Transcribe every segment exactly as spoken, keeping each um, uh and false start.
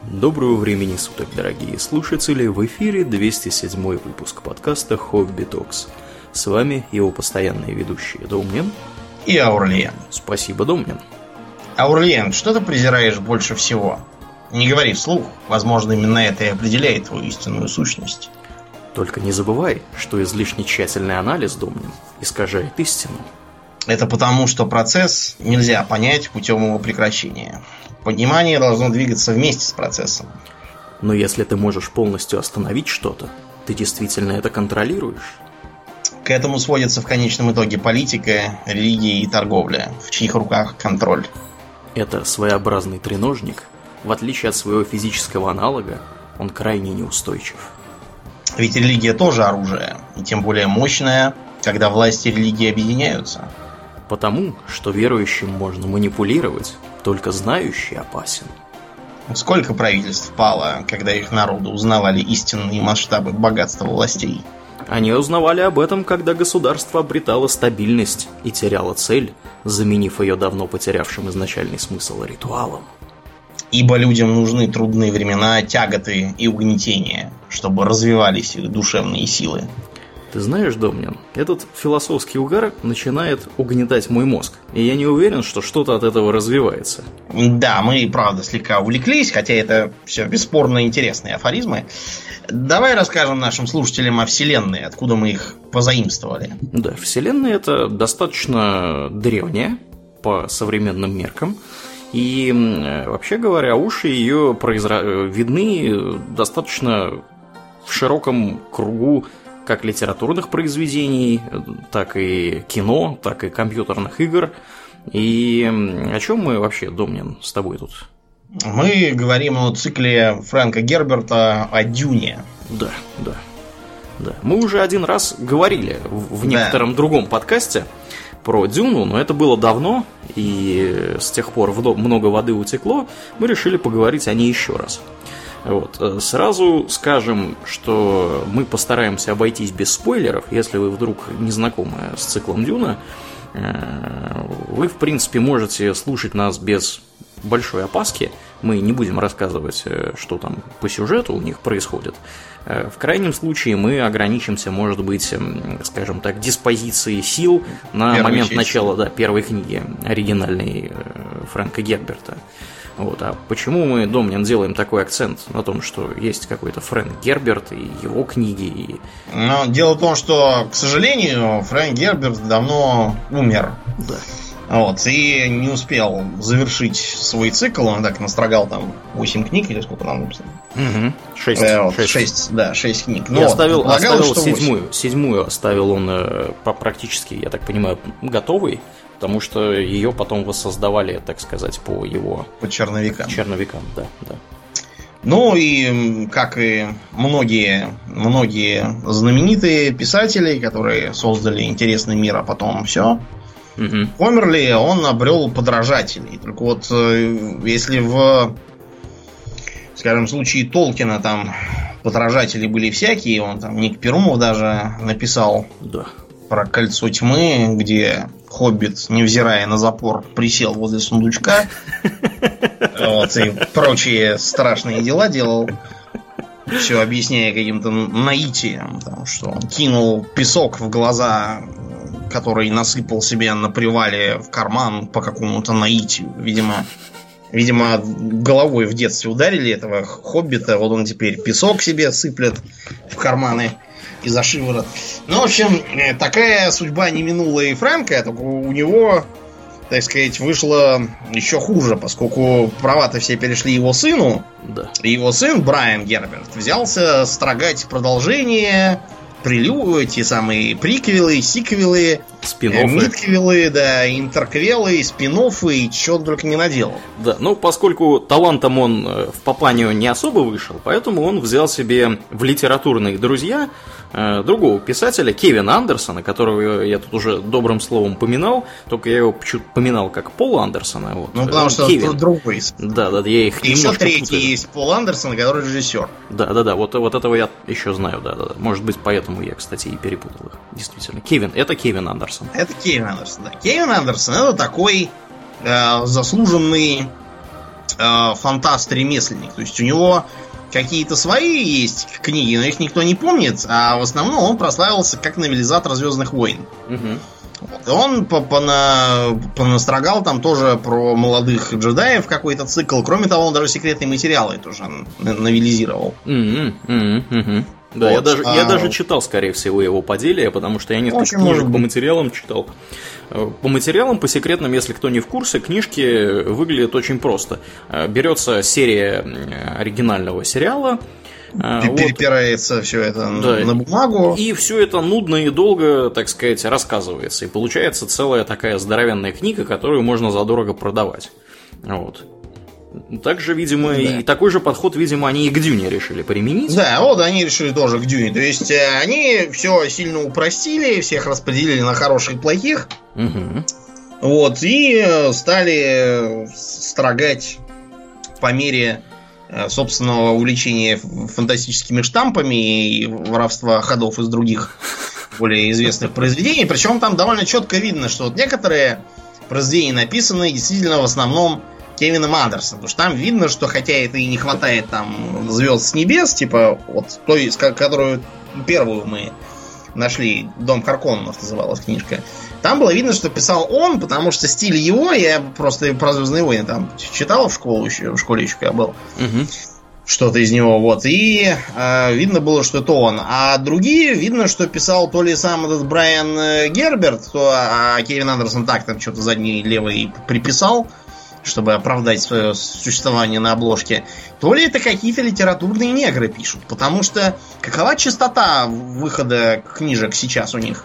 Доброго времени суток, дорогие слушатели! В эфире двести седьмой выпуск подкаста «Хобби Токс». С вами его постоянные ведущие Домнин и Аурлиен. Спасибо, Домнин. Аурлиен, что ты презираешь больше всего? Не говори вслух, возможно, именно это и определяет твою истинную сущность. Только не забывай, что излишне тщательный анализ, Домнин, искажает истину. Это потому, что процесс нельзя понять путем его прекращения. Понимание должно двигаться вместе с процессом. Но если ты можешь полностью остановить что-то, ты действительно это контролируешь? К этому сводится в конечном итоге политика, религия и торговля, в чьих руках контроль. Это своеобразный треножник. В отличие от своего физического аналога, он крайне неустойчив. Ведь религия тоже оружие, и тем более мощное, когда власти и религии объединяются. Потому, что верующим можно манипулировать, только знающий опасен. Сколько правительств пало, когда их народы узнавали истинные масштабы богатства властей? Они узнавали об этом, когда государство обретало стабильность и теряло цель, заменив ее давно потерявшим изначальный смысл ритуалом. Ибо людям нужны трудные времена, тяготы и угнетения, чтобы развивались их душевные силы. Ты знаешь, Домнин, этот философский угар начинает угнетать мой мозг, и я не уверен, что что-то от этого развивается. Да, мы, правда, слегка увлеклись, хотя это все бесспорно интересные афоризмы. Давай расскажем нашим слушателям о Вселенной, откуда мы их позаимствовали. Да, Вселенная — это достаточно древняя по современным меркам, и, вообще говоря, уши ее произра... видны достаточно в широком кругу как литературных произведений, так и кино, так и компьютерных игр. И о чем мы вообще, Домнин, с тобой тут? Мы говорим о цикле Фрэнка Герберта о Дюне. Да, да, да. Мы уже один раз говорили в некотором да. другом подкасте про Дюну, но это было давно, и с тех пор много воды утекло, мы решили поговорить о ней еще раз. Вот. Сразу скажем, что мы постараемся обойтись без спойлеров. Если вы вдруг не знакомы с циклом Дюна, вы, в принципе, можете слушать нас без большой опаски. Мы не будем рассказывать, что там по сюжету у них происходит. В крайнем случае мы ограничимся, может быть, скажем так, диспозицией сил на Первый момент часть. начала да, первой книги оригинальной Фрэнка Герберта. Вот. А почему мы, Домнин, делаем такой акцент на том, что есть какой-то Фрэнк Герберт и его книги? И... Но дело в том, что, к сожалению, Фрэнк Герберт давно умер. Да. Вот, и не успел завершить свой цикл. Он так настрогал там восемь книг или сколько нам написано? Угу. шесть. Э, вот, шесть. шесть, да, шесть книг. Я оставил, оставил седьмую. Седьмую оставил он э, практически, я так понимаю, готовый. Потому что ее потом воссоздавали, так сказать, по его... По черновикам. Черновикам, да, да. Ну и, как и многие, многие знаменитые писатели, которые создали интересный мир, а потом все, угу. померли, он обрел подражателей. Только вот, если в, скажем, случае Толкина там подражатели были всякие, он там, Ник Перумов даже написал... Да. Про кольцо тьмы, где Хоббит, невзирая на запор, присел возле сундучка вот, и прочие страшные дела делал. Все объясняя каким-то наитием, там, что он кинул песок в глаза, который насыпал себе на привале в карман по какому-то наитию. Видимо, видимо, головой в детстве ударили этого Хоббита, вот он теперь песок себе сыплет в карманы и за шиворот. Ну, в общем, такая судьба не минула и Фрэнка, только у него, так сказать, вышло еще хуже, поскольку права-то все перешли его сыну. Да. И его сын, Брайан Герберт, взялся строгать продолжение, прелю, эти самые приквелы, сиквелы, спин-оффы. мидквелы, да, интерквелы, спин-оффы и чего он только не наделал. Да, ну, поскольку талантом он в Папанию не особо вышел, поэтому он взял себе в литературные друзья э, другого писателя, Кевина Андерсона, которого я тут уже добрым словом поминал, только я его почему-то поминал как Пола Андерсона. Вот. Ну, потому что Кевин. он другой. Да, да, я их и еще третий путаю. есть Пол Андерсон, который режиссер. Да, да, да, вот, вот этого я еще знаю, да, да, да. Может быть, поэтому я, кстати, и перепутал их. Действительно. Кевин, это Кевин Андерсон. Это Кевин Андерсон, да. Кевин Андерсон это такой э, заслуженный э, фантаст-ремесленник. То есть у него какие-то свои есть книги, но их никто не помнит, а в основном он прославился как новелизатор «Звездных войн». Угу. Он понастрогал там тоже про молодых джедаев какой-то цикл. Кроме того, он даже секретные материалы тоже новелизировал. Mm-hmm. Mm-hmm. Да, вот, я, даже, а... я даже читал, скорее всего, его поделие, потому что я несколько книжек по материалам читал. По материалам, по секретным, если кто не в курсе, книжки выглядят очень просто. Берется серия оригинального сериала, перепирается вот. Все это да. на бумагу. И все это нудно и долго, так сказать, рассказывается. И получается целая такая здоровенная книга, которую можно задорого продавать. Вот. Также, видимо, да. и такой же подход, видимо, они и к Дюне решили применить. Да, вот они решили тоже к Дюне. То есть они все сильно упростили, всех распределили на хороших и плохих. Угу. Вот, и стали строгать по мере собственного увлечения фантастическими штампами и воровства ходов из других более известных произведений. Причем там довольно четко видно, что вот некоторые произведения написаны действительно в основном Кевином Андерсоном. Потому что там видно, что хотя это и не хватает там звезд с небес, типа вот той, которую первую мы нашли, «Дом Харконненов» называлась книжка. Там было видно, что писал он, потому что стиль его, я просто про «Звездные войны» там читал в школу еще, в школе еще когда был. Угу. Что-то из него, вот. И э, видно было, что это он. А другие, видно, что писал то ли сам этот Брайан Герберт, то, а Кевин Андерсон так там что-то задний левый приписал, чтобы оправдать свое существование на обложке, то ли это какие-то литературные негры пишут. Потому что какова частота выхода книжек сейчас у них?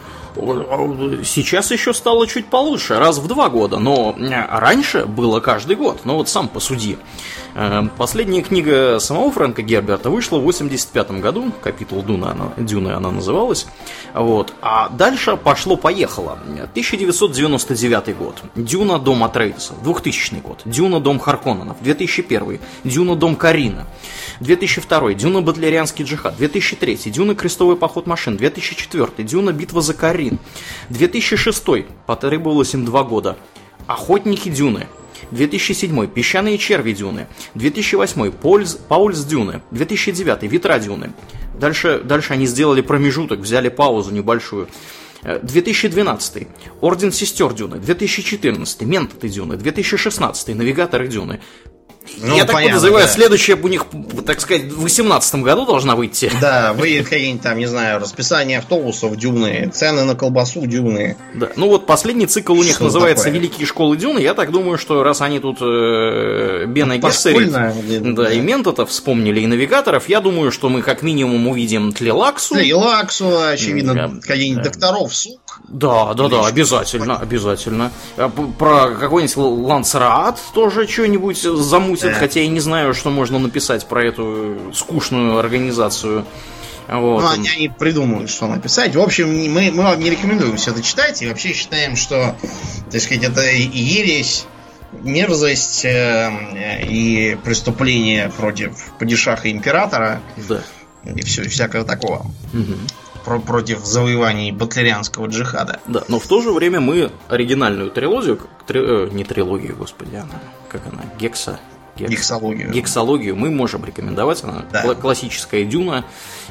Сейчас еще стало чуть получше, раз в два года, но раньше было каждый год. Ну вот сам посуди. Последняя книга самого Фрэнка Герберта вышла в восемьдесят пятом году, капитул Дуна, она, Дюны она называлась. Вот. А дальше пошло-поехало. тысяча девятьсот девяносто девятый год. Дюна, дом Атрейдеса. двухтысячный год. Дюна, дом Харконненов. две тысячи первый. Дюна, дом Карина. две тысячи второй. Дюна, Бодлерианский джихад. две тысячи третий. Дюна, крестовый поход машин. две тысячи четвёртый. Дюна, битва за Карин. две тысячи шестой. Потребовалось им два года. Охотники Дюны. две тысячи седьмой. Песчаные черви Дюны. две тысячи восьмой. Польз, Паульс Дюны. две тысячи девятый. Ветра Дюны. Дальше, дальше они сделали промежуток, взяли паузу небольшую. две тысячи двенадцатый. Орден сестер Дюны. две тысячи четырнадцатый. Менты Дюны. две тысячи шестнадцатый. Навигаторы Дюны. Ну, я так понятно, подозреваю, да. Следующая у них, так сказать, в восемнадцатом году должна выйти. Да, выйдет какие-нибудь там, не знаю, расписание автобусов Дюны, цены на колбасу Дюны. Да, ну вот последний цикл у них что называется такое? «Великие школы Дюны». Я так думаю, что раз они тут э, Бена ну, Гессерит, да, да, и Ментата вспомнили, и Навигаторов, я думаю, что мы как минимум увидим Тлелаксу. Тлелаксу, очевидно, да, какие-нибудь да. докторов Сук. Да, да, да, обязательно, обязательно. Про какой-нибудь Лансраат тоже что-нибудь замутит, да. Хотя я не знаю, что можно написать про эту скучную организацию. Вот. Ну, они, они придумают, что написать. В общем, мы, мы вам не рекомендуем все это читать. И вообще считаем, что, так сказать, это ересь, мерзость э, и преступление против падишаха императора. Да. И все, и всякого такого. Угу. Про, против завоеваний батлерианского джихада. Да, но в то же время мы оригинальную трилогию, три, э, не трилогию, господи, она, как она, Гекса, Гекс, гексологию. Гексологию мы можем рекомендовать. Она да. кл- классическая Дюна,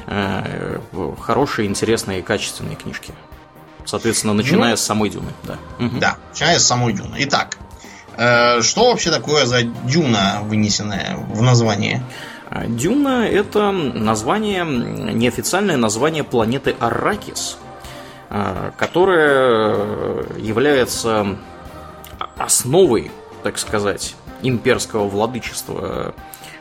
э, хорошие, интересные и качественные книжки. Соответственно, начиная ну, с самой Дюны. Да, угу. да, начиная с самой Дюны. Итак, э, что вообще такое за Дюна, вынесенная в название? Дюна – это название, неофициальное название планеты Арракис, которая является основой, так сказать, имперского владычества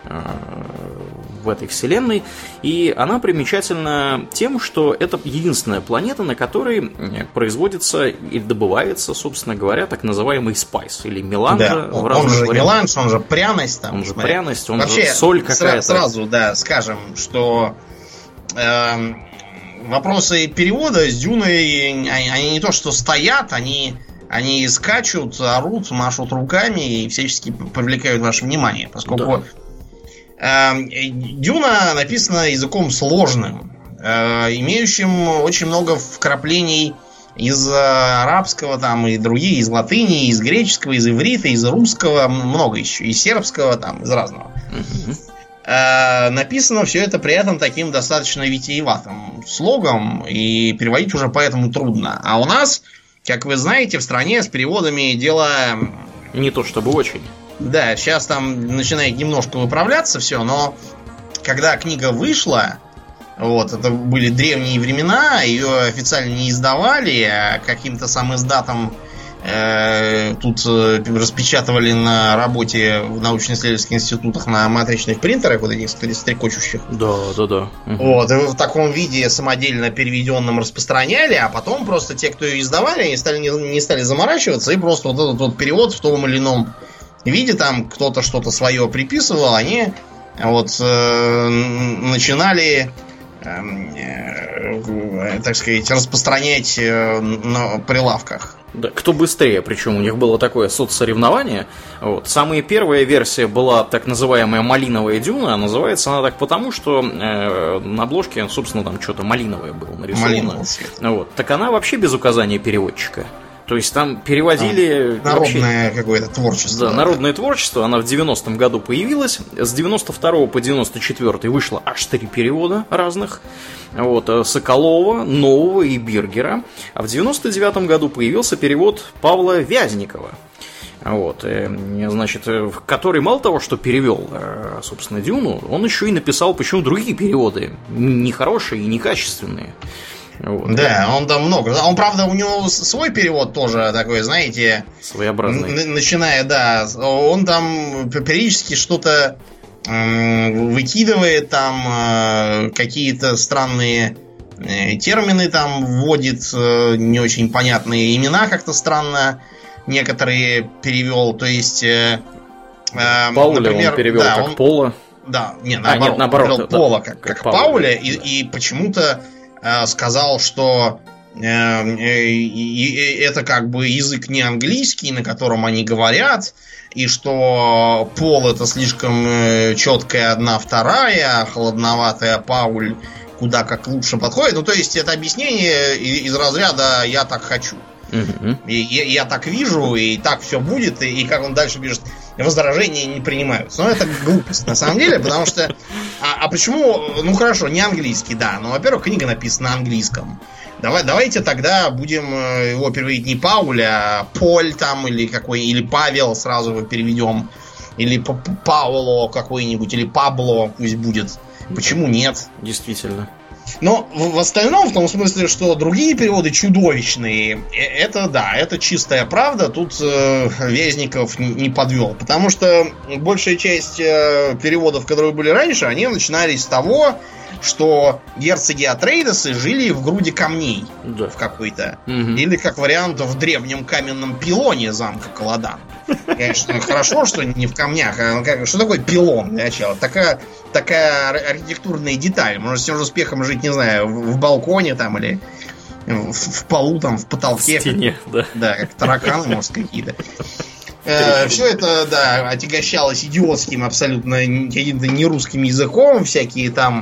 в этой вселенной. И она примечательна тем, что это единственная планета, на которой производится и добывается, собственно говоря, так называемый спайс или меланж. Да, он, он же меланж, он же пряность. Там, он же смотря. пряность, он Вообще, же соль какая-то. Сразу, да, скажем, что э, вопросы перевода с Дюной, они, они не то что стоят, они... Они скачут, орут, машут руками и всячески привлекают ваше внимание, поскольку да. э, Дюна написана языком сложным, э, имеющим очень много вкраплений из арабского там и другие, из латыни, из греческого, из иврита, из русского, много еще, из сербского, там, из разного. Uh-huh. А, написано все это при этом таким достаточно витиеватым слогом, и переводить уже поэтому трудно. А у нас, как вы знаете, в стране с переводами дело... Не то чтобы очень. Да, сейчас там начинает немножко выправляться все, но когда книга вышла... Вот, это были древние времена, ее официально не издавали, а каким-то сам издатом э, тут э, распечатывали на работе в научно-исследовательских институтах на матричных принтерах, вот этих стрекочущих. Да, да, да. Угу. Вот, и в таком виде самодельно переведенном распространяли, а потом просто те, кто ее издавали, они стали, не, не стали заморачиваться, и просто вот этот вот перевод в том или ином виде, там кто-то что-то свое приписывал, они вот э, начинали... так сказать, распространять на прилавках. Да, кто быстрее, причем у них было такое соцсоревнование. Вот. Самая первая версия была так называемая малиновая дюна, а называется она так потому, что э, на обложке, собственно, там что-то малиновое было нарисовано. Вот. Так она вообще без указания переводчика. То есть там переводили... А, народное вообще, какое-то творчество. Да, народное творчество. Она в девяностом году появилась. С девяносто второго по девяносто четвёртый вышло аж три перевода разных. Вот, Соколова, Нового и Биргера. А в девяносто девятом году появился перевод Павла Вязникова. Вот, значит, который мало того, что перевел, собственно, Дюну, он еще и написал почему другие переводы. Нехорошие и некачественные. Вот. Да, он там много. Он, правда, у него свой перевод тоже такой, знаете, своеобразный. Начиная, да, он там периодически что-то э, выкидывает, там э, какие-то странные э, термины там вводит, э, не очень понятные имена как-то странно некоторые перевел. То есть, э, э, Пауля например, он перевел да, как он, Пола. Да, не, наоборот, а, нет, наоборот он перевел да, Пола как, как, как Пауля, и, и почему-то сказал, что э, э, это как бы язык не английский, на котором они говорят, и что Пол это слишком э, четкая одна вторая, холодноватая Пауль куда как лучше подходит. Ну, то есть это объяснение из разряда «я так хочу». Uh-huh. И, я, я так вижу, и так все будет, и, и как он дальше пишет, возражения не принимаются. Но это глупость на самом деле, потому что... А, а почему... Ну хорошо, не английский, да, но, во-первых, книга написана на английском. Давай, давайте тогда будем его переводить не Пауль, а Поль там, или какой, или Павел сразу его переведем, или Пауло какой-нибудь, или Пабло пусть будет. Почему нет? Действительно. Но в остальном, в том смысле, что другие переводы чудовищные, это да, это чистая правда, тут э, Вязников не подвел. Потому что большая часть э, переводов, которые были раньше, они начинались с того, что герцоги Атрейдесы жили в груди камней да. в какой-то. Угу. Или, как вариант, в древнем каменном пилоне замка Каладан. Конечно, хорошо, что не в камнях. А как, что такое пилон для начала? Такая, такая архитектурная деталь. Можно с тем же успехом жить, не знаю, в, в балконе там или в, в полу, там, в потолке. В стене, да. Да, как тараканы, может, какие-то. Э, все это, да, отягощалось идиотским абсолютно каким-то нерусским языком. Всякие там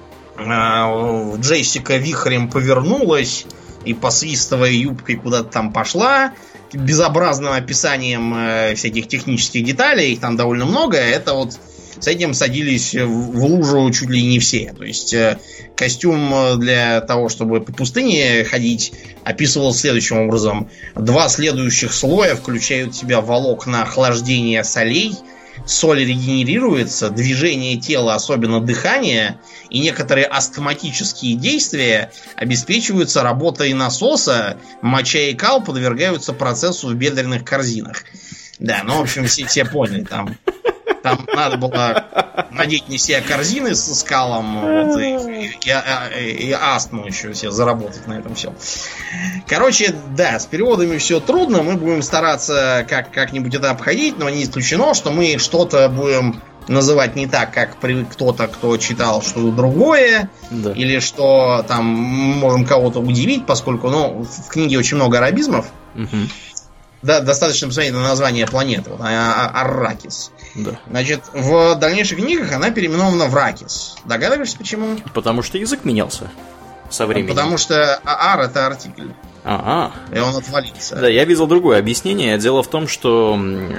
э, Джессика вихрем повернулась и, посвистывая юбкой, куда-то там пошла. Безобразным описанием э, всяких технических деталей, их там довольно много. Это вот с этим садились в, в лужу чуть ли не все. То есть э, костюм для того, чтобы по пустыне ходить, описывался следующим образом. Два следующих слоя включают в себя волокна охлаждения солей. Соль регенерируется, движение тела, особенно дыхание, и некоторые астматические действия обеспечиваются работой насоса, моча и кал подвергаются процессу в бедренных корзинах. Да, ну, в общем, все, все поняли, там, там надо было надеть на себя корзины с скалом, вот, и, и, и, и астму еще все заработать на этом все. Короче, да, с переводами все трудно, мы будем стараться как, как-нибудь это обходить, но не исключено, что мы что-то будем называть не так, как привык кто-то, кто читал что-то другое, да. Или что там можем кого-то удивить, поскольку, ну, в книге очень много арабизмов. Угу. Да, достаточно посмотреть на название планеты. Вот, Арракис. Да. Значит, в дальнейших книгах она переименована в Ракис. Догадываешься, почему? Потому что язык менялся со временем. Потому что ар это артикль. Ага. И он отвалился. Да, я видел другое объяснение. Дело в том, что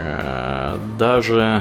э, даже...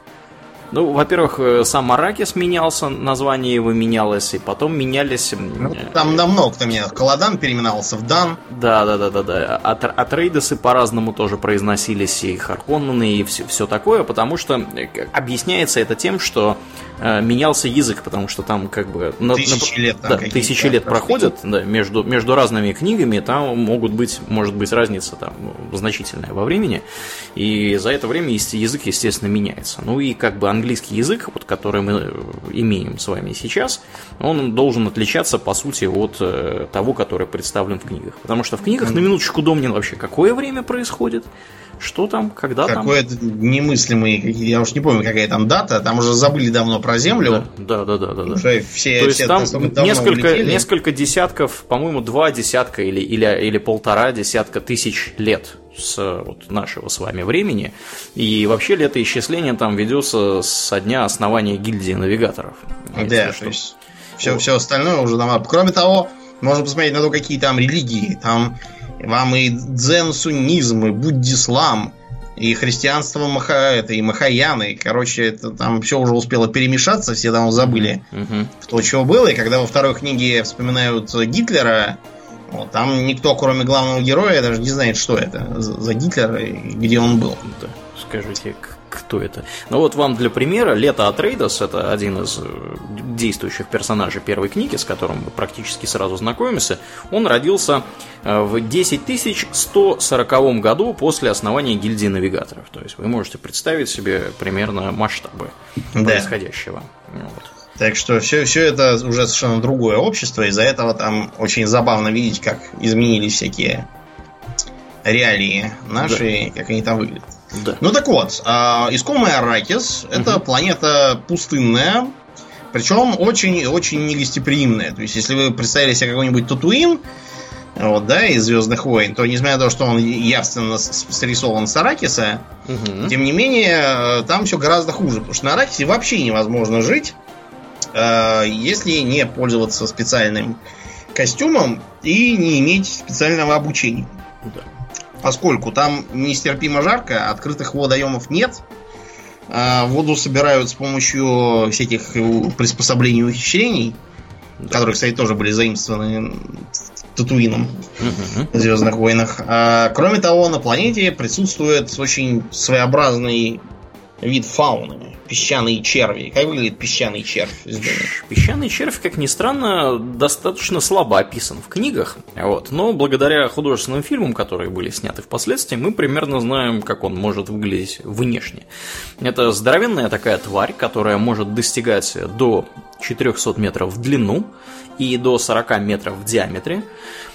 Ну, во-первых, сам Аракис менялся, название его менялось, и потом менялись... Ну, там намного кто менялся. Каладан переименовался в Дан. Да, да, да, да, да. Атрейдесы по-разному тоже произносились, и Харконнены, и все, все такое, потому что объясняется это тем, что э, менялся язык, потому что там как бы... Тысячи на, лет там да, тысячи лет проходят, да, между, между разными книгами, там могут быть, может быть разница там значительная во времени, и за это время язык, естественно, меняется. Ну и как бы английский язык, вот, который мы имеем с вами сейчас, он должен отличаться, по сути, от э, того, который представлен в книгах. Потому что в книгах, на минуточку, Домнин, вообще какое время происходит? Что там, когда там? Какое-то немыслимый, я уж не помню, какая там дата, там уже забыли давно про Землю. Да, да, да, да. да. Уже все, То есть все там несколько, улетели. несколько десятков, по-моему, два десятка или, или, или полтора десятка тысяч лет с вот, нашего с вами времени. И вообще летоисчисление там ведется со дня основания гильдии навигаторов. Да, то есть все, все остальное уже там. Кроме того, можно посмотреть на то, какие там религии. Там вам и дзен-суннизм, и буддислам, и христианство маха, это, и махаяны. Короче, это там все уже успело перемешаться, все там забыли, uh-huh. кто чего было. И когда во второй книге вспоминают Гитлера, вот, там никто, кроме главного героя, даже не знает, что это за Гитлер и где он был. Да, скажите, кто это? Ну вот вам для примера, Лето Атрейдес, это один из действующих персонажей первой книги, с которым мы практически сразу знакомимся. Он родился в десять тысяч сто сороковом году после основания гильдии навигаторов. То есть вы можете представить себе примерно масштабы да. происходящего. Вот. Так что все, все это уже совершенно другое общество. Из-за этого там очень забавно видеть, как изменились всякие реалии наши, да. как они там выглядят. Да. Ну так вот, э, искомый Аракис — это угу. планета пустынная, причем очень-очень негостеприимная. То есть, если вы представили себе какой-нибудь Татуин, вот, да, из Звездных войн, то, несмотря на то, что он явственно срисован с Аракиса, угу. тем не менее, там все гораздо хуже. Потому что на Аракисе вообще невозможно жить, э, если не пользоваться специальным костюмом и не иметь специального обучения. Да. Поскольку там нестерпимо жарко, открытых водоемов нет, воду собирают с помощью всяких приспособлений и ухищрений, да. которые, кстати, тоже были заимствованы Татуином uh-huh. в Звездных войнах. А, кроме того, на планете присутствует очень своеобразный вид фауны. Песчаные черви. Как выглядит песчаный червь? Песчаный червь, как ни странно, достаточно слабо описан в книгах. Вот. Но благодаря художественным фильмам, которые были сняты впоследствии, мы примерно знаем, как он может выглядеть внешне. Это здоровенная такая тварь, которая может достигать до четырехсот метров в длину и до сорока метров в диаметре.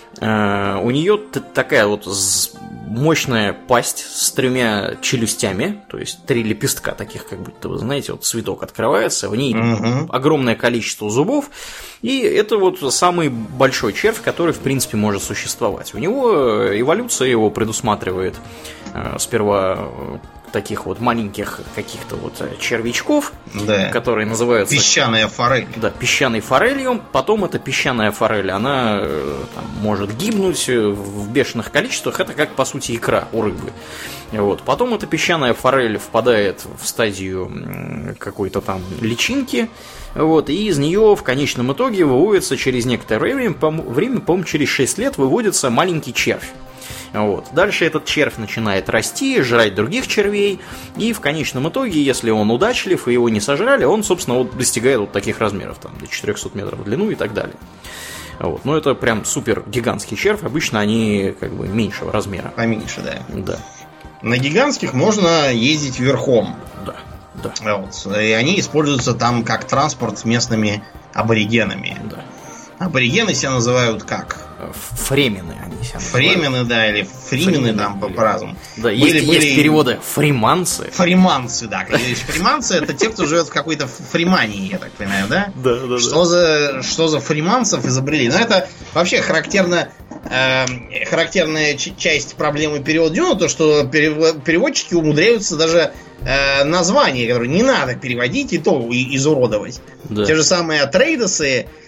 У нее такая вот мощная пасть с тремя челюстями, то есть три лепестка таких, как будто вы знаете, вот цветок открывается, в ней угу. огромное количество зубов, и это вот самый большой червь, который в принципе может существовать. У него эволюция его предусматривает сперва таких вот маленьких каких-то вот червячков, да. которые называются... Песчаная форель. Да, песчаной форелью. Потом эта песчаная форель, она там, может гибнуть в бешеных количествах. Это как, по сути, икра у рыбы. Вот. Потом эта песчаная форель впадает в стадию какой-то там личинки. Вот, и из нее в конечном итоге выводится через некоторое время, время, по-моему, через шесть лет выводится маленький червь. Вот. Дальше этот червь начинает расти, жрать других червей, и в конечном итоге, если он удачлив и его не сожрали, он, собственно, вот достигает вот таких размеров, там, до четырехсот метров в длину и так далее. Вот. Но это прям супер гигантский червь, обычно они как бы меньшего размера. Поменьше, да. Да. На гигантских можно ездить верхом. Да. Да. Вот. И они используются там как транспорт местными аборигенами. Да. Аборигены себя называют как? Фремены они себя называют. Фремены, да, или фримены, там по- по-разному. Да, были, есть, были... есть переводы фриманцы. Фриманцы, да. Фриманцы — это те, кто живет в какой-то фримании, я так понимаю, да? Да, да, что за, что за фриманцев изобрели? Ну, это вообще характерно, э, характерная ч- часть проблемы перевода Дюна, то, что переводчики умудряются даже э, названия, которые не надо переводить, и то и- изуродовать. Да. Те же самые Атрейдесы,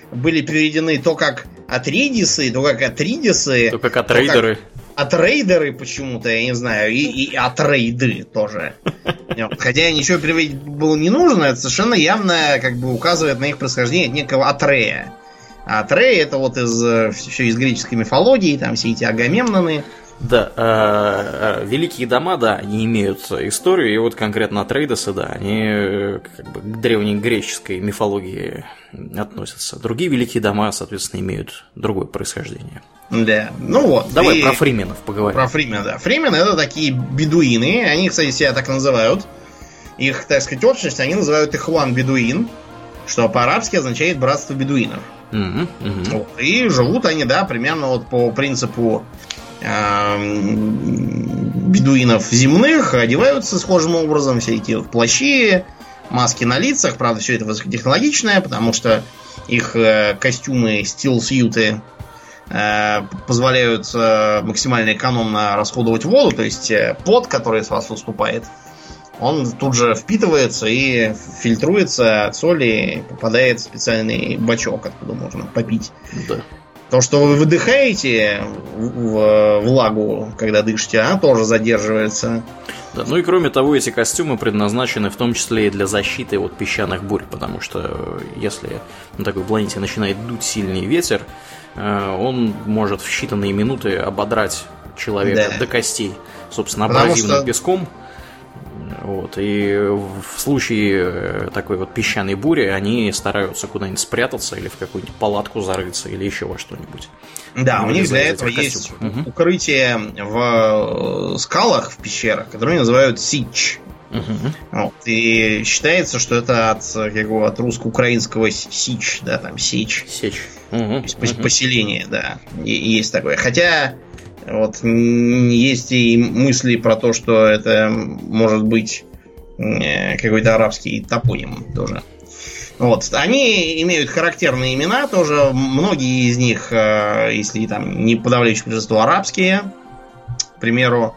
были переведены то как Атридисы, то как Атридисы, то как Атрейдеры. Атрейдеры почему-то, я не знаю, и, и Атрейды тоже. Хотя ничего переводить было не нужно, это совершенно явно как бы указывает на их происхождение от некого Атрея. А Атрей это вот из, все из греческой мифологии, там все эти Агамемноны. Да, э, э, великие дома, да, они имеют историю, и вот конкретно Атрейдесы, да, они как бы к древней греческой мифологии относятся. Другие великие дома, соответственно, имеют другое происхождение. Да, ну вот. Давай про фрименов поговорим. Про фрименов, да. Фримены это такие бедуины, они, кстати, себя так называют. Их, так сказать, общность, они называют Ихван Бедуин, что по-арабски означает братство бедуинов. Mm-hmm, mm-hmm. Вот. И живут они, да, примерно вот по принципу бедуинов земных, одеваются схожим образом, все эти вот плащи, маски на лицах, правда, все это высокотехнологичное, потому что их костюмы, стил-сьюты позволяют максимально экономно расходовать воду, то есть пот, который с вас выступает, он тут же впитывается и фильтруется от соли, попадает в специальный бачок, откуда можно попить. Да. То, что вы выдыхаете в влагу, когда дышите, она тоже задерживается. Да, ну и кроме того, эти костюмы предназначены в том числе и для защиты от песчаных бурь, потому что если на такой планете начинает дуть сильный ветер, он может в считанные минуты ободрать человека, да, до костей, собственно, абразивным что... песком. Вот, и в случае такой вот песчаной бури они стараются куда-нибудь спрятаться или в какую-нибудь палатку зарыться или еще во что-нибудь. Да, у них для этого есть угу. укрытие в скалах, в пещерах, которые называют сич. Угу. Вот, и считается, что это от, как, от русско-украинского сич, да, там сечь. Сечь. Угу. То есть угу. поселение, да, и, есть такое. Хотя вот есть и мысли про то, что это может быть какой-то арабский топоним тоже. Вот. Они имеют характерные имена тоже. Многие из них, если там не подавляющее большинство, арабские. К примеру,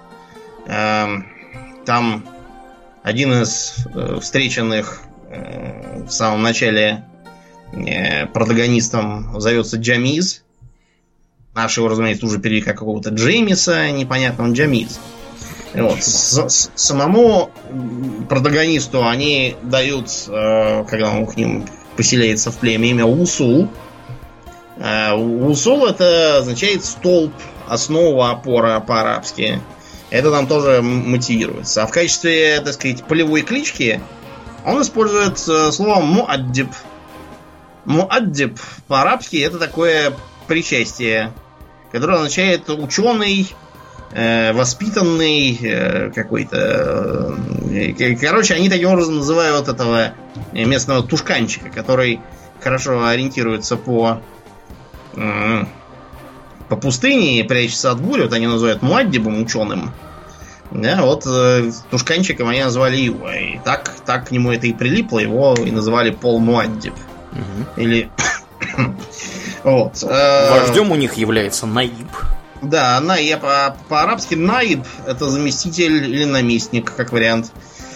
там один из встреченных в самом начале протагонистом зовется Джамиз. Наши его, разумеется, уже перевели как какого-то Джеймиса, непонятно, он Джамиз. Вот. С- с- самому протагонисту они дают, э, когда он к ним поселяется в племя, имя Усул. Э, Усул это означает столб, основа, опора по-арабски. Это там тоже мотивируется. А в качестве, так сказать, полевой клички он использует слово муаддиб. Муаддиб по-арабски это такое причастие, которое означает ученый, э, воспитанный, э, какой-то... Э, короче, они таким образом называют этого местного тушканчика, который хорошо ориентируется по, э, по пустыне и прячется от бури. Вот они называют муаддибом, ученым. Да, вот э, тушканчиком они назвали его. И так, так к нему это и прилипло, его и называли Пол Муаддиб. Угу. Или... Вот. Вождем у них является наиб. Да, наиб, а по-арабски наиб это заместитель или наместник, как вариант.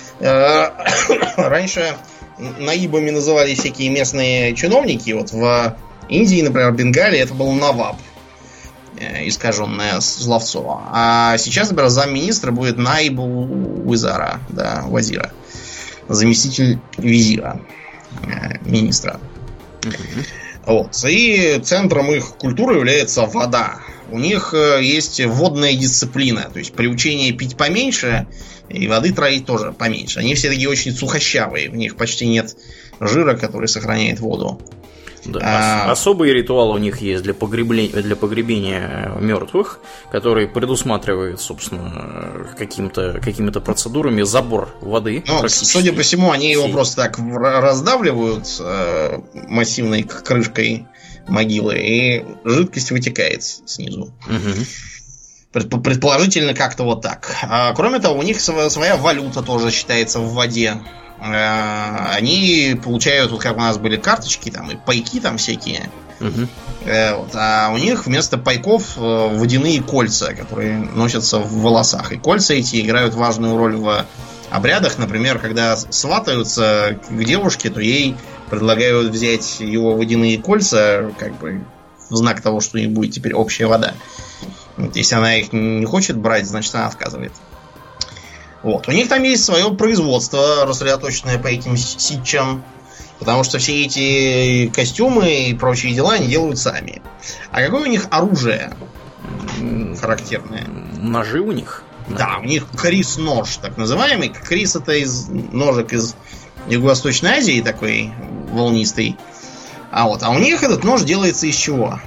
Раньше наибами называли всякие местные чиновники. Вот в Индии, например, в Бенгалии это был наваб, искаженное словцо. А сейчас, например, замминистра будет наиб уизара, да, вазира. Заместитель визира, министра. Вот. И центром их культуры является вода. У них есть водная дисциплина. То есть приучение пить поменьше и воды тратить тоже поменьше. Они все такие очень сухощавые. В них почти нет жира, который сохраняет воду. Да. А... Особые ритуалы у них есть для погребления, для погребения мертвых, которые предусматривают, собственно, каким-то, какими-то процедурами забор воды. Ну, судя по всему, они его просто так раздавливают э, массивной крышкой могилы, и жидкость вытекает снизу. Угу. Предположительно, как-то вот так. А, кроме того, у них своя валюта тоже считается в воде. Они получают, вот как у нас были карточки, там и пайки там всякие. Uh-huh. Вот, а у них вместо пайков водяные кольца, которые носятся в волосах. И кольца эти играют важную роль в обрядах, например, когда сватаются к девушке, то ей предлагают взять его водяные кольца, как бы в знак того, что у них будет теперь общая вода. Вот, если она их не хочет брать, значит она отказывает. Вот. У них там есть свое производство, рассредоточенное по этим ситчам. Потому что все эти костюмы и прочие дела они делают сами. А какое у них оружие характерное? Ножи у них? Да, у них крис-нож, так называемый. Крис — это из ножек из Юго-Восточной Азии, такой волнистый. А вот, а у них этот нож делается из чего?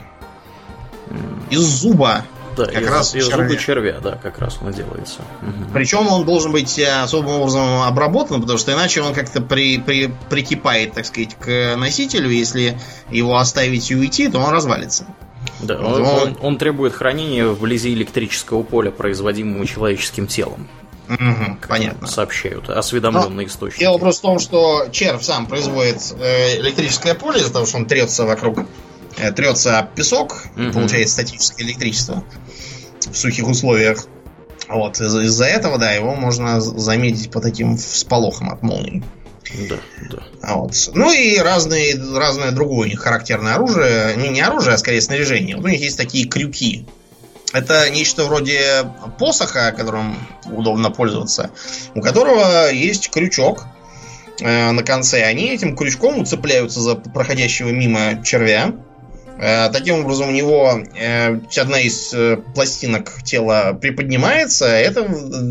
Из зуба. Да, как из, раз из червя. зуба червя, да, как раз он и делается. Угу. Причем он должен быть особым образом обработан, потому что иначе он как-то при, при, прикипает, так сказать, к носителю. Если его оставить и уйти, то он развалится. Да, вот он, он, он требует хранения вблизи электрического поля, производимого человеческим телом. Угу, понятно. Сообщают осведомленные Но источники. Дело просто в том, что червь сам производит электрическое поле из-за того, что он трется вокруг, трется об песок, угу. Получается статическое электричество в сухих условиях. Вот, из- из-за этого, да, его можно заметить по таким всполохам от молнии. Да, да. Вот. Ну и разные, разное другое у них характерное оружие. Не, не оружие, а скорее снаряжение. Вот у них есть такие крюки. Это нечто вроде посоха, которым удобно пользоваться, у которого есть крючок э, на конце. Они этим крючком уцепляются за проходящего мимо червя. Э, таким образом, у него э, одна из э, пластинок тела приподнимается, это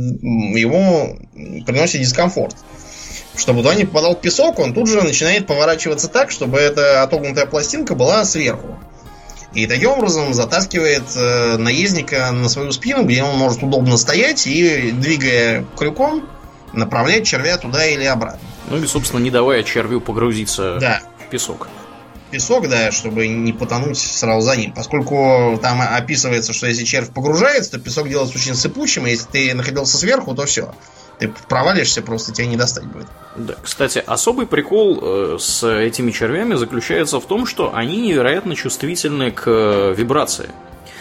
ему приносит дискомфорт. Чтобы туда не попадал песок, он тут же начинает поворачиваться так, чтобы эта отогнутая пластинка была сверху. И таким образом затаскивает э, наездника на свою спину, где он может удобно стоять и, двигая крюком, направлять червя туда или обратно. Ну и, собственно, не давая червю погрузиться да. в песок. Песок, да, чтобы не потонуть сразу за ним. Поскольку там описывается, что если червь погружается, то песок делается очень сыпучим, и если ты находился сверху, то все. Ты провалишься, просто тебя не достать будет. Да, кстати, особый прикол э, с этими червями заключается в том, что они невероятно чувствительны к э, вибрации.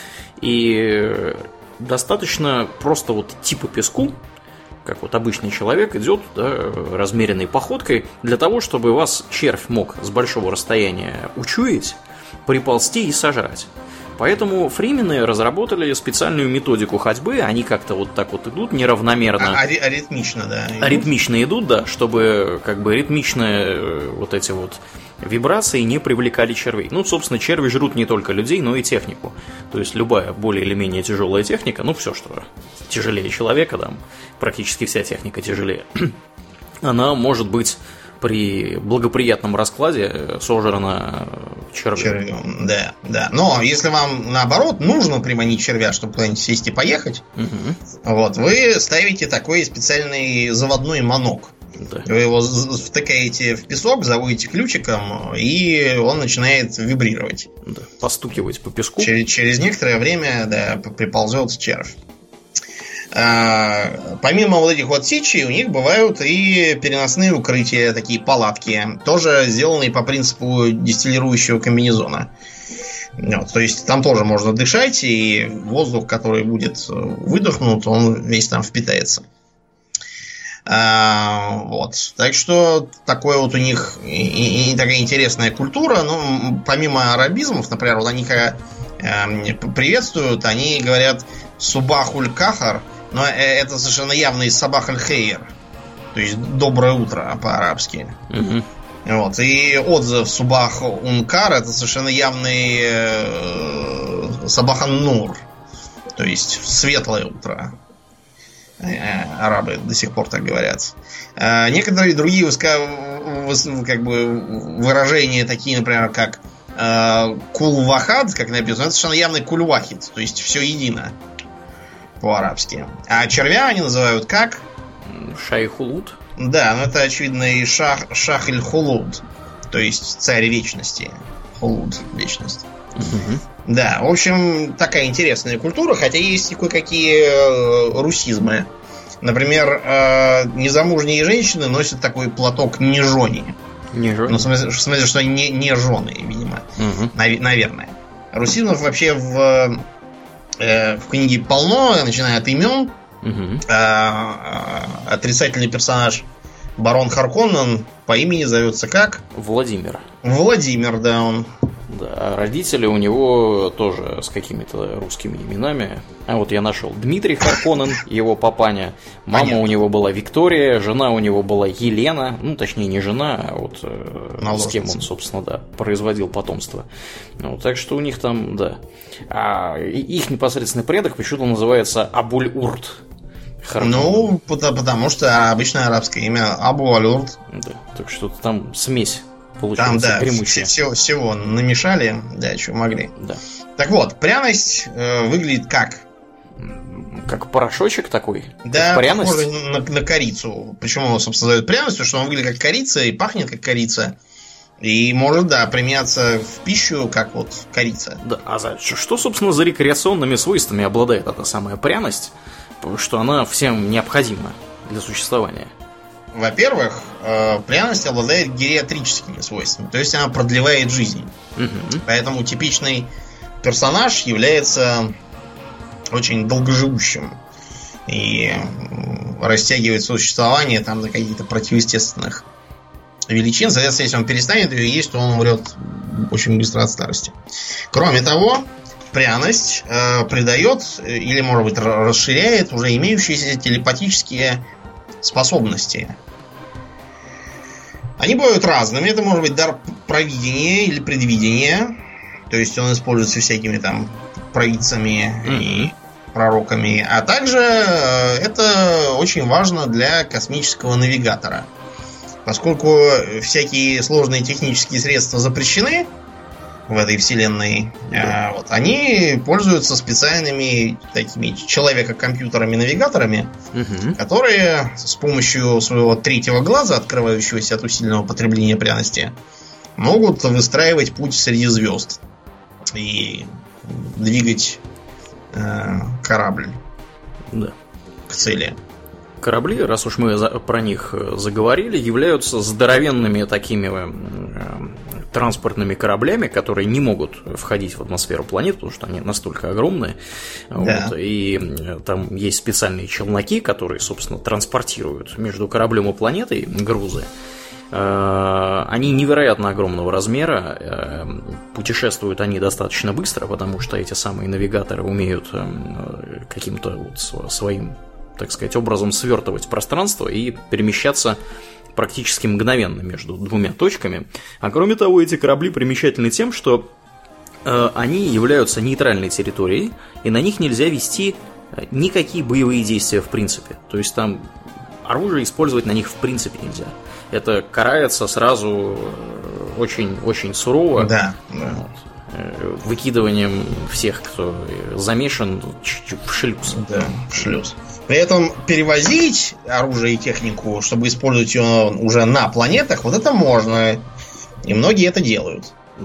И достаточно просто вот идти по песку, как вот обычный человек идет, да, размеренной походкой, для того, чтобы вас червь мог с большого расстояния учуять, приползти и сожрать. Поэтому фримены разработали специальную методику ходьбы. Они как-то вот так вот идут неравномерно. А, ари- аритмично, да. Идут. Аритмично идут, да, чтобы как бы ритмичные вот эти вот вибрации не привлекали червей. Ну, собственно, черви жрут не только людей, но и технику. То есть любая более или менее тяжелая техника, ну, все, что тяжелее человека, там, практически вся техника тяжелее, она может быть при благоприятном раскладе сожрана червем. Червем, да, да. Но если вам, наоборот, нужно приманить червя, чтобы куда-нибудь сесть и поехать, угу. вот, вы ставите такой специальный заводной манок. Да. Вы его втыкаете в песок, заводите ключиком, и он начинает вибрировать. Да. Постукивать по песку. Через, через некоторое время, да, приползет червь. А, помимо вот этих вот сичей, у них бывают и переносные укрытия, такие палатки, тоже сделанные по принципу дистиллирующего комбинезона. Вот, то есть там тоже можно дышать, и воздух, который будет выдохнут, он весь там впитается. А, вот. Так что такое вот у них и, и, и такая интересная культура. Ну, помимо арабизмов, например, вот они когда э, приветствуют, они говорят «субахуль кахар», но это совершенно явный «сабах аль-хейр», то есть «доброе утро» по-арабски. Угу. Вот. И отзыв «субах ункар» это совершенно явный э, «сабах ан-нур», то есть «светлое утро». Арабы до сих пор так говорят. А некоторые другие как бы выражения, такие, например, как кул-вахад, как написано, это совершенно явный куль-вахид, то есть все едино по-арабски. А червя они называют как? Шай-хулуд. Да, но это очевидно и шах, шах-иль-хулуд, то есть царь вечности. Хулуд, вечность. Угу. Да, в общем, такая интересная культура, хотя есть и кое-какие э, русизмы. Например, э, незамужние женщины носят такой платок нежони. Нежони? Ну, в смысле, в смысле, что они не, не жены, видимо. Угу. Нав- наверное. Русизмов вообще в, э, в книге полно, начиная от имен Угу. А, а, отрицательный персонаж барон Харконнен по имени зовется как? Владимир. Владимир, да, он. Да, родители у него тоже с какими-то русскими именами. А вот я нашел Дмитрий Харконнен, его папаня. Мама Понятно. У него была Виктория, жена у него была Елена. Ну, точнее, не жена, а вот э, с кем он, собственно, да, производил потомство. Ну, так что у них там, да. А их непосредственный предок почему-то называется Абуль-Урт. Харконнен. Ну, потому что обычное арабское имя Абу-Аль-Урт. Да, так что там смесь. Там, да, всего, всего намешали, да, что могли. Да. Так вот, пряность э, выглядит как? Как порошочек такой? Да, как пряность? Похоже на, на корицу. Почему его, собственно, зовут пряностью? Потому что он выглядит как корица и пахнет как корица. И может, да, применяться в пищу, как вот корица. Да, а за, что, собственно, за рекреационными свойствами обладает эта самая пряность, что она всем необходима для существования? Во-первых, пряность обладает гериатрическими свойствами, то есть она продлевает жизнь. Угу. Поэтому типичный персонаж является очень долгоживущим и растягивает существование там до каких-то противоестественных величин. Соответственно, если он перестанет ее есть, то он умрет очень быстро от старости. Кроме того, пряность э, придает или, может быть, расширяет уже имеющиеся телепатические способности. Они бывают разными. Это может быть дар провидения или предвидения. То есть он используется всякими там провидцами mm-hmm. и пророками. А также это очень важно для космического навигатора. Поскольку всякие сложные технические средства запрещены в этой вселенной, да. вот, они пользуются специальными такими человека-компьютерами-навигаторами, угу. которые с помощью своего третьего глаза, открывающегося от усиленного потребления пряности, могут выстраивать путь среди звезд и двигать э, корабль да. к цели. Корабли, раз уж мы за, про них заговорили, являются здоровенными такими э, транспортными кораблями, которые не могут входить в атмосферу планет, потому что они настолько огромные. Да. Вот, и там есть специальные челноки, которые, собственно, транспортируют между кораблем и планетой грузы. Э, они невероятно огромного размера, э, путешествуют они достаточно быстро, потому что эти самые навигаторы умеют э, каким-то вот своим, так сказать, образом свертывать пространство и перемещаться практически мгновенно между двумя точками. А кроме того, эти корабли примечательны тем, что э, они являются нейтральной территорией, и на них нельзя вести никакие боевые действия в принципе. То есть там оружие использовать на них в принципе нельзя. Это карается сразу очень-очень сурово. Да. Вот, выкидыванием всех, кто замешан, в шлюз. Да, в шлюз. При этом перевозить оружие и технику, чтобы использовать ее уже на планетах, вот это можно. И многие это делают.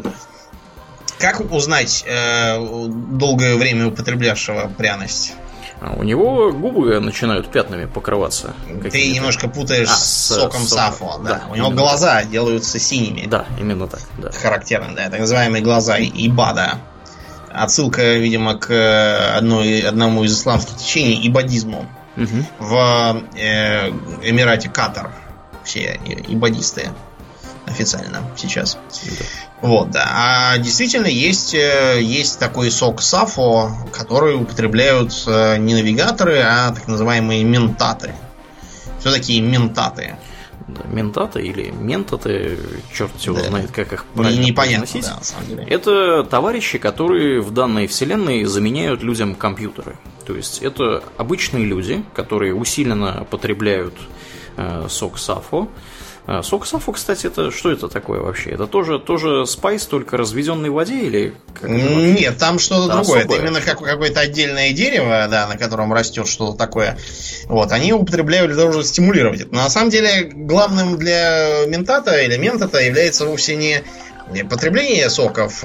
Как узнать э, долгое время употреблявшего пряность? А у него губы начинают пятнами покрываться. Ты немножко путаешь а, с соком Сафо. Да. Да, у него глаза так. делаются синими. Да, именно так. Да. Характерно, да. Так называемые глаза Ибада. Отсылка, видимо, к одной, одному из исламских течений, ибадизму. Угу. В э, Эмирате Катар все ибадисты официально сейчас. Да. Вот, да. А действительно есть, есть такой сок Сафо, который употребляют не навигаторы, а так называемые ментаты. Что такие ментаты? Да, ментаты или ментаты, черт его да. знает, как их правильно непонятно, произносить. Да, на самом деле. Это товарищи, которые в данной вселенной заменяют людям компьютеры. То есть это обычные люди, которые усиленно потребляют э, сок Сафо. Сок Сафо, кстати, это что это такое вообще? Это тоже, тоже спайс, только разведенный в воде или как? Нет, там что-то это другое. Особое. Это именно как, какое-то отдельное дерево, да, на котором растет что-то такое. Вот, они употребляют для того, чтобы стимулировать это. Но на самом деле главным для ментата или ментата является вовсе не потребление соков,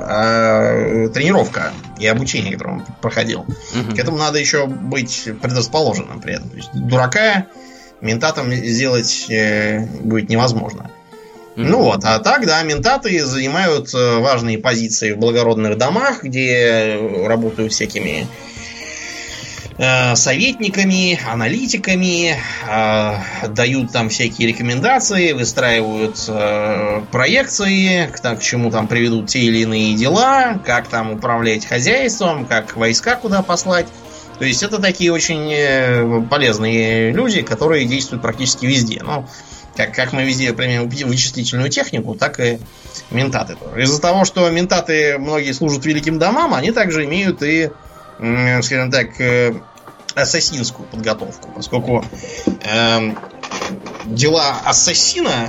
а тренировка и обучение, которое он проходил. Угу. К этому надо еще быть предрасположенным при этом. То есть дурака ментатом сделать э, будет невозможно. Mm-hmm. Ну вот, а так, да, ментаты занимают важные позиции в благородных домах, где работают всякими э, советниками, аналитиками, э, дают там всякие рекомендации, выстраивают э, проекции, к, так, к чему там приведут те или иные дела, как там управлять хозяйством, как войска куда послать. То есть это такие очень полезные люди, которые действуют практически везде. Ну, как, как мы везде применяем вычислительную технику, так и ментаты. Из-за того, что ментаты многие служат великим домам, они также имеют и, скажем так, ассасинскую подготовку. Поскольку э, дела ассасина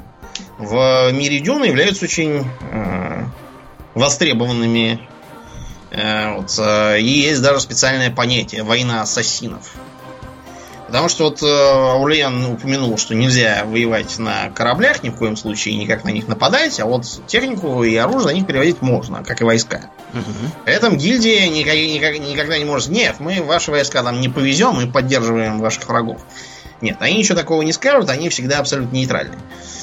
в мире Дюна являются очень э, востребованными. Вот, и есть даже специальное понятие война ассасинов. Потому что вот Аурлиен упомянул, что нельзя воевать на кораблях ни в коем случае, никак на них нападать, а вот технику и оружие на них переводить можно, как и войска. Угу. При этом гильдия никогда, никогда не может: нет, мы ваши войска там не повезем, мы поддерживаем ваших врагов. Нет, они ничего такого не скажут, они всегда абсолютно нейтральны.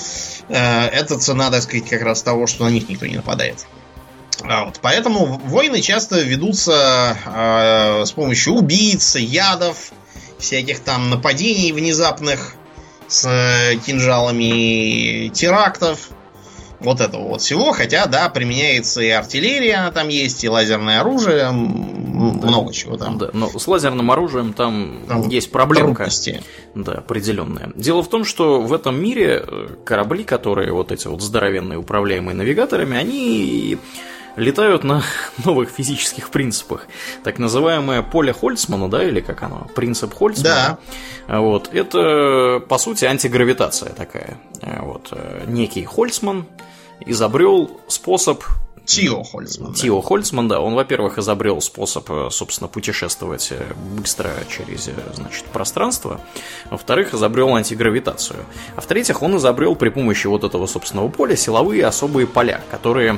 Это цена, так сказать, как раз того, что на них никто не нападает. Вот, поэтому войны часто ведутся э, с помощью убийц, ядов, всяких там нападений внезапных с э, кинжалами, терактов, вот этого вот всего. Хотя, да, применяется и артиллерия, она там есть, и лазерное оружие, много да, чего там. Да, но с лазерным оружием там, там есть проблемка. Трудности. Да, определенная. Дело в том, что в этом мире корабли, которые вот эти вот здоровенные, управляемые навигаторами, они летают на новых физических принципах. Так называемое поле Хольцмана, да, или как оно? Принцип Хольцмана. Да. Вот. Это, по сути, антигравитация такая. Вот. Некий Хольцман изобрел способ... Тио Хольцман. Тио да. Хольцман, да. Он, во-первых, изобрел способ, собственно, путешествовать быстро через, значит, пространство. Во-вторых, изобрел антигравитацию. А в-третьих, он изобрел при помощи вот этого собственного поля силовые особые поля, которые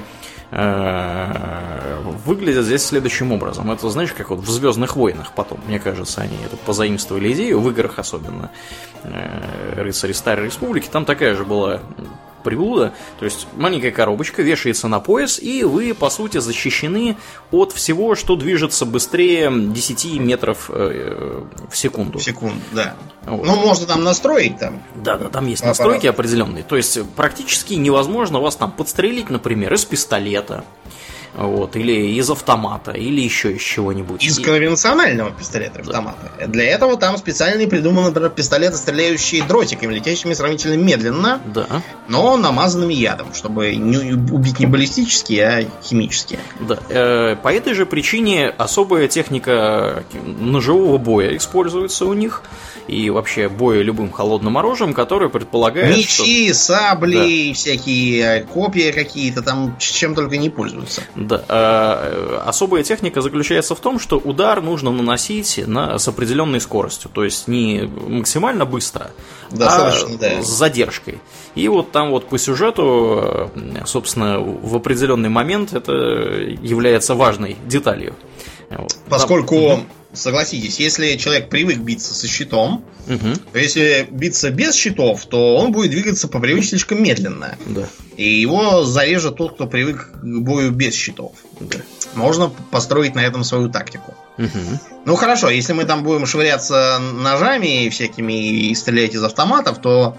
выглядят здесь следующим образом. Это, знаешь, как вот в «Звездных войнах» потом, мне кажется, они это позаимствовали идею, в играх особенно «Рыцари Старой Республики». Там такая же была приблуда. То есть маленькая коробочка вешается на пояс, и вы, по сути, защищены от всего, что движется быстрее десять метров в секунду. В секунду, да. Вот. Ну, можно там настроить там. Да, да, там есть настройки определенные. То есть практически невозможно вас там подстрелить, например, из пистолета. Вот, или из автомата, или еще из чего-нибудь. Из конвенционального пистолета автомата. Да. Для этого там специально придуманы, например, пистолеты, стреляющие дротиками, летящими сравнительно медленно, да. но намазанными ядом, чтобы не убить не баллистические, а химические. Да. По этой же причине особая техника ножевого боя используется у них. И вообще боя любым холодным оружием, которое предполагает, мечи, что... сабли, да. всякие копья какие-то, там чем только не пользуются. Да. А, особая техника заключается в том, что удар нужно наносить на, с определенной скоростью. То есть не максимально быстро, Достаточно, а да. с задержкой. И вот там вот по сюжету, собственно, в определенный момент это является важной деталью. Поскольку... Там... Согласитесь, если человек привык биться со щитом, угу. то если биться без щитов, то он будет двигаться по привычке слишком медленно. Да. И его зарежет тот, кто привык к бою без щитов. Да. Можно построить на этом свою тактику. Угу. Ну хорошо, если мы там будем швыряться ножами всякими и стрелять из автоматов, то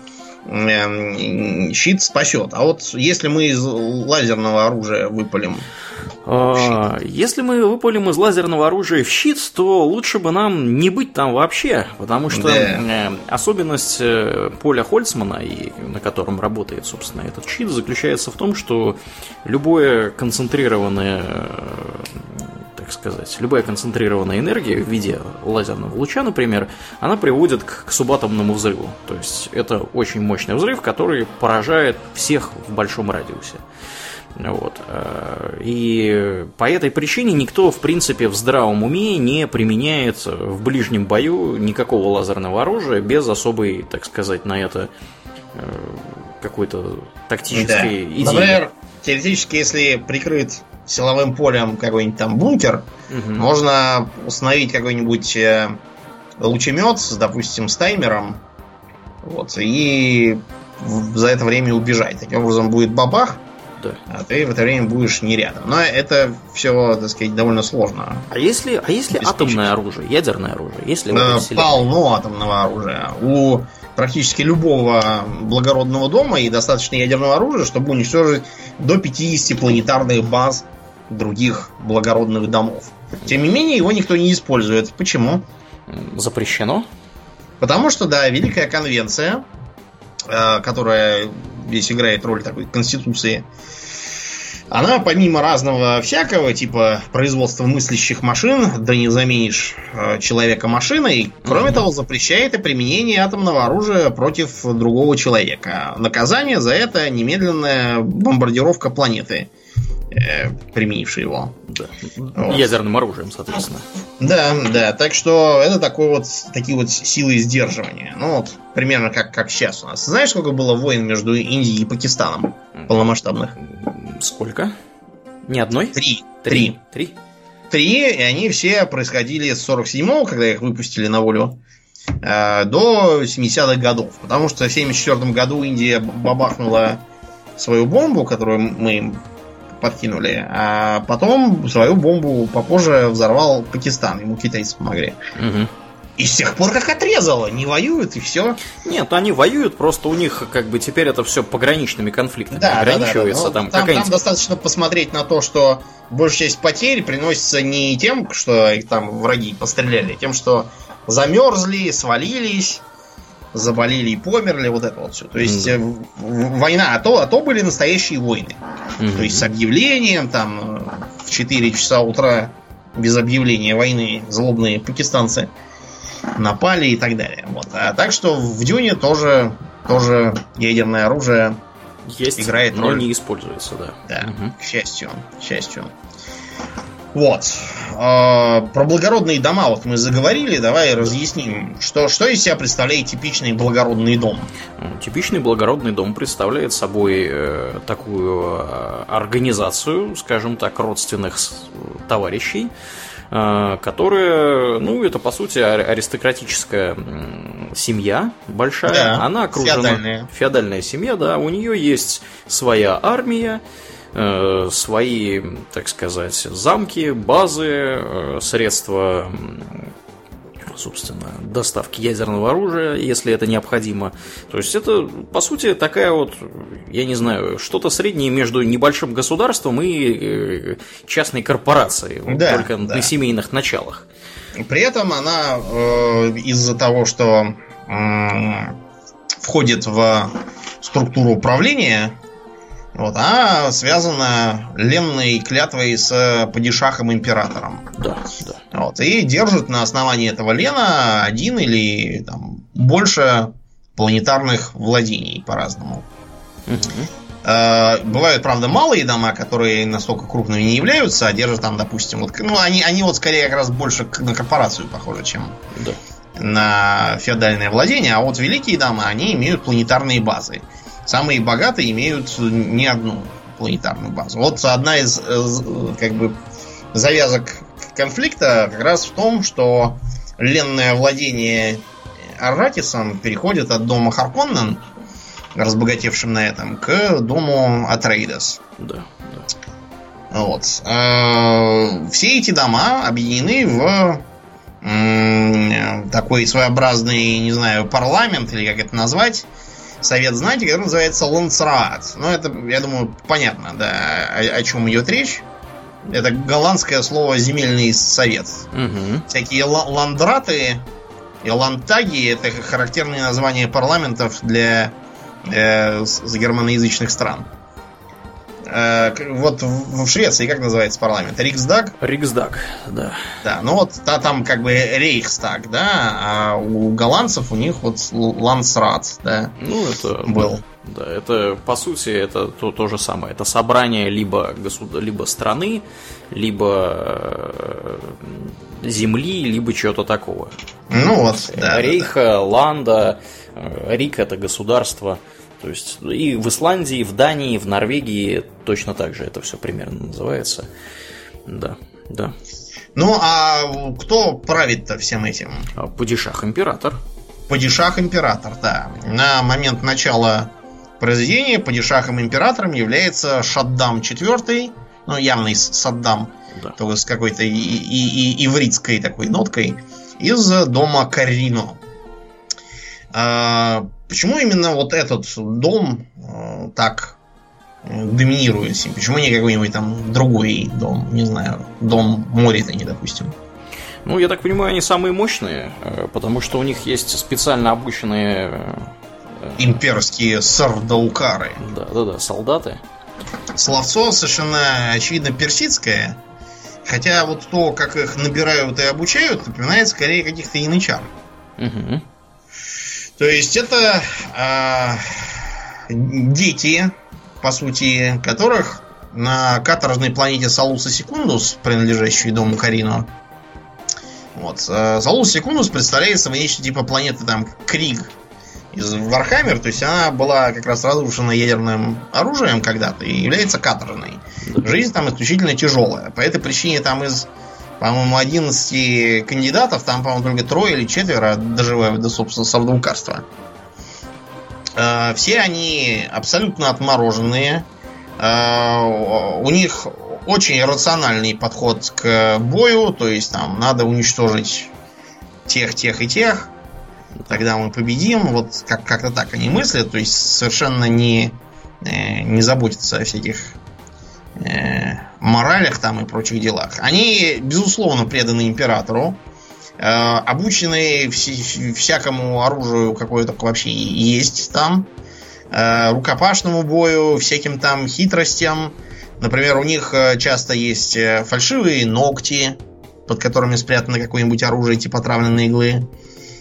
э, щит спасет. А вот если мы из лазерного оружия выпалим... Если мы выпалим из лазерного оружия в щит, то лучше бы нам не быть там вообще, потому что да. особенность поля Хольцмана, на котором работает, собственно, этот щит, заключается в том, что любое концентрированное, так сказать, любая концентрированная энергия в виде лазерного луча, например, она приводит к, к субатомному взрыву. То есть это очень мощный взрыв, который поражает всех в большом радиусе. Вот. И по этой причине никто, в принципе, в здравом уме не применяет в ближнем бою никакого лазерного оружия без особой, так сказать, на это какой-то тактической да. идеи. Например, теоретически, если прикрыт силовым полем какой-нибудь там бункер, угу. можно установить какой-нибудь лучемет, допустим, с таймером, вот, и за это время убежать. Таким образом будет бабах. да. А ты в это время будешь не рядом. Но это все, так сказать, довольно сложно. А если, а если атомное оружие, ядерное оружие? Если да, полно атомного оружия. У практически любого благородного дома и достаточно ядерного оружия, чтобы уничтожить до пятидесяти планетарных баз других благородных домов. Тем не менее, его никто не использует. Почему? Запрещено? Потому что, да, Великая Конвенция, которая здесь играет роль такой конституции, она помимо разного всякого, типа производства мыслящих машин, да не заменишь человека машиной, кроме mm-hmm. того, запрещает и применение атомного оружия против другого человека. Наказание за это немедленная бомбардировка планеты, э, применившей его. Да. Вот. Ядерным оружием, соответственно. Да, да, так что это такой вот, такие вот силы сдерживания. Ну вот, примерно как, как сейчас у нас. Знаешь, сколько было войн между Индией и Пакистаном полномасштабных? Сколько? Ни одной? Три. Три. Три? Три, и они все происходили с сорок седьмого, когда их выпустили на волю, э, до семидесятых годов. Потому что в семьдесят четвёртом году Индия бабахнула свою бомбу, которую мы им подкинули, а потом свою бомбу попозже взорвал Пакистан. Ему китайцы помогли. Угу. И с тех пор как отрезало, не воюют и все. Нет, они воюют, просто у них как бы теперь это все пограничными конфликтами да, ограничивается. Да, да, да. Там, там, там достаточно посмотреть на то, что большая часть потерь приносится не тем, что их там враги постреляли, а тем, что замерзли, свалились, заболели и померли, вот это вот все. То есть mm. война, а то, а то были настоящие войны. Mm-hmm. То есть с объявлением там в четыре часа утра без объявления войны злобные пакистанцы напали и так далее. Вот. А так что в Дюне тоже, тоже ядерное оружие есть, играет но роль. Не используется, да. Да, угу. к счастью, к счастью. Вот. А, про благородные дома вот мы заговорили. Давай разъясним, что, что из себя представляет типичный благородный дом. Типичный благородный дом представляет собой э, такую э, организацию, скажем так, родственных товарищей, которая, ну, это по сути аристократическая семья большая, да, она окружена феодальная. феодальная семья, да, у нее есть своя армия, э, свои, так сказать, замки, базы, э, средства, собственно, доставки ядерного оружия, если это необходимо. То есть это, по сути, такая вот, я не знаю, что-то среднее между небольшим государством и частной корпорацией, да, только да. на семейных началах. При этом она э, из-за того, что э, входит в структуру управления, вот, она связана ленной клятвой с падишахом-императором. Да, да. Вот, и держит на основании этого лена один или там, больше планетарных владений по-разному. Угу. Э, бывают, правда, малые дома, которые настолько крупными не являются, а держат там, допустим, вот, ну, они, они вот скорее как раз больше на корпорацию похожи, чем да. на феодальное владение. А вот великие дома, они имеют планетарные базы. Самые богатые имеют не одну планетарную базу. Вот одна из как бы завязок конфликта как раз в том, что ленное владение Арратисом переходит от дома Харконнен, разбогатевшим на этом, к дому Атрейдес. Да, да. Вот. Все эти дома объединены в такой своеобразный, не знаю, парламент, или как это назвать, совет знати, который называется Лансраат. Ну, это, я думаю, понятно, да, о, о чем идет речь. Это голландское слово «земельный совет». Угу. Всякие ландраты и лантаги — это характерные названия парламентов для э, германоязычных стран. Э, вот в, в Швеции как называется парламент? Риксдаг? Риксдаг, да. Да, ну вот та, там как бы Рейхстаг, да, а у голландцев у них вот Лансрат, да. Ну, это был. Да, это по сути это то, то же самое. Это собрание либо государ... либо страны, либо земли, либо чего-то такого. Ну вот, да. Рейха, да, да. Ланда, Рик — это государство. То есть и в Исландии, и в Дании, и в Норвегии точно так же это все примерно называется. Да, да. Ну, а кто правит-то всем этим? Падишах-император. Падишах-император, да. На момент начала произведения падишахом-императором является Шаддам четвёртый, ну, явный Саддам, да. То есть с какой-то и, и, и ивритской такой ноткой, из дома Каррино. А, почему именно вот этот дом а, так доминирует? Почему не какой-нибудь там другой дом, не знаю, дом Моритани, допустим? Ну, я так понимаю, они самые мощные, потому что у них есть специально обученные имперские сардаукары. Да, да, да, солдаты. Словцо совершенно очевидно персидское, хотя вот то, как их набирают и обучают, напоминает скорее каких-то янычар. Угу. То есть это э, дети, по сути, которых на каторжной планете Салуса Секундус, принадлежащей дому Каррино, вот, э, Салус Секундус представляет собой нечто типа планеты там Криг из Вархаммер, то есть она была как раз разрушена ядерным оружием когда-то и является каторжной. Жизнь там исключительно тяжелая. По этой причине там из, по-моему, одиннадцати кандидатов, там, по-моему, только трое или четверо доживают до, собственно, сардаукарства. Э, все они абсолютно отмороженные. Э, у них очень рациональный подход к бою, то есть там надо уничтожить тех, тех и тех. Тогда мы победим. Вот как- как-то так они мыслят. То есть совершенно не, э, не заботятся о всяких э, моралях там и прочих делах. Они, безусловно, преданы императору. Э, обучены вс- всякому оружию, какое только вообще есть там. Э, рукопашному бою, всяким там хитростям. Например, у них часто есть фальшивые ногти, под которыми спрятано какое-нибудь оружие типа отравленной иглы.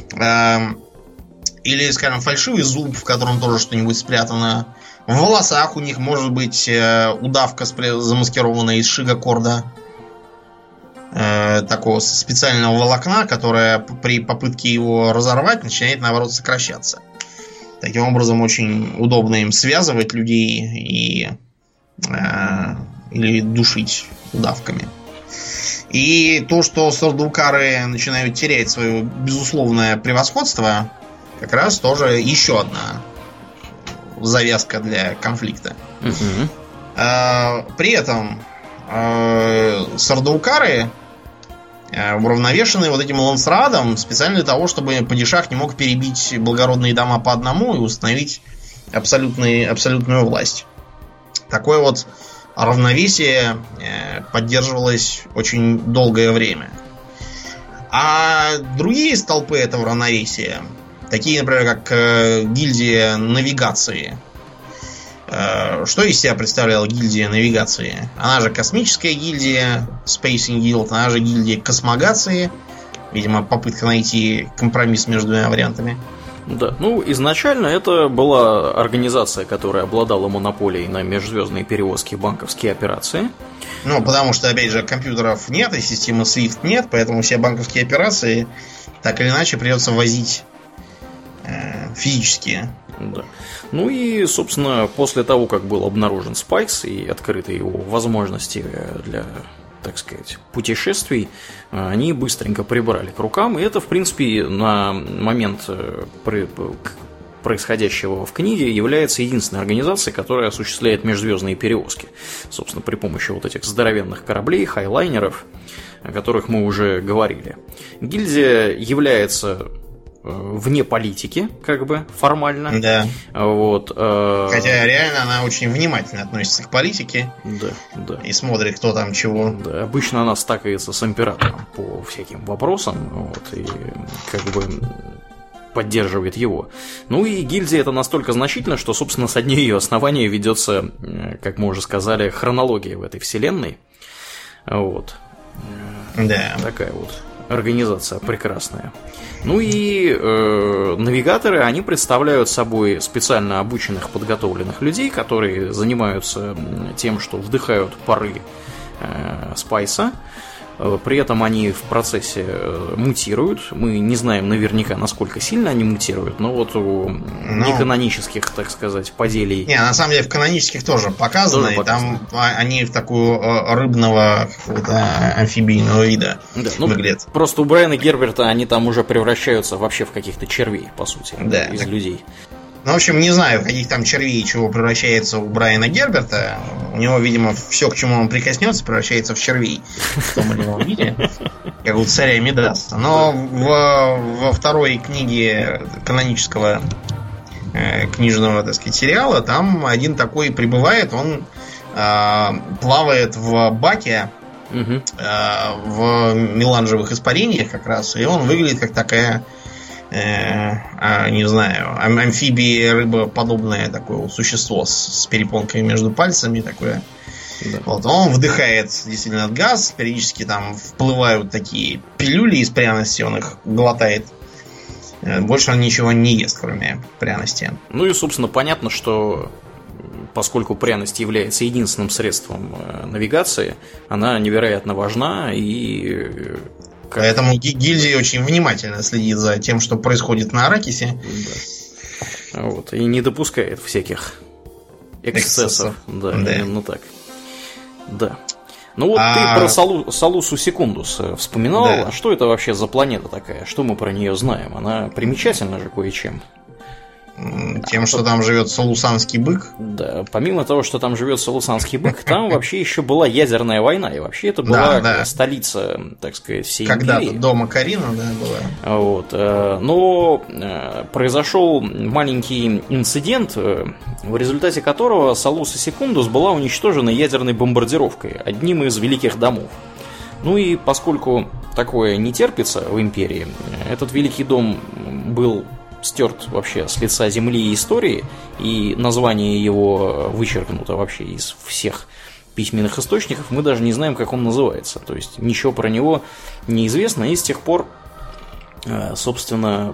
Или, скажем, фальшивый зуб, в котором тоже что-нибудь спрятано. В волосах у них может быть удавка замаскированная из шигакорда. Такого специального волокна, которое при попытке его разорвать начинает, наоборот, сокращаться. Таким образом, очень удобно им связывать людей и, э, или душить удавками. И то, что сардаукары начинают терять свое безусловное превосходство, как раз тоже еще одна завязка для конфликта. Uh-huh. Э, при этом э, сардаукары э, уравновешены вот этим лансрадом специально для того, чтобы падишах не мог перебить благородные дома по одному и установить абсолютную, абсолютную власть. Такое вот равновесие э, поддерживалось очень долгое время. А другие столпы этого равновесия, такие, например, как э, гильдия навигации. Э, что из себя представляла гильдия навигации? Она же космическая гильдия, Spacing Guild, она же гильдия космогации. Видимо, попытка найти компромисс между двумя вариантами. Да, ну изначально это была организация, которая обладала монополией на межзвездные перевозки и банковские операции. Ну, потому что, опять же, компьютеров нет, и системы свифт нет, поэтому все банковские операции так или иначе придется возить э, физически. Да. Ну и, собственно, после того, как был обнаружен Спайкс и открыты его возможности для, так сказать, путешествий, они быстренько прибрали к рукам. И это, в принципе, на момент происходящего в книге является единственной организацией, которая осуществляет межзвездные перевозки. Собственно, при помощи вот этих здоровенных кораблей, хайлайнеров, о которых мы уже говорили. Гильдия является вне политики, как бы, формально. Да. Вот, э... Хотя реально она очень внимательно относится к политике. Да, да. И смотрит, кто там чего. Да, обычно она стакается с императором по всяким вопросам, вот, и как бы поддерживает его. Ну и гильдия это настолько значительно, что, собственно, со дней ее основания ведется, как мы уже сказали, хронология в этой вселенной. Вот. Да. Такая вот организация прекрасная. Ну и э, навигаторы, они представляют собой специально обученных, подготовленных людей, которые занимаются тем, что вдыхают пары э, спайса. При этом они в процессе мутируют. Мы не знаем наверняка, насколько сильно они мутируют, но вот у ну, неканонических, так сказать, поделий... Не, на самом деле в канонических тоже показано, тоже и показано. Там они в такую рыбного амфибийного вида да, ну, выглядят. Просто у Брайана Герберта они там уже превращаются вообще в каких-то червей, по сути, да, из так... людей. Ну, в общем, не знаю, в каких там червей чего превращается у Брайана Герберта. У него, видимо, все, к чему он прикоснется, превращается в червей в том или ином виде, как у царя Мидаса. Но в, во второй книге канонического э, книжного, так сказать, сериала там один такой прибывает, он э, плавает в баке, угу. э, в меланжевых испарениях как раз, и он выглядит как такая... Э, не знаю, амфибия, рыбоподобное такое вот существо с, с перепонками между пальцами такое. Да. Вот, он вдыхает действительно этот газ, периодически там вплывают такие пилюли из пряности, он их глотает. Больше он ничего не ест, кроме пряности. Ну и, собственно, понятно, что поскольку пряность является единственным средством навигации, она невероятно важна и... Как... Поэтому гильдия очень внимательно следит за тем, что происходит на Аракисе. Да. Вот, и не допускает всяких эксцессов. Да, да, именно так. Да. Ну вот а... ты про Салу... Салусу Секундус вспоминал. Да. А что это вообще за планета такая? Что мы про нее знаем? Она примечательна же кое-чем. Тем, а что там живет салусанский бык. Да, помимо того, что там живет салусанский бык, там вообще еще была ядерная война. И вообще это была да, да. столица, так сказать, всей Когда-то империи. дома Карина, да, была. Вот. Но произошел маленький инцидент, в результате которого Салуса Секундус была уничтожена ядерной бомбардировкой одним из великих домов. Ну и поскольку такое не терпится в империи, этот великий дом был стерт вообще с лица земли и истории, и название его вычеркнуто вообще из всех письменных источников, мы даже не знаем, как он называется. То есть ничего про него не известно, и с тех пор, собственно,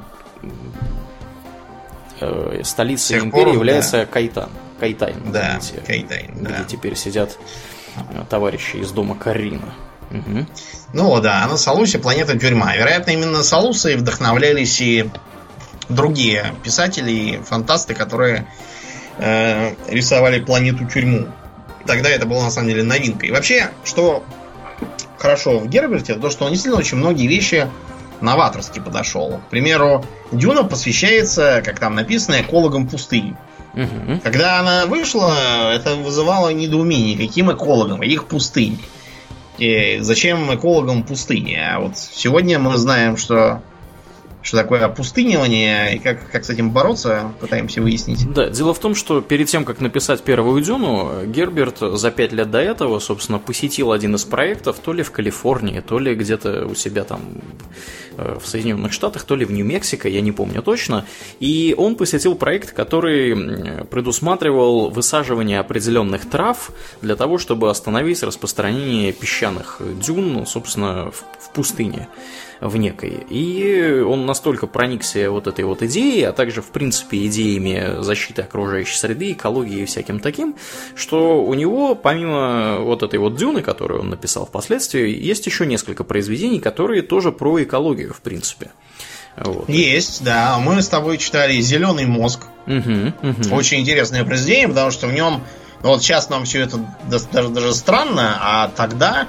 столицей империи пор, является да. Кайтан. Кайтайн, да, где, Кайтайн, где да. теперь сидят товарищи из дома Карина. Угу. Ну да, на Салусе планета тюрьма. Вероятно, именно Салусой вдохновлялись и другие писатели, фантасты, которые э, рисовали планету-тюрьму. Тогда это было на самом деле новинкой. И вообще, что хорошо в Герберте, то, что он действительно очень многие вещи новаторски подошел. К примеру, Дюна посвящается, как там написано, экологам пустыни. Угу. Когда она вышла, это вызывало недоумение. Каким экологам? Их пустынь. И зачем экологам пустыни? А вот сегодня мы знаем, что Что такое опустынивание и как, как с этим бороться, пытаемся выяснить. Да, дело в том, что перед тем, как написать первую Дюну, Герберт за пять лет до этого, собственно, посетил один из проектов, то ли в Калифорнии, то ли где-то у себя там в Соединенных Штатах, то ли в Нью-Мексико, я не помню точно. И он посетил проект, который предусматривал высаживание определенных трав для того, чтобы остановить распространение песчаных дюн, собственно, в, в пустыне. В некой. И он настолько проникся вот этой вот идеей, а также, в принципе, идеями защиты окружающей среды, экологии и всяким таким, что у него, помимо вот этой вот Дюны, которую он написал впоследствии, есть еще несколько произведений, которые тоже про экологию, в принципе. Вот. Есть, да. Мы с тобой читали «Зеленый мозг». Угу, угу. Очень интересное произведение, потому что в нем, ну, вот сейчас нам все это даже, даже странно, а тогда...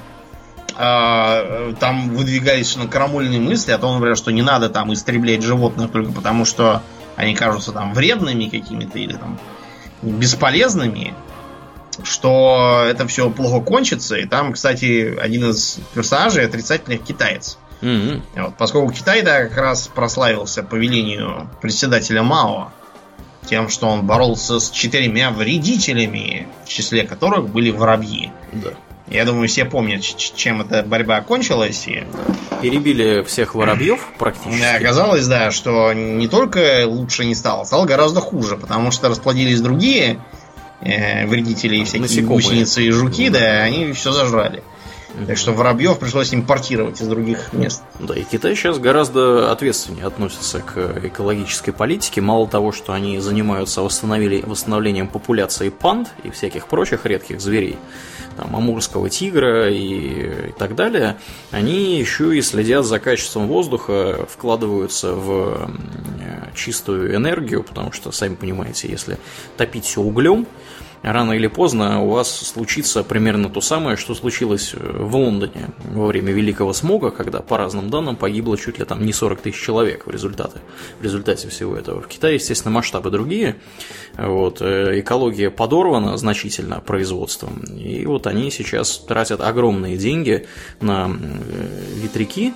там выдвигались на крамольные мысли о том, например, что не надо там истреблять животных только потому, что они кажутся там вредными какими-то или там бесполезными, что это все плохо кончится. И там, кстати, один из персонажей отрицательных китаец. Mm-hmm. Вот, поскольку Китай да, как раз прославился по велению председателя Мао тем, что он боролся с четырьмя вредителями, в числе которых были воробьи. Да. Я думаю, все помнят, чем эта борьба кончилась. И... Перебили всех воробьев практически. Да, оказалось, да, что не только лучше не стало, стало гораздо хуже, потому что расплодились другие э, вредители, всякие насекомые. Гусеницы и жуки, да, да они все зажрали. Mm-hmm. Так что воробьев пришлось импортировать из других мест. Да, и Китай сейчас гораздо ответственнее относится к экологической политике. Мало того, что они занимаются восстановлением популяции панд и всяких прочих редких зверей, там, амурского тигра и, и так далее, они еще и следят за качеством воздуха, вкладываются в чистую энергию, потому что, сами понимаете, если топить все углем, рано или поздно у вас случится примерно то самое, что случилось в Лондоне во время Великого смога, когда, по разным данным, погибло чуть ли там не сорок тысяч человек в результате, в результате всего этого. В Китае, естественно, масштабы другие. Вот, экология подорвана значительно производством. И вот они сейчас тратят огромные деньги на ветряки,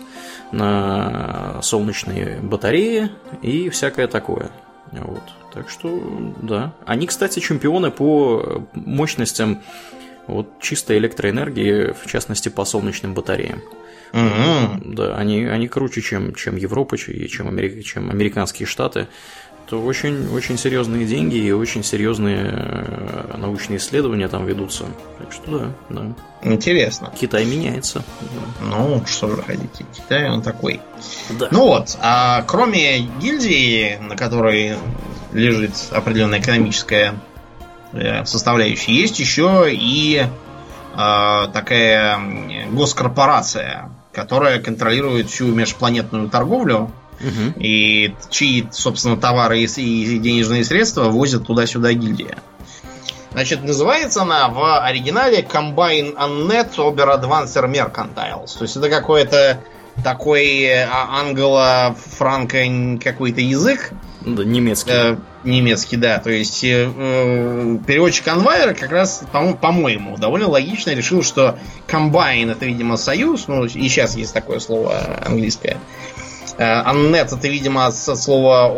на солнечные батареи и всякое такое. Вот. Так что, да. Они, кстати, чемпионы по мощностям вот, чистой электроэнергии, в частности, по солнечным батареям. Mm-hmm. Да, они, они круче, чем, чем Европа, чем, Америка, чем американские штаты. То очень, очень серьезные деньги и очень серьезные научные исследования там ведутся. Так что да, да. Интересно. Китай меняется. Ну, что же хотите, Китай он такой. Да. Ну вот, а кроме гильдии, на которой лежит определенная экономическая составляющая, есть еще и э, такая госкорпорация, которая контролирует всю межпланетную торговлю. Угу. И чьи, собственно, товары и денежные средства возят туда-сюда гильдия. Значит, называется она в оригинале Combine Unnet Ober Advancer Mercantiles. То есть это какой-то такой англо-франко какой-то язык. Да, немецкий. Э, немецкий, да. То есть э, переводчик Анвайера как раз, по- по-моему, довольно логично решил, что Combine это, видимо, союз. Ну, и сейчас есть такое слово английское. Unnet это, видимо, от слова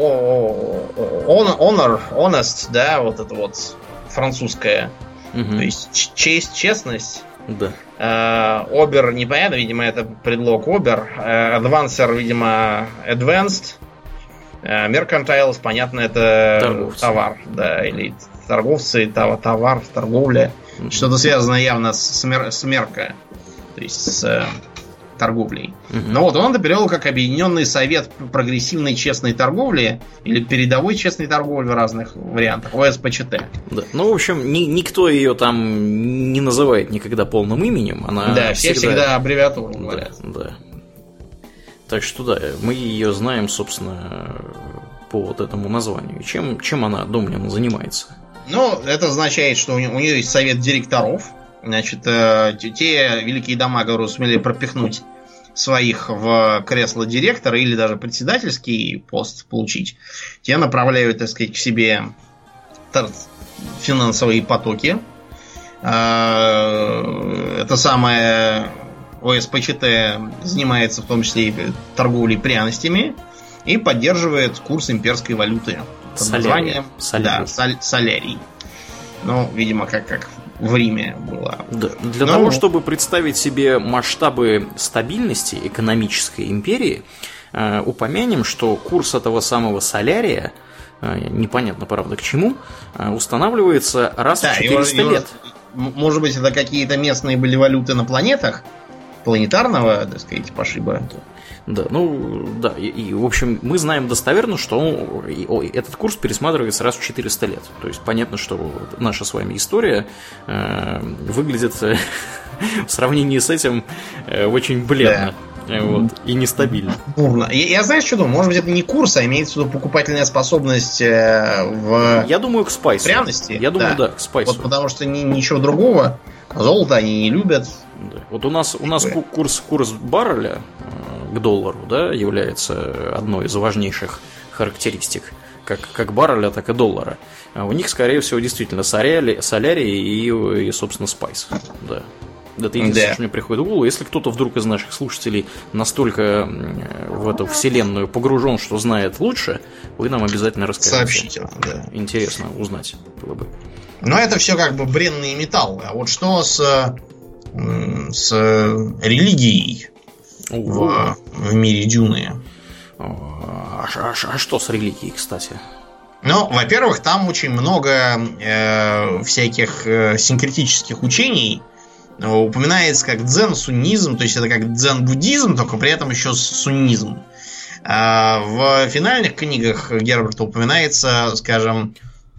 honor, honest, да, вот это вот французское. Угу. То есть честь, честность. Да. Обер непонятно, видимо, это предлог обер. Advancer, видимо, advanced. Mercantiles, понятно, это торговцы. Товар, да, или торговцы, товар, торговля. Угу. Что-то связано явно с, мер, с мерка. То есть с торговлей. Uh-huh. Но вот он это перевел как Объединенный совет прогрессивной честной торговли или передовой честной торговли в разных вариантах. о эс пэ че тэ. Да. Ну, в общем, ни, никто ее там не называет никогда полным именем. Она да, все всегда, всегда аббревиатуру говорят. Да, да. Так что да, мы ее знаем, собственно, по вот этому названию. Чем, чем она, Домнин, занимается? Ну, это означает, что у нее, у нее есть совет директоров. Значит, э, те великие дома, которые сумели пропихнуть своих в кресло директора или даже председательский пост получить, те направляют, так сказать, к себе финансовые потоки. Э, это самое о эс пэ че тэ занимается в том числе и торговлей пряностями и поддерживает курс имперской валюты под названием да, соль, солярий. Ну, видимо, как, как в Риме было. Да. Для Но... того, чтобы представить себе масштабы стабильности экономической империи, э, упомянем, что курс этого самого солярия, э, непонятно, правда, к чему, э, устанавливается раз да, в четыреста его, лет. Его, может быть, это какие-то местные были валюты на планетах? Планетарного, так сказать, пошиба. Да, ну, да, и, и, в общем, мы знаем достоверно, что он, и, о, этот курс пересматривается раз в четыреста лет. То есть, понятно, что наша с вами история э, выглядит э, в сравнении с этим э, очень бледно. Да. Вот, и нестабильно. Бурно. Я, я знаешь, что думаю? Может быть, это не курс, а имеется в виду покупательная способность э, в... Я думаю, к спайсу. Пряности? Я думаю, да, да к спайсу. Вот потому что ни, ничего другого. Золото они не любят. Да. Вот у нас, у нас курс, курс барреля к доллару, да, является одной из важнейших характеристик как, как барреля, так и доллара. А у них, скорее всего, действительно солярий, солярий и, и, собственно, спайс. Да. Это единственное, да. что мне приходит в голову. Если кто-то вдруг из наших слушателей настолько в эту вселенную погружен, что знает лучше, вы нам обязательно расскажете. Сообщите нам, да. Интересно узнать было бы. Но это все как бы бренные металлы. А вот что с, с религией в, в мире Дюны? А, а, а что с религией, кстати? Ну, во-первых, там очень много э, всяких э, синкретических учений. Упоминается как дзен-суннизм, то есть это как дзен-буддизм, только при этом еще суннизм. А в финальных книгах Герберта упоминается, скажем,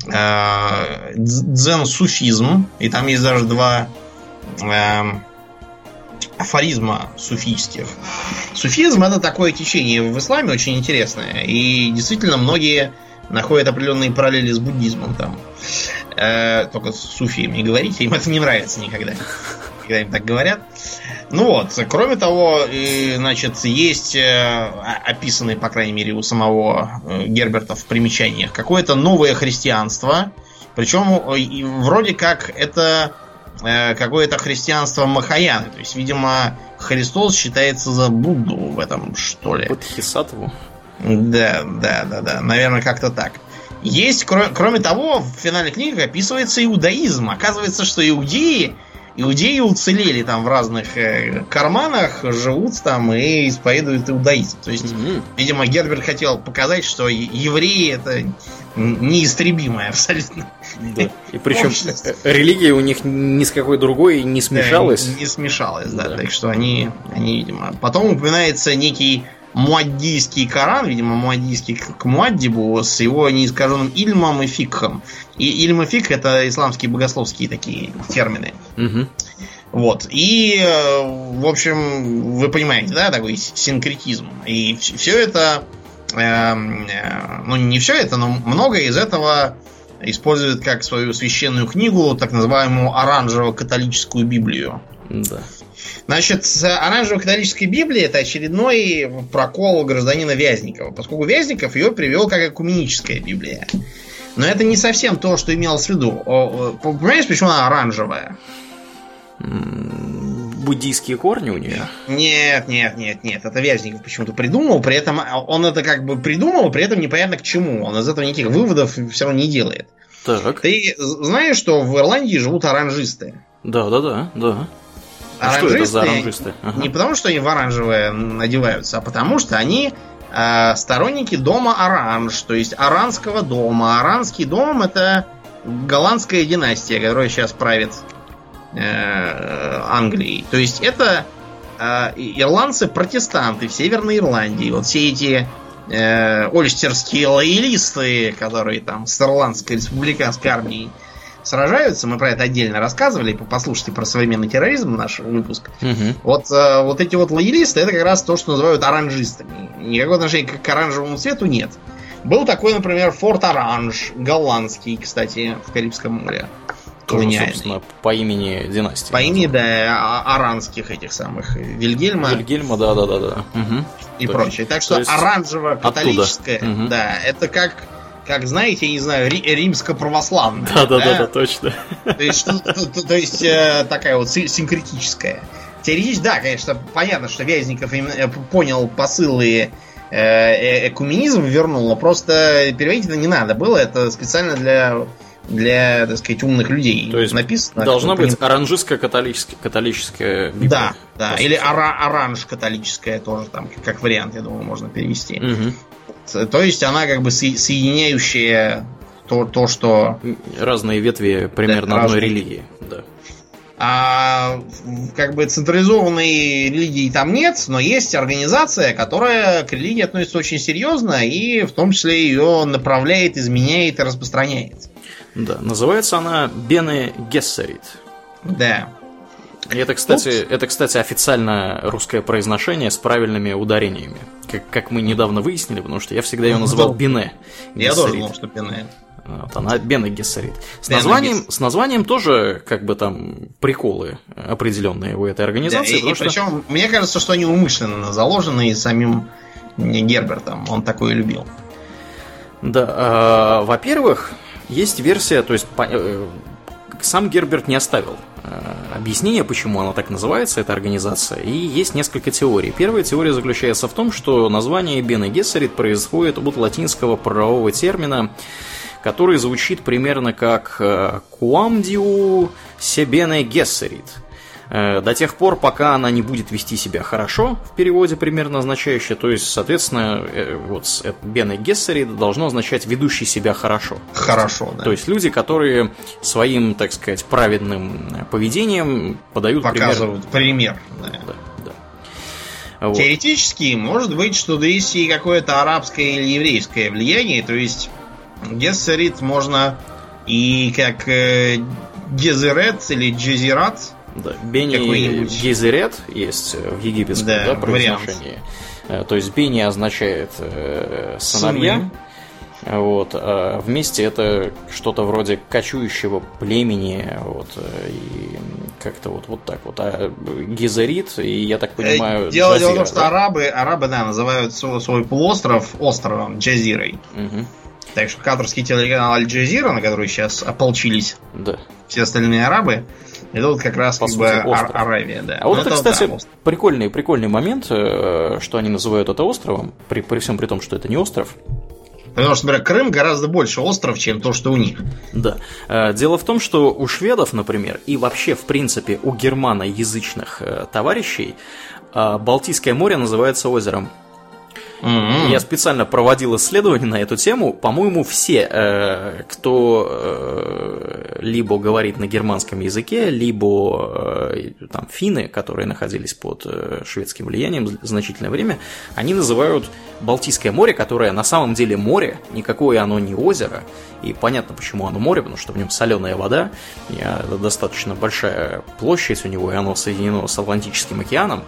дзен-суфизм, и там есть даже два э, афоризма суфийских. Суфизм — это такое течение в исламе очень интересное, и действительно многие находят определенные параллели с буддизмом там. Э, только с суфием не говорите, им это не нравится никогда. Когда им так говорят. Ну вот, кроме того, значит, есть описанный, по крайней мере, у самого Герберта в примечаниях какое-то новое христианство. Причем вроде как это какое-то христианство Махаяны. То есть, видимо, Христос считается за Будду в этом, что ли. Бодхисаттву. Да, да, да, да. Наверное, как-то так. Есть, кроме того, в финальной книге описывается иудаизм. Оказывается, что иудеи Иудеи уцелели там в разных э, карманах, живут там и исповедуют иудаизм. То есть, mm-hmm. видимо, Герберт хотел показать, что евреи это неистребимое абсолютно. Да. И причем религия у них ни с какой другой не смешалась. Да, не, не смешалась, да. да. Так что они, они, видимо. Потом упоминается некий муаддийский Коран, видимо, муаддийский к Муаддибу, с его неискаженным ильмом и фикхом. И ильм и фикх — это исламские богословские такие термины. Угу. Вот. И, в общем, вы понимаете, да, такой синкретизм. И все это, э, ну, не все это, но многое из этого используют как свою священную книгу, так называемую оранжево-католическую Библию. Да. Значит, оранжево-католическая Библия — это очередной прокол гражданина Вязникова, поскольку Вязников ее привел как экуменическая Библия. Но это не совсем то, что имелось в виду. Понимаешь, почему она оранжевая? Буддийские корни у нее? Нет, нет, нет, нет. Это Вязников почему-то придумал. При этом он это как бы придумал, при этом непонятно к чему. Он из этого никаких выводов все равно не делает. Так. Ты знаешь, что в Ирландии живут оранжисты? Да, да, да, да. А что это за оранжисты? Ага. Не потому, что они в оранжевое одеваются, а потому, что они э, сторонники дома Оранж, то есть Оранского дома. Оранский дом — это голландская династия, которая сейчас правит э, Англией. То есть это э, ирландцы-протестанты в Северной Ирландии. Вот все эти э, ольстерские лоялисты, которые там с Ирландской республиканской армией сражаются, мы про это отдельно рассказывали, послушайте про современный терроризм, наш выпуск. Угу. Вот, э, вот эти вот лоялисты — это как раз то, что называют оранжистами. Никакого отношения к, к оранжевому цвету нет. Был такой, например, Форт Оранж, голландский, кстати, в Карибском море. Тоже, собственно, по имени династии. По имени, да, аранских этих самых. Вильгельма. Вильгельма, да-да-да. Угу. И Точно. прочее. Так что оранжево-католическое, угу. да, это как... Как знаете, я не знаю, римско-православная. Да-да-да, да? точно. То есть, то, то, то есть э, такая вот синкретическая. Теоретически, да, конечно, понятно, что Вязников понял посылы э, экуменизм вернул, но просто переводить это не надо было, это специально для, для, так сказать, умных людей. То есть написано. Должна быть оранжистская католическая, католическая Библия. Да, да, или ора- оранж католическая тоже там, как вариант, я думаю, можно перевести. Угу. То есть она как бы соединяющая то, то что... Разные ветви примерно да, одной разные... религии. Да. А как бы централизованной религии там нет, но есть организация, которая к религии относится очень серьезно и в том числе ее направляет, изменяет и распространяет. Да, называется она Бене Гессерит. Да. И это, кстати, это, кстати, официально русское произношение с правильными ударениями. Как, как мы недавно выяснили, потому что я всегда ее называл Бене. Я тоже думал, что Бене. Вот, она Бене Гессерит. С названием, с названием тоже, как бы там, приколы определенные у этой организации. Да, и, и что... причем, мне кажется, что они умышленно заложены и самим Гербертом. Он такое любил. Да, а, во-первых, есть версия, то есть сам Герберт не оставил объяснение, почему она так называется, эта организация, и есть несколько теорий. Первая теория заключается в том, что название Бене Гессерит происходит от латинского правового термина, который звучит примерно как «Quam diu se bene gesserit». До тех пор, пока она не будет вести себя хорошо, в переводе примерно означающее, то есть, соответственно, вот Бене Гессерит должно означать «ведущий себя хорошо». Хорошо, да. То есть люди, которые своим, так сказать, праведным поведением подают Показывают пример. пример. Да. Да, да. Вот. Теоретически может быть, что есть и какое-то арабское или еврейское влияние, то есть Гессерит можно и как э, Гезерет или Джезират. Да, Бени Гезерет есть в египетском да, да, произношении. Вариант. То есть Бени означает э, сыновья, Вот. А вместе это что-то вроде кочующего племени. Вот. И как-то вот, вот так вот. А Гизерит, и я так понимаю, Дело, Джазира, дело в том, что да? арабы, арабы, да, называют свой, свой полуостров островом Джазирой. Угу. Так что катарский телеканал Аль-Джазира, на который сейчас ополчились Да. все остальные арабы, это вот как раз По как сути, бы остров. Ар- Аравия, да. А вот Но это, кстати, да, прикольный, прикольный момент, э, что они называют это островом, при, при всем при том, что это не остров. Потому что, например, Крым гораздо больше остров, чем то, что у них. Да. Э, Дело в том, что у шведов, например, и вообще, в принципе, у германоязычных э, товарищей э, Балтийское море называется озером. Mm-hmm. Я специально проводил исследования на эту тему. По-моему, все, э, кто э, либо говорит на германском языке, либо э, там, финны, которые находились под э, шведским влиянием значительное время, они называют Балтийское море, которое на самом деле море, никакое оно не озеро. И понятно, почему оно море, потому что в нем соленая вода, и, э, достаточно большая площадь у него, и оно соединено с Атлантическим океаном.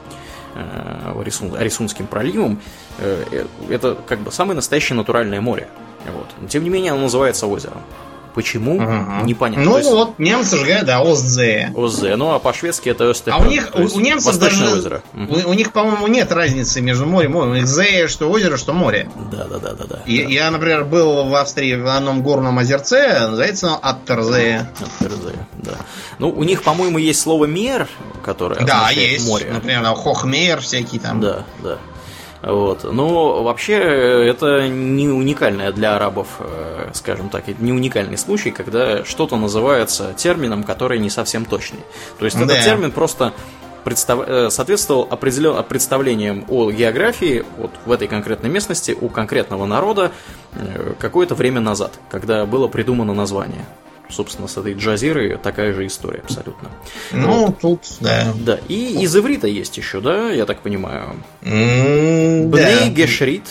Арисунским проливом, это как бы самое настоящее натуральное море. Вот. Но тем не менее оно называется озером. Почему? Угу. Непонятно. Ну есть... вот, немцы же говорят, да, Остзе. Остзе, ну а по-шведски это Östersjön. А у них, у, у немцев Восточное даже, озеро. У, у них, по-моему, нет разницы между морем и морем. У них Зе, что озеро, что море. Да, да, да, да, да. Я, я, например, был в Австрии в одном горном озерце, называется оно Аттерзе. Аттерзе, да. Ну, у них, по-моему, есть слово мер, которое да, означает есть. море. Например, там, Хохмейр всякие там. Да, да. Вот. Но вообще это не уникальное для арабов, скажем так, это не уникальный случай, когда что-то называется термином, который не совсем точный. То есть да. Этот термин просто представ... соответствовал определенным представлениям о географии вот в этой конкретной местности у конкретного народа какое-то время назад, когда было придумано название. Собственно, с этой Джазирой такая же история абсолютно. Ну, вот. Тут, да. Да, и из иврита есть еще, да, я так понимаю. Mm, Бней да. Гешрит.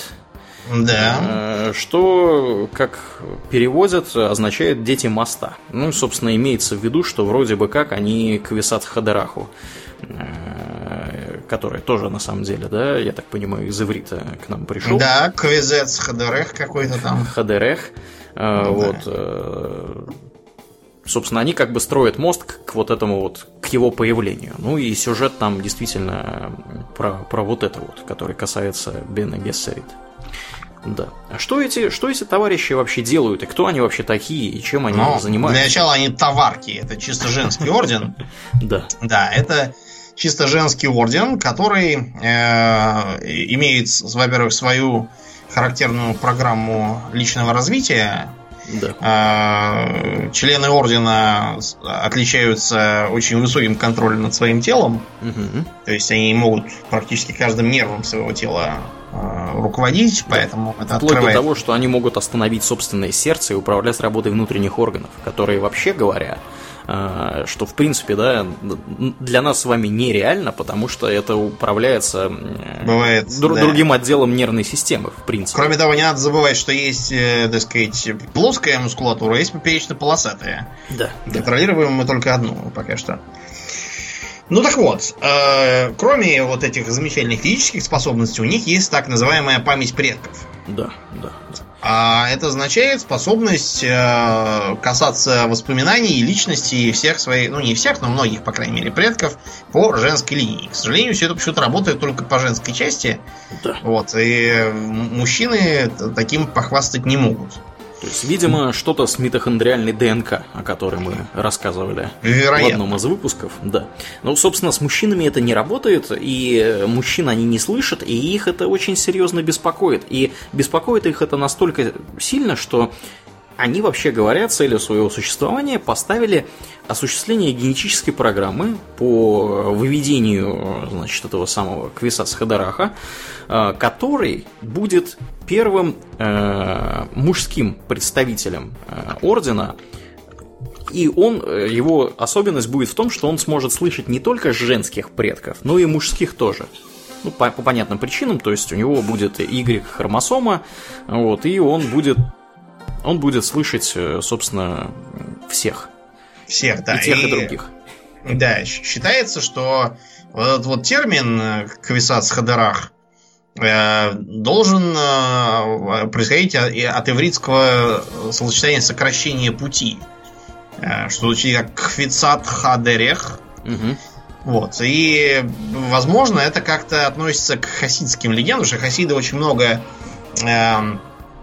Да. Что, как переводят, означает «дети моста». Ну, собственно, имеется в виду, что вроде бы как они Квисат Хадераху, который тоже, на самом деле, да, я так понимаю, из иврита к нам пришел. Да, Квизец Хадерех какой-то там. Хадерех. Да. Вот. Собственно, они как бы строят мост к, к вот этому вот, к его появлению. Ну и сюжет там действительно про, про вот это вот, который касается Бене Гессерит. Да. А что эти, что эти товарищи вообще делают? И кто они вообще такие? И чем они ну, занимаются? Для начала они товарки. Это чисто женский орден. Да. Да, это чисто женский орден, который имеет, во-первых, свою характерную программу личного развития. Да. Члены ордена отличаются очень высоким контролем над своим телом. Угу. То есть они могут практически каждым нервом своего тела руководить, поэтому да. это Вплоть открывает... до того, что они могут остановить собственное сердце и управлять работой внутренних органов, которые, вообще говоря, что, в принципе, да, для нас с вами нереально, потому что это управляется Бывает, дру- да. другим отделом нервной системы, в принципе. Кроме того, не надо забывать, что есть, так сказать, плоская мускулатура, а есть поперечно-полосатая. Да. Контролируем мы только одну пока что. Ну так вот, э, кроме вот этих замечательных физических способностей, у них есть так называемая память предков. Да, да. А это означает способность э, касаться воспоминаний и личности всех своих, ну не всех, но многих, по крайней мере, предков по женской линии. К сожалению, все это почему-то работает только по женской части. Да. Вот, и мужчины таким похвастать не могут. То есть, видимо, что-то с митохондриальной ДНК, о которой мы рассказывали Вероятно. в одном из выпусков. Да. Но, собственно, с мужчинами это не работает, и мужчин они не слышат, и их это очень серьезно беспокоит. И беспокоит их это настолько сильно, что они, вообще говоря, целью своего существования поставили осуществление генетической программы по выведению, значит, этого самого Квисат Хадераха, который будет первым э, мужским представителем э, ордена. И он, его особенность будет в том, что он сможет слышать не только женских предков, но и мужских тоже. Ну, по, по понятным причинам, то есть у него будет Y-хромосома, вот, и он будет, он будет слышать, собственно, всех. Всех, да. И тех, и, и других. Да, считается, что вот этот вот термин Квисат Хадерах, должен происходить от ивритского словосочетания сокращения пути, что звучит как кфицат хадерех. Угу. Вот. И, возможно, это как-то относится к хасидским легендам, потому что хасиды очень много э,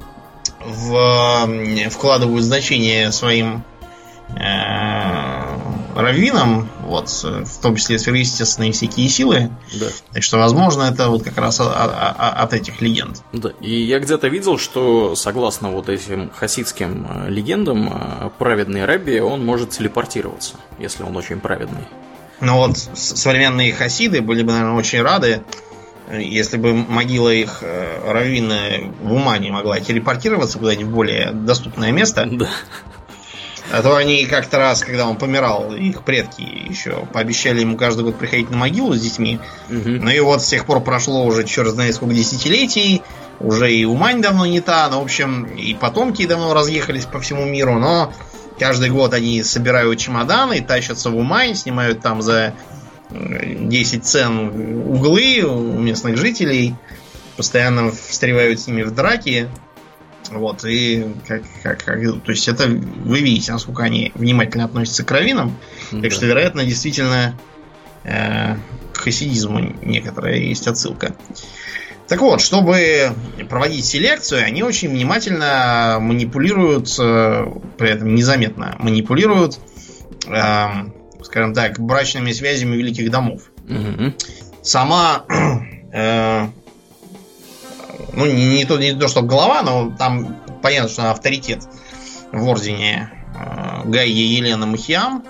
в, вкладывают значение своим э, раввинам, вот, в том числе сверхъестественные всякие силы. Да. Так что, возможно, это вот как раз от, от, от этих легенд. Да. И я где-то видел, что согласно вот этим хасидским легендам, праведный рабби, он может телепортироваться, если он очень праведный. Ну вот современные хасиды были бы, наверное, очень рады, если бы могила их раввина в Умане могла телепортироваться куда-нибудь в более доступное место. Да. А то они как-то раз, когда он помирал, их предки еще пообещали ему каждый год приходить на могилу с детьми. Угу. Ну и вот с тех пор прошло уже черт знает сколько десятилетий. Уже и Умань давно не та. Ну, в общем, и потомки давно разъехались по всему миру. Но каждый год они собирают чемоданы, тащатся в Умань, снимают там за десять цен углы у местных жителей. Постоянно встревают с ними в драки. Вот, и как, как, как, то есть это вы видите, насколько они внимательно относятся к раввинам. Да. Так что, вероятно, действительно э, к хасидизму некоторая есть отсылка. Так вот, чтобы проводить селекцию, они очень внимательно манипулируют, э, при этом незаметно манипулируют, э, скажем так, брачными связями великих домов. Угу. Сама э, ну, не, не, то, не то, что глава, но там понятно, что она авторитет в ордене. э, Гайя Елена Махиам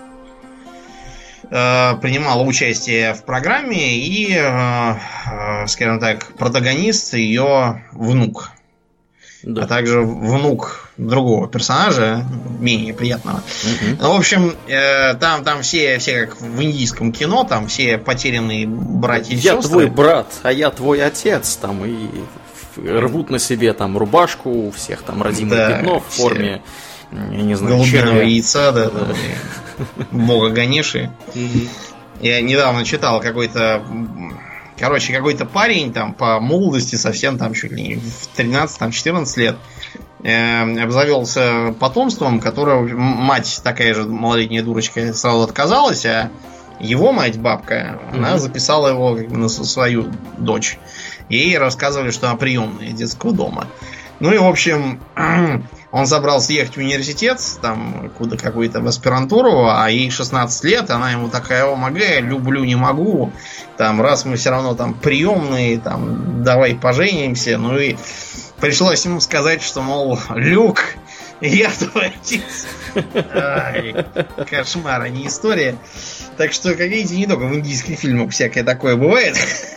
э, принимала участие в программе, и, э, э, скажем так, протагонист ее внук. Да. А также внук другого персонажа, менее приятного. Угу. Ну, в общем, э, там, там все, все как в индийском кино, там все потерянные братья и я сестры. Я твой брат, а я твой отец, там и рвут на себе там рубашку, у всех там родимое да, пятно в форме, я не знаю, голубиного яйца, да, да. Бога Ганеши. Я недавно читал какой-то, короче, какой-то парень там по молодости совсем там чуть ли не в тринадцать-четырнадцать лет э, обзавелся потомством, которого мать, такая же малолетняя дурочка, сразу отказалась, а его мать, бабка, mm-hmm. она записала его как бы на свою дочь. Ей рассказывали, что она приемная детского дома. Ну и, в общем, он собрался ехать в университет, там, куда какую-то в аспирантуру, а ей шестнадцать лет, она ему такая: о, мага, люблю, не могу, там, раз мы все равно там приемные, там, давай поженимся. Ну и пришлось ему сказать, что, мол, Люк, я твой отец. Ай, кошмар, а не история. Так что, как видите, не только в индийских фильмах всякое такое бывает.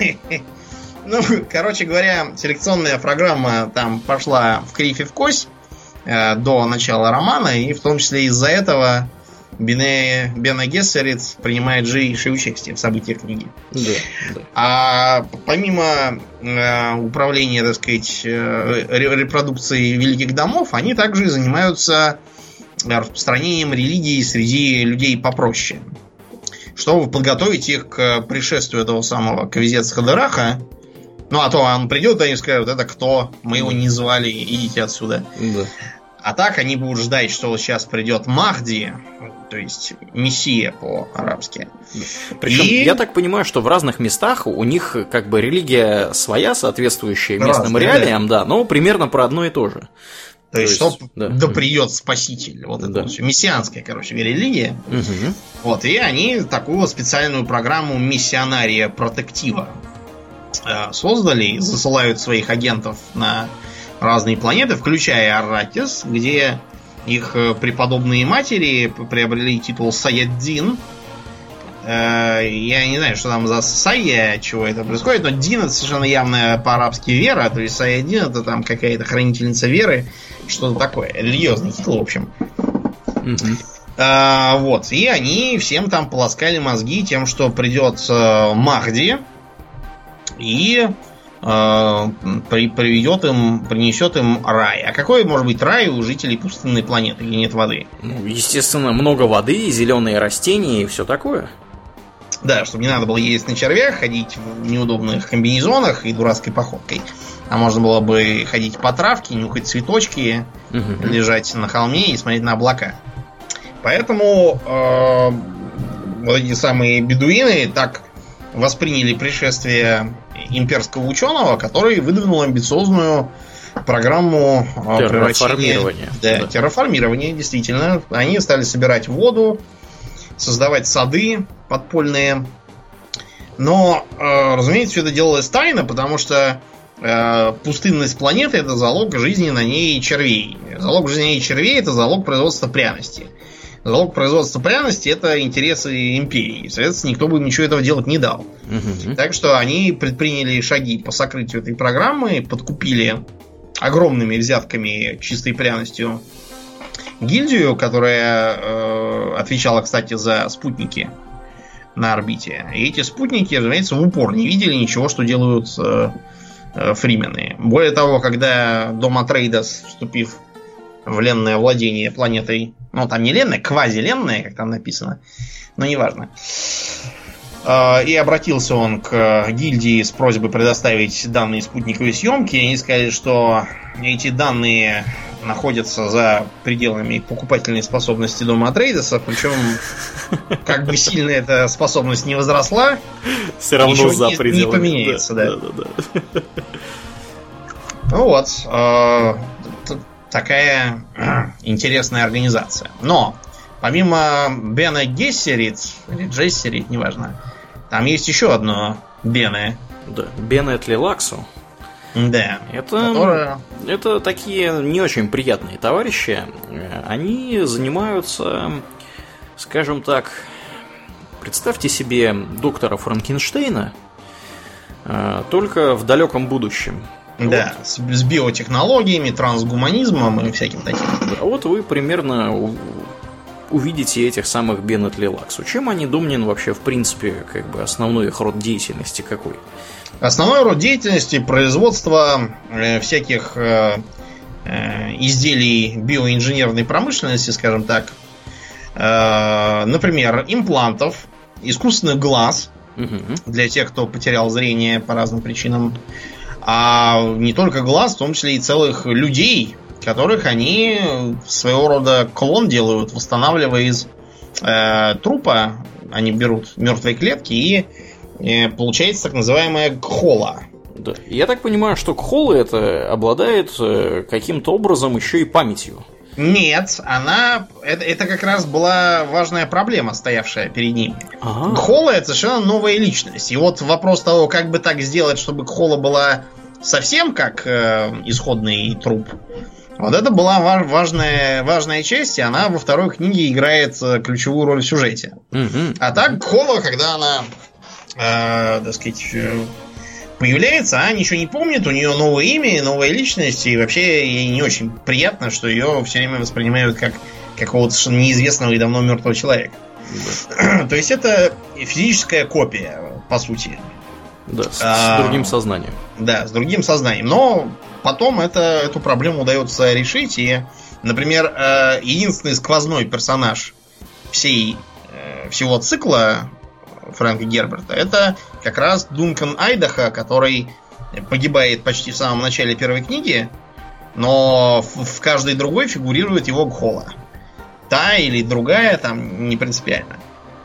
Ну, короче говоря, селекционная программа там пошла в кривь и в кость э, до начала романа, и в том числе из-за этого Бене, Бене Гессерит принимает живейшее участие в событиях книги. Да, да. А помимо э, управления, так сказать, э, репродукцией великих домов, они также занимаются распространением религии среди людей попроще, чтобы подготовить их к пришествию этого самого Квизец Хадераха. Ну, а то он придет, и они скажут: это кто? Мы его не звали, идите отсюда. Да. А так они будут ждать, что вот сейчас придет Махди, то есть Мессия по-арабски. Причем, и... я так понимаю, что в разных местах у них как бы религия своя, соответствующая местным Разные, реалиям, да. да, но примерно про одно и то же. То, то есть, что да. да придет Спаситель. Вот это да. вот мессианская, короче, религия. Угу. Вот, и они такую специальную программу миссионария протектива создали и засылают своих агентов на разные планеты, включая Арракис, где их преподобные матери приобрели титул Саяддин. Я не знаю, что там за Сая, чего это происходит, но Дин — это совершенно явная по-арабски вера, то есть Саяддин — это там какая-то хранительница веры, что-то такое, религиозный титул, в общем. Mm-hmm. А, вот, и они всем там полоскали мозги тем, что придет Махди и э, при, приведет им, принесет им рай. А какой может быть рай у жителей пустынной планеты, где нет воды? Ну, естественно, много воды, зеленые растения и все такое. Да, чтобы не надо было ездить на червях, ходить в неудобных комбинезонах и дурацкой походкой. А можно было бы ходить по травке, нюхать цветочки, угу. лежать на холме и смотреть на облака. Поэтому э, вот эти самые бедуины так восприняли пришествие имперского ученого, который выдвинул амбициозную программу терраформирования. Да, да, терраформирования, действительно. Они стали собирать воду, создавать сады подпольные. Но, э, разумеется, все это делалось тайно, потому что э, пустынность планеты — это залог жизни на ней червей. Залог жизни на ней червей — это залог производства пряности. Залог производства пряности — это интересы империи. Соответственно, никто бы ничего этого делать не дал. Угу. Так что они предприняли шаги по сокрытию этой программы, подкупили огромными взятками чистой пряностью гильдию, которая э, отвечала, кстати, за спутники на орбите. И эти спутники, разумеется, в упор не видели ничего, что делают э, э, фримены. Более того, когда Дом Атрейдес, вступив в ленное владение планетой, ну, там не ленное, квазиленное, как там написано, но неважно, э, и обратился он к гильдии с просьбой предоставить данные спутниковой съемки, и они сказали, что эти данные находятся за пределами покупательной способности Дома Атрейдеса, причем как бы сильно эта способность не возросла, все равно за не, пределами. Не поменяется, да. да, да, да. Ну вот, э, такая э, интересная организация. Но помимо Бена Гессерит или Джессерит, неважно, там есть еще одно Бене. Да, Бене Тлилаксу. Да. Это, которая... это такие не очень приятные товарищи. Они занимаются, скажем так, представьте себе доктора Франкенштейна, только в далеком будущем. Да, вот. с, с биотехнологиями, трансгуманизмом и всяким таким. Да, вот вы примерно увидите этих самых Бене Тлилаксу. Чем они, Домнин, вообще в принципе, как бы основной их род деятельности какой? Основной род деятельности — производство э, всяких э, э, изделий биоинженерной промышленности, скажем так. Э, например, имплантов, искусственных глаз угу. для тех, кто потерял зрение по разным причинам. А не только глаз, в том числе и целых людей, которых они своего рода клон делают, восстанавливая из э, трупа. Они берут мертвые клетки и получается так называемая кхола. Да. Я так понимаю, что кхола это обладает каким-то образом еще и памятью. Нет, она это, это как раз была важная проблема, стоявшая перед ними. Ага. Кхола — это совершенно новая личность. И вот вопрос того, как бы так сделать, чтобы кхола была совсем как э, исходный труп. Вот это была важная, важная часть, и она во второй книге играет ключевую роль в сюжете. Угу. А так кхола, когда она Э, так сказать, появляется, а ничего не помнит, у нее новое имя, новая личность, и вообще ей не очень приятно, что ее все время воспринимают как какого-то совершенно неизвестного и давно мертвого человека. Да. То есть это физическая копия, по сути. Да, с, а, с другим сознанием. Да, с другим сознанием. Но потом это, эту проблему удается решить, и, например, единственный сквозной персонаж всей, всего цикла Фрэнка Герберта — это как раз Дункан Айдахо, который погибает почти в самом начале первой книги, но в, в каждой другой фигурирует его кхола. Та или другая, там не принципиально.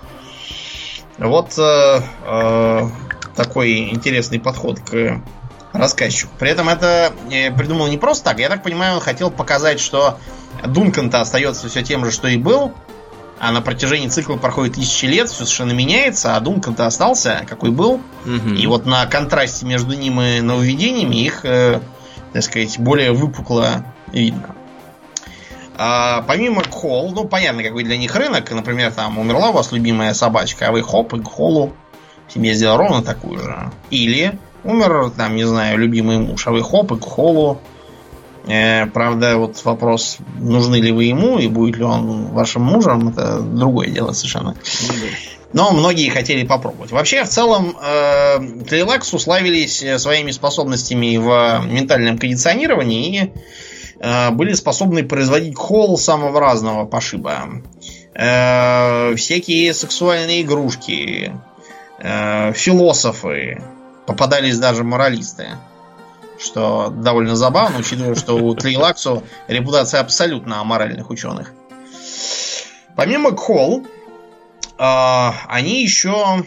Вот э, э, такой интересный подход к рассказчику. При этом это э, придумал не просто так. Я так понимаю, он хотел показать, что Дункан-то остается все тем же, что и был, а на протяжении цикла проходит тысячи лет, все совершенно меняется, а Дункан-то остался, какой был. Угу. И вот на контрасте между ним и нововведениями их, э, так сказать, более выпукло видно. А, помимо кхол, ну, понятно, какой для них рынок. Например, там умерла у вас любимая собачка, а вы хоп, и кхолу себе сделал ровно такую же. Или умер, там, не знаю, любимый муж, а вы хоп, и кхолу. Э, правда, вот вопрос, нужны ли вы ему и будет ли он вашим мужем, это другое дело совершенно. Но многие хотели попробовать. Вообще, в целом, э, Тлилаксу славились своими способностями в ментальном кондиционировании и э, были способны производить кхол самого разного пошиба. Э, всякие сексуальные игрушки, э, философы, попадались даже моралисты. Что довольно забавно, учитывая, что у Тлейлаксу репутация абсолютно аморальных ученых. Помимо Кхол, э, они еще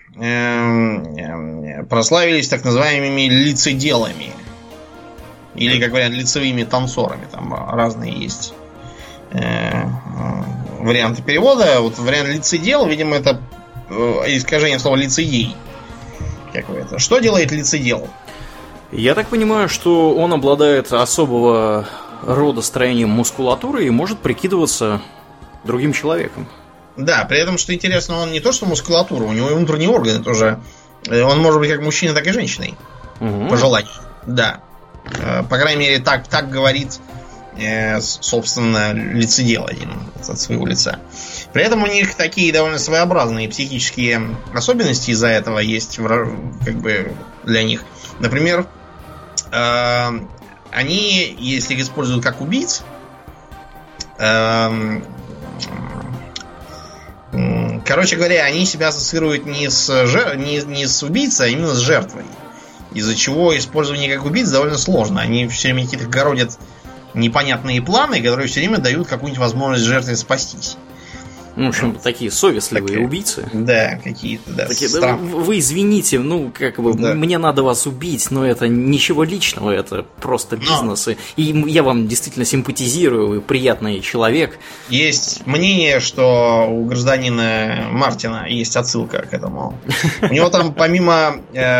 э, прославились так называемыми лицеделами. Или, как говорят, лицевыми танцорами. Там разные есть э, варианты перевода. Вот вариант лицедел, видимо, это искажение слова лицедей. Какое-то. Что делает лицедел? Я так понимаю, что он обладает особого рода строением мускулатуры и может прикидываться другим человеком. Да, при этом, что интересно, он не то что мускулатура, у него и внутренние органы тоже. Он может быть как мужчиной, так и женщиной. Угу. По желанию. Да. По крайней мере, так, так говорит, собственно, лицедел один от своего лица. При этом у них такие довольно своеобразные психические особенности из-за этого есть, как бы, для них. Например, они, если их используют как убийц, короче говоря, они себя ассоциируют не с, жер... не, не с убийцей, а именно с жертвой. Из-за чего использование как убийц довольно сложно. Они все время какие-то городят непонятные планы, которые все время дают какую-нибудь возможность жертве спастись. Ну, в общем, такие совестливые такие, убийцы. Да, какие-то, да. Такие, да вы извините, ну, как бы, да. Мне надо вас убить, но это ничего личного, это просто бизнес. Но... И я вам действительно симпатизирую, вы приятный человек. Есть мнение, что у гражданина Мартина есть отсылка к этому. У него там помимо...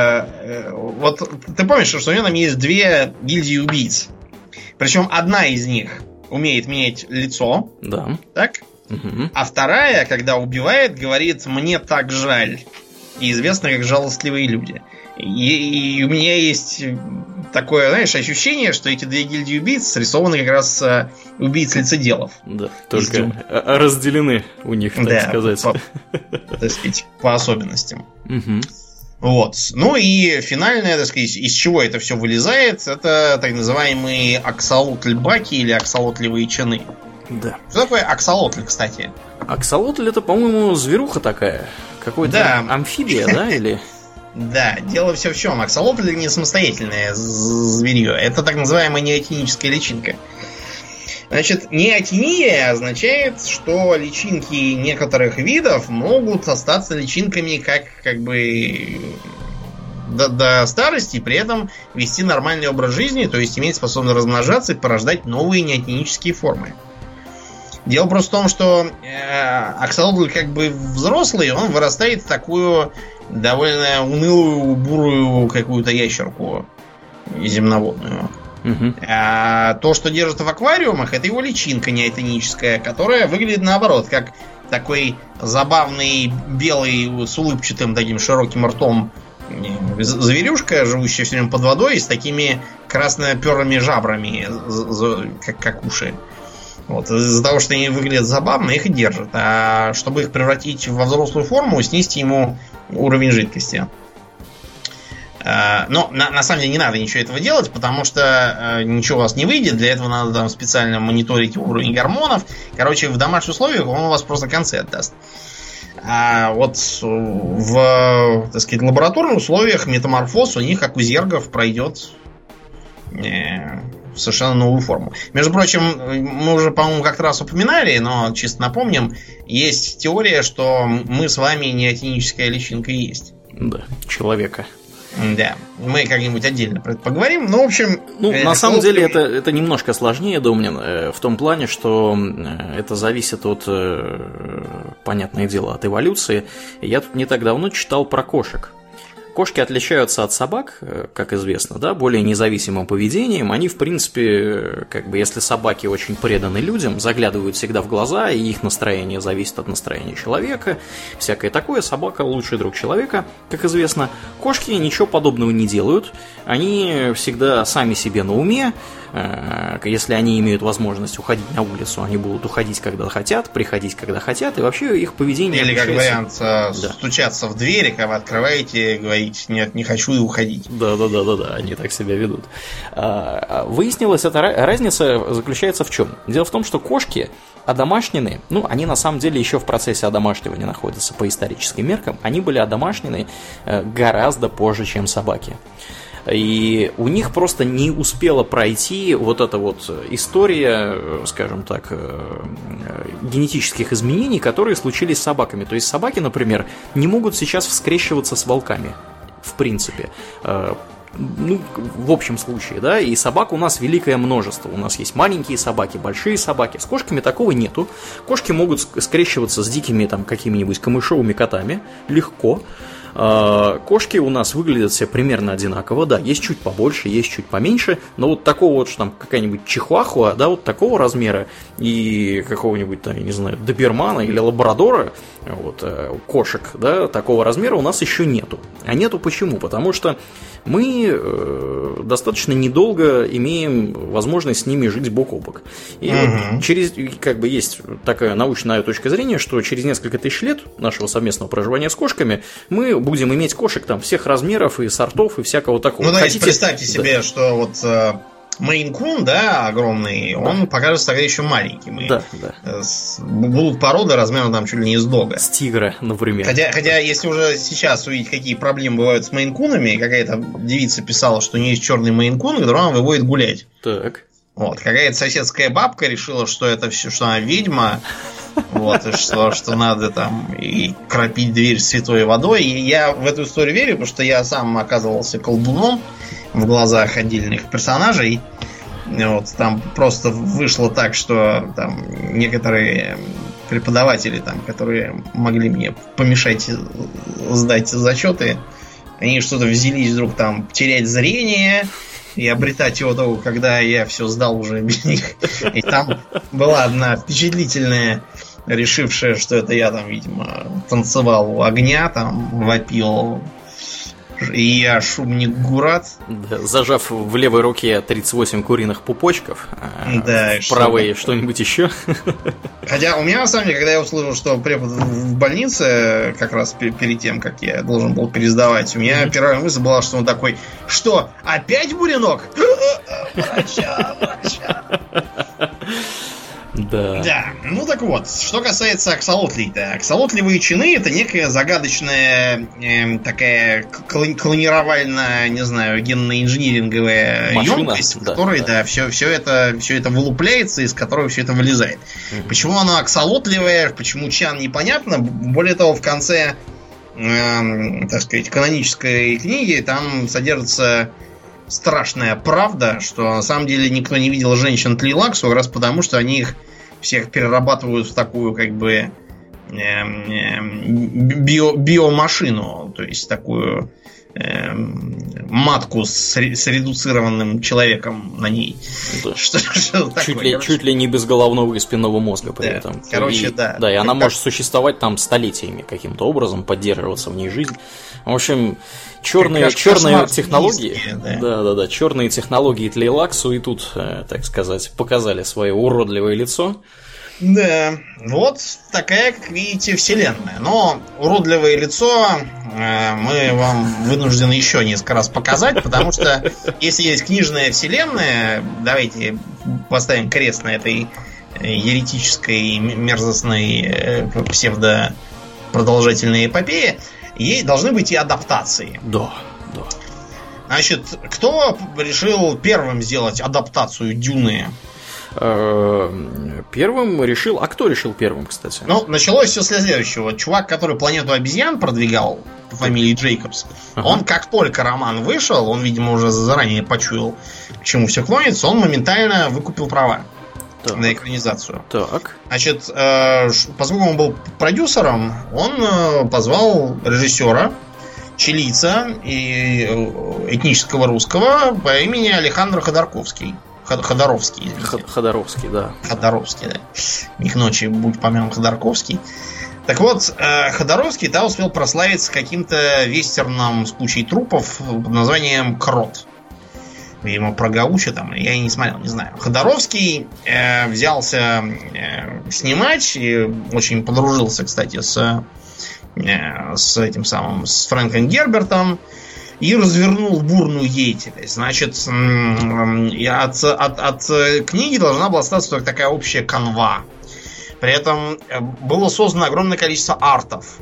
Вот ты помнишь, что у него там есть две гильдии убийц. Причем одна из них умеет менять лицо. Да. Так? Угу. А вторая, когда убивает, говорит: мне так жаль. И известно как жалостливые люди. И, и у меня есть такое, знаешь, ощущение, что эти две гильдии убийц срисованы как раз с убийц лицеделов. Да, только разделены у них, так да, сказать. По, так сказать, по особенностям. Угу. Вот. Ну и финальное, так сказать, из чего это все вылезает, это так называемые аксолотль-баки или аксолотливые чины. Да. Что такое аксолотль, кстати? Аксолотль — это, по-моему, зверуха такая. Какой-то да. амфибия, да, или... Да, дело все в чем. Аксолотль не самостоятельное зверье. Это так называемая неотиническая личинка. Значит, неотиния означает, что личинки некоторых видов могут остаться личинками как, как бы до, до старости, при этом вести нормальный образ жизни, то есть иметь способность размножаться и порождать новые неотинические формы. Дело просто в том, что э, аксолотль как бы взрослый, он вырастает в такую довольно унылую, бурую какую-то ящерку земноводную. Угу. А то, что держат в аквариумах, это его личинка неотоническая, которая выглядит наоборот, как такой забавный белый с улыбчатым таким широким ртом зверюшка, живущая все время под водой, с такими красноперыми жабрами, как, как уши. Вот. Из-за того, что они выглядят забавно, их и держат. А чтобы их превратить во взрослую форму, снизить ему уровень жидкости. Но на, на самом деле не надо ничего этого делать, потому что ничего у вас не выйдет. Для этого надо там специально мониторить уровень гормонов. Короче, в домашних условиях он у вас просто концы отдаст. А вот в, так сказать, лабораторных условиях метаморфоз у них, как у зергов, пройдет в совершенно новую форму. Между прочим, мы уже, по-моему, как-то раз упоминали, но чисто напомним, есть теория, что мы с вами неотиническая личинка и есть. Да, человека. Да, мы как-нибудь отдельно про это поговорим. Ну, в общем... Ну, на самом деле, это, это немножко сложнее, Домнин, в том плане, что это зависит от, понятное дело, от эволюции. Я тут не так давно читал про кошек. Кошки отличаются от собак, как известно, да, более независимым поведением. Они, в принципе, как бы, если собаки очень преданы людям, заглядывают всегда в глаза, и их настроение зависит от настроения человека, всякое такое. Собака – лучший друг человека, как известно. Кошки ничего подобного не делают. Они всегда сами себе на уме. Если они имеют возможность уходить на улицу, они будут уходить, когда хотят, приходить, когда хотят, и вообще их поведение... Или, как вариант, да. стучаться в двери, когда вы открываете, говорить: уходить. Нет, не хочу и уходить. Да-да-да-да-да, они так себя ведут. Выяснилось, эта разница заключается в чем? Дело в том, что кошки одомашнены, ну, они на самом деле еще в процессе одомашнивания находятся по историческим меркам, они были одомашнены гораздо позже, чем собаки. И у них просто не успела пройти вот эта вот история, скажем так, генетических изменений, которые случились с собаками. То есть собаки, например, не могут сейчас вскрещиваться с волками, в принципе. Ну, в общем случае, да, и собак у нас великое множество. У нас есть маленькие собаки, большие собаки. С кошками такого нету. Кошки могут скрещиваться с дикими там какими-нибудь камышовыми котами легко. Кошки у нас выглядят все примерно одинаково, да, есть чуть побольше, есть чуть поменьше, но вот такого вот, что там какая-нибудь чихуахуа, да, вот такого размера и какого-нибудь, там, я не знаю, добермана или лабрадора, вот, кошек, да, такого размера у нас еще нету. А нету почему? Потому что мы э, достаточно недолго имеем возможность с ними жить бок о бок. И uh-huh. вот через, как бы, есть такая научная точка зрения, что через несколько тысяч лет нашего совместного проживания с кошками мы будем иметь кошек там всех размеров и сортов и всякого такого. Ну да, Хотите... представьте себе, да. что вот э, Мейн-кун, да, огромный, да. он покажется тогда еще маленьким. Да, да. Будут породы размером там чуть ли не из дога. С тигра, например. Хотя, хотя, если уже сейчас увидеть, какие проблемы бывают с Мейн-кунами, какая-то девица писала, что у нее есть черный Мейн-кун, который она выводит гулять. Так. Вот, какая-то соседская бабка решила, что это все, что она ведьма. Вот, и что, что надо там и кропить дверь святой водой. И я в эту историю верю, потому что я сам оказывался колдуном в глазах отдельных персонажей. Вот, там просто вышло так, что там некоторые преподаватели, там, которые могли мне помешать сдать зачеты, они что-то взялись вдруг там терять зрение и обретать его того, когда я все сдал уже без них. И там была одна впечатлительная, решившая, что это я там, видимо, танцевал у огня, там вопил. И я шумник Гурат. Да, зажав в левой руке тридцать восемь куриных пупочков, да, в правой что... что-нибудь еще. Хотя у меня, на самом деле, когда я услышал, что препод в больнице, как раз перед тем, как я должен был пересдавать, у меня mm-hmm. первая мысль была, что он такой: что, опять буренок? Врача, врача. Да. Да, ну так вот, что касается аксолотлей-то. Аксолотлевые чины — это некая загадочная э, такая клонировальная, не знаю, генно-инжиниринговая машина, емкость, в да, которой, да, да, все, все, это, все это вылупляется, из которой все это вылезает. Mm-hmm. Почему она аксолотлевая, почему чан, непонятно. Более того, в конце, э, так сказать, канонической книги там содержится страшная правда, что на самом деле никто не видел женщин тлейлаксу, как раз потому, что они их всех перерабатывают в такую, как бы, э, э, био, биомашину, то есть такую э, матку с, с редуцированным человеком на ней. Да. Что, что чуть, такое, ли, чуть ли не без головного и спинного мозга при да, этом. Короче, и, да. Да, и она как... может существовать там столетиями каким-то образом, поддерживаться в ней жизнь. В общем, черные, черные технологии, да. Да, да, да, черные технологии тлейлаксу и тут, так сказать, показали свое уродливое лицо. Да, вот такая, как видите, вселенная. Но уродливое лицо э, мы вам вынуждены еще несколько раз показать, потому что если есть книжная вселенная, давайте поставим крест на этой еретической, мерзостной, э, псевдопродолжительной эпопее, ей должны быть и адаптации. Да, да. Значит, кто решил первым сделать адаптацию Дюны? Первым решил... А кто решил первым, кстати? Ну, началось все с следующего. Чувак, который «Планету обезьян» продвигал по фамилии Джейкобс, ага. он, как только роман вышел, он, видимо, уже заранее почуял, к чему все клонится, он моментально выкупил права так. на экранизацию. Так. Значит, поскольку он был продюсером, он позвал режиссера, чилийца и этнического русского по имени Алехандро Ходорковский. Ходоровский. Ходоровский, да. Ходоровский, да. Не к ночи будь помянут Ходорковский. Так вот, Ходоровский-то успел прославиться каким-то вестерном с кучей трупов под названием «Крот». Видимо, про Гауча там, я и не смотрел, не знаю. Ходоровский э, взялся э, снимать и очень подружился, кстати, с с этим самым, с Фрэнком Гербертом, и развернул бурную деятельность. Значит, от, от, от книги должна была остаться только такая общая канва. При этом было создано огромное количество артов.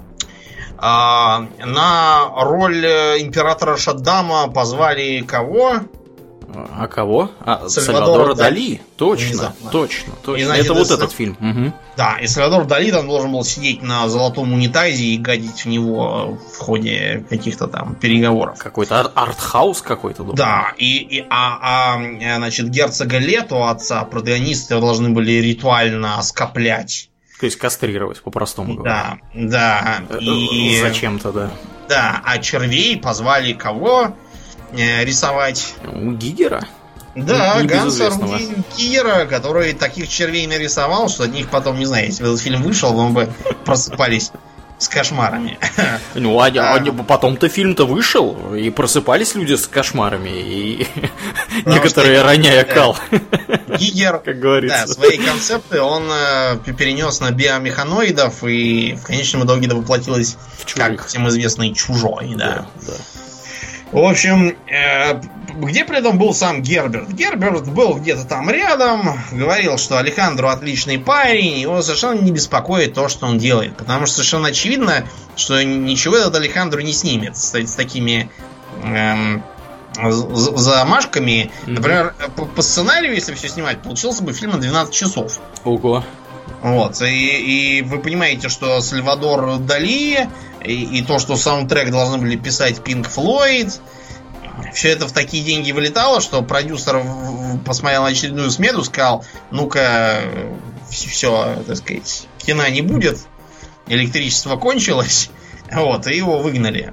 На роль императора Шаддама позвали кого? А кого? А, Сальвадора, Сальвадора Дали. Дали. Точно, Внезапно. точно, точно. И, значит, это вот это- этот фильм. Угу. Да, и Сальвадор Дали там должен был сидеть на золотом унитазе и гадить в него в ходе каких-то там переговоров. Какой-то ар- арт-хаус какой-то. Думаю. Да, и, и а, а, значит, герцога Лето, отца протагониста, его должны были ритуально оскоплять. То есть кастрировать, по-простому говоря. Да, да. И, Зачем-то, да. да, а червей позвали кого э, рисовать? У Гигера? Да, Не Ганса безызвестного. Киера, который таких червей нарисовал, что от них потом, не знаю, если бы этот фильм вышел, вы бы просыпались с кошмарами. Ну, а, а... а потом-то фильм-то вышел, и просыпались люди с кошмарами, и некоторые, роняя кал. Гигер, как говорится. Да, свои концепты он э, перенес на биомеханоидов, и в конечном итоге это воплотилось, В как чужих. всем известный, чужой, да. Да, да. В общем, э, где при этом был сам Герберт? Герберт был где-то там рядом, говорил, что Алехандро отличный парень, его совершенно не беспокоит то, что он делает. Потому что совершенно очевидно, что ничего этот Алехандро не снимет с, с такими эм, з- замашками. Мгм. Например, по, по сценарию, если все снимать, получился бы фильм на двенадцать часов. Ого. Вот, и, и вы понимаете, что Сальвадор Дали и, и то, что саундтрек должны были писать Pink Floyd, все это в такие деньги вылетало, что продюсер в- в- посмотрел на очередную смету, сказал: ну-ка, все, так сказать, кино не будет, электричество кончилось, вот, и его выгнали.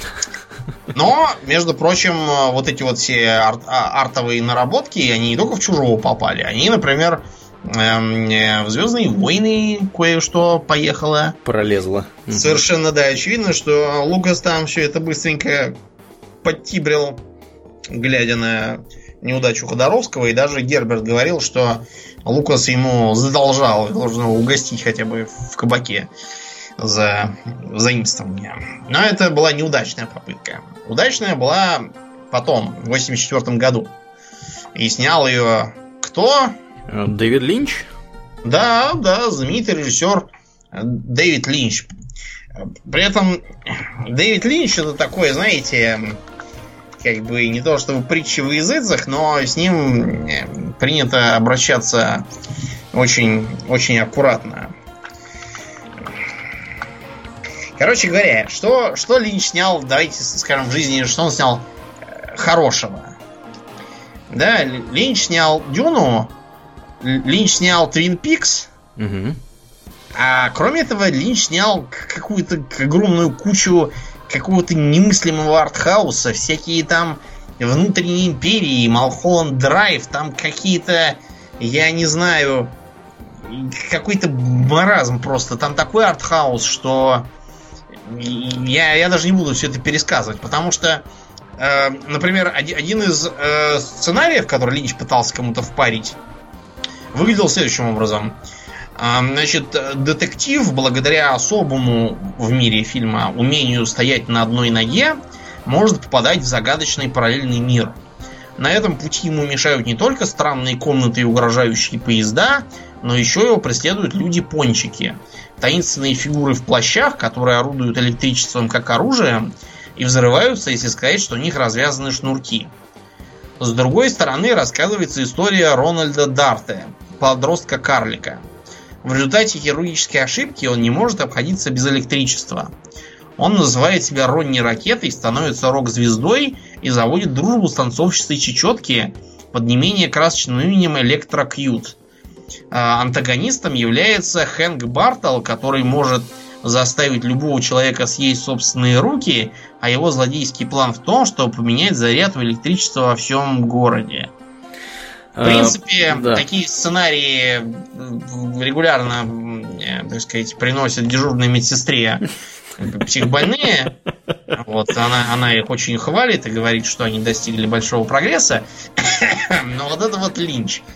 Но, между прочим, вот эти вот все ар- а- артовые наработки, они не только в «Чужого» попали, они, например, эм, э, в «Звездные войны» кое-что поехало. Пролезло. Мгм. Совершенно, да, очевидно, что Лукас там все это быстренько подтибрил, глядя на неудачу Ходоровского, и даже Герберт говорил, что Лукас ему задолжал, должен его угостить хотя бы в кабаке за заимствование. Но это была неудачная попытка. Удачная была потом, в восемьдесят четвёртом году. И снял ее кто? Э, Дэвид Линч? Да, да, знаменитый режиссер Дэвид Линч. При этом Дэвид Линч это такой, знаете, как бы не то чтобы притча во языцах, но с ним принято обращаться очень, очень аккуратно. Короче говоря, что, что Линч снял, давайте скажем, в жизни, что он снял э, хорошего. Да, Линч снял Дюну, Линч снял Твин Пикс, Угу. а кроме этого Линч снял какую-то огромную кучу какого-то немыслимого артхауса, всякие там внутренние империи, Малхолланд Драйв, там какие-то, я не знаю, какой-то маразм просто. Там такой артхаус, что я, я даже не буду все это пересказывать, потому что, э, например, один, один из э, сценариев, который Линч пытался кому-то впарить, выглядел следующим образом. Э, значит, детектив, благодаря особому в мире фильма умению стоять на одной ноге, может попадать в загадочный параллельный мир. На этом пути ему мешают не только странные комнаты и угрожающие поезда, но еще его преследуют люди-пончики. Таинственные фигуры в плащах, которые орудуют электричеством как оружием и взрываются, если сказать, что у них развязаны шнурки. С другой стороны рассказывается история Рональда Дарте, подростка-карлика. В результате хирургической ошибки он не может обходиться без электричества. Он называет себя Ронни Ракетой, становится рок-звездой и заводит дружбу с танцовщицей Чечетки под не менее красочным именем Электро Кьют. А антагонистом является Хэнк Бартл, который может заставить любого человека съесть собственные руки, а его злодейский план в том, чтобы поменять заряд в электричество во всем городе. В принципе, А, да. такие сценарии регулярно, так сказать, приносят дежурной медсестре психбольные. Вот, она, она их очень хвалит и говорит, что они достигли большого прогресса. Но вот это вот Линч.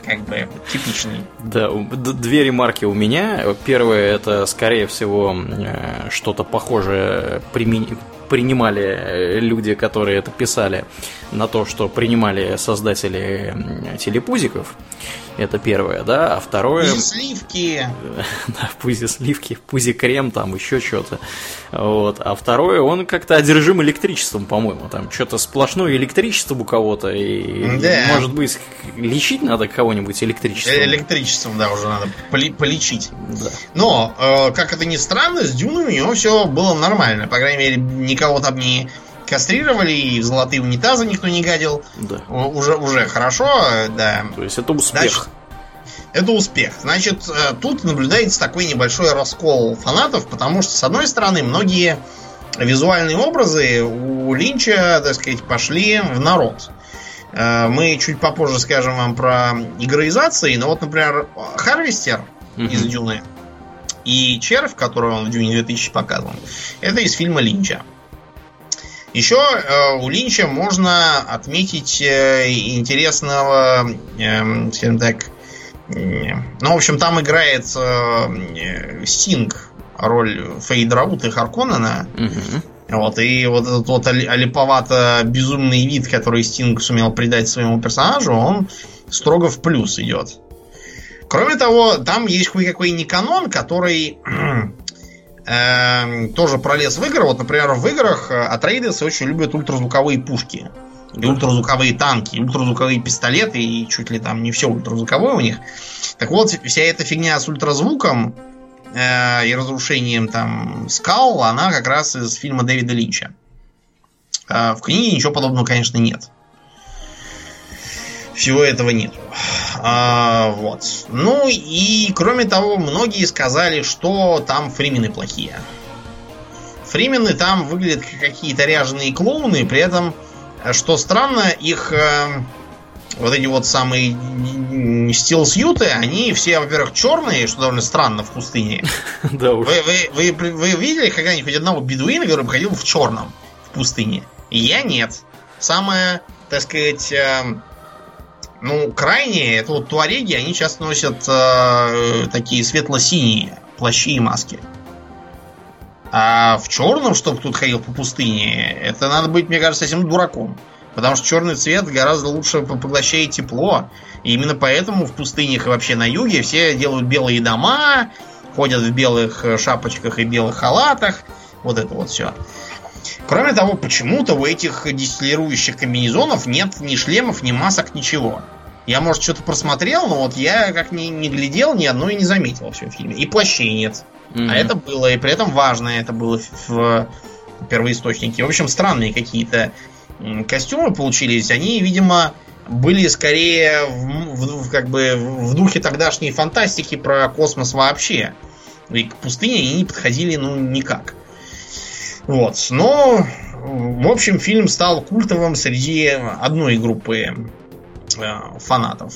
как бы типичный. Да, две ремарки у меня. Первое, это, скорее всего, что-то похожее применить. Принимали люди, которые это писали, на то, что принимали создатели телепузиков. Это первое, да. А второе... Пузи-сливки. Да, пузи-сливки, пузи-крем, там еще что-то. Вот. А второе, он как-то одержим электричеством, по-моему. Там что-то сплошное электричество у кого-то. И, да. Может быть, лечить надо кого-нибудь электричеством. Электричеством, да, уже надо поли- полечить. Да. Но, э, как это ни странно, с Дюной у него все было нормально. По крайней мере, никого там не кастрировали, и в золотые унитазы никто не гадил. Да. Уже, уже хорошо, да. То есть это успех. Значит, это успех. Значит, тут наблюдается такой небольшой раскол фанатов, потому что, с одной стороны, многие визуальные образы у Линча, так сказать, пошли в народ. Мы чуть попозже скажем вам про игроизации, но вот, например, Харвестер uh-huh. из Дюны и Червь, который он в Дюне две тысячи показывал, это из фильма Линча. Еще э, у Линча можно отметить э, интересного, э, скажем так, э, ну, в общем, там играет э, Стинг роль Фейдраута и Харконнена. Uh-huh. Вот, и вот этот вот олиповато-безумный вид, который Стинг сумел придать своему персонажу, он строго в плюс идет. Кроме того, там есть кое-какой неканон, который... Э, тоже пролез в игры. Вот, например, в играх Атрейдесы очень любят ультразвуковые пушки. И ультразвуковые танки, и ультразвуковые пистолеты, и чуть ли там не все ультразвуковое у них. Так вот, вся эта фигня с ультразвуком э, и разрушением там скал, она как раз из фильма Дэвида Линча. Э, в книге ничего подобного, конечно, нет. Всего этого нет. А, вот. Ну и кроме того, многие сказали, что там фримены плохие. Фримены там выглядят как какие-то ряженые клоуны, при этом, что странно, их э, вот эти вот самые стилсьюты, они все, во-первых, черные, что довольно странно в пустыне. Да уж. Вы, вы, вы, вы видели когда-нибудь хоть одного бедуина, который ходил в черном в пустыне? Я нет. Самое, так сказать... Э, Ну, крайние, это вот туареги, они часто носят э, такие светло-синие плащи и маски. А в черном, чтобы тут ходил по пустыне, это надо быть, мне кажется, этим дураком. Потому что черный цвет гораздо лучше поглощает тепло. И именно поэтому в пустынях и вообще на юге все делают белые дома, ходят в белых шапочках и белых халатах. Вот это вот все. Кроме того, почему-то у этих дистиллирующих комбинезонов нет ни шлемов, ни масок, ничего. Я, может, что-то просмотрел, но вот я как ни, не глядел, ни одной не заметил во всем фильме. И плащей нет. Mm-hmm. А это было, и при этом важное это было в, в первоисточнике. В общем, странные какие-то костюмы получились. Они, видимо, были скорее в, в, как бы в духе тогдашней фантастики про космос вообще. И к пустыне они не подходили, ну, никак. Вот. Но, в общем, фильм стал культовым среди одной группы э, фанатов.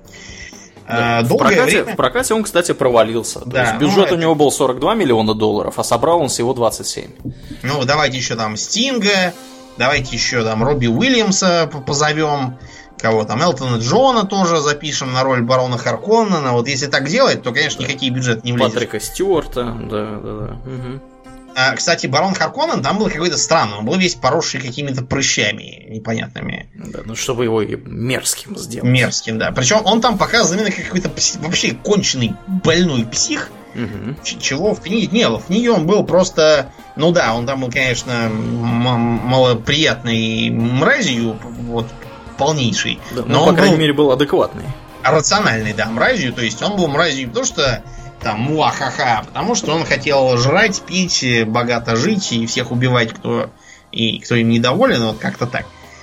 Да. В, прокате, время... в прокате он, кстати, провалился. Да, То есть бюджет ну, у него был сорок два миллиона долларов, а собрал он всего двадцать семь. Ну, давайте еще там Стинга, давайте еще там Робби Уильямса позовем, кого там, Элтона Джона тоже запишем на роль барона Харконнена. Вот если так делать, то, конечно, да. никакие бюджеты не влезет. Патрика Стюарта, да, да, да. Угу. Кстати, барон Харконнен там был какой-то странный. Он был весь поросший какими-то прыщами непонятными. Да, ну чтобы его мерзким сделать. Мерзким, да. Причем он там показан именно как какой-то вообще конченый больной псих. Угу. Чего в книге не было. В книге он был просто... Ну да, он там был, конечно, м- малоприятной мразью, вот, полнейший. Да, но, но по крайней был мере, был адекватный. Рациональный, да, мразью. То есть он был мразью не потому, что... Там, муахаха, потому что он хотел жрать, пить, богато жить и всех убивать, кто, и кто им недоволен, вот как-то так.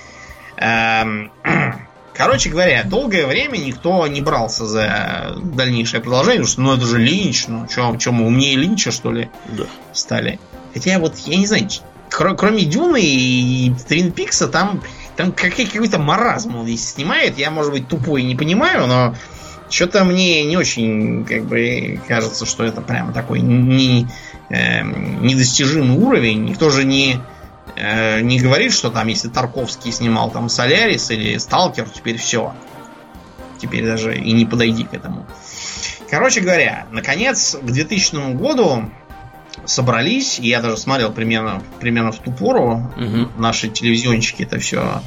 Эм, короче говоря, долгое время никто не брался за дальнейшее продолжение, потому что, ну, это же Линч, ну, что мы умнее Линча, что ли, да. стали. Хотя вот, я не знаю, кр- кроме Дюны и Твин Пикса, там, там какой-то маразм он здесь снимает, я, может быть, тупой не понимаю, но... Что-то мне не очень, как бы, кажется, что это прям такой не, э, недостижимый уровень. Никто же не, э, не говорит, что там, если Тарковский снимал там Солярис или Сталкер, теперь все. теперь даже и не подойди к этому. Короче говоря, наконец, к двухтысячному году собрались, и я даже смотрел примерно, примерно в ту пору, угу. наши телевизионщики это все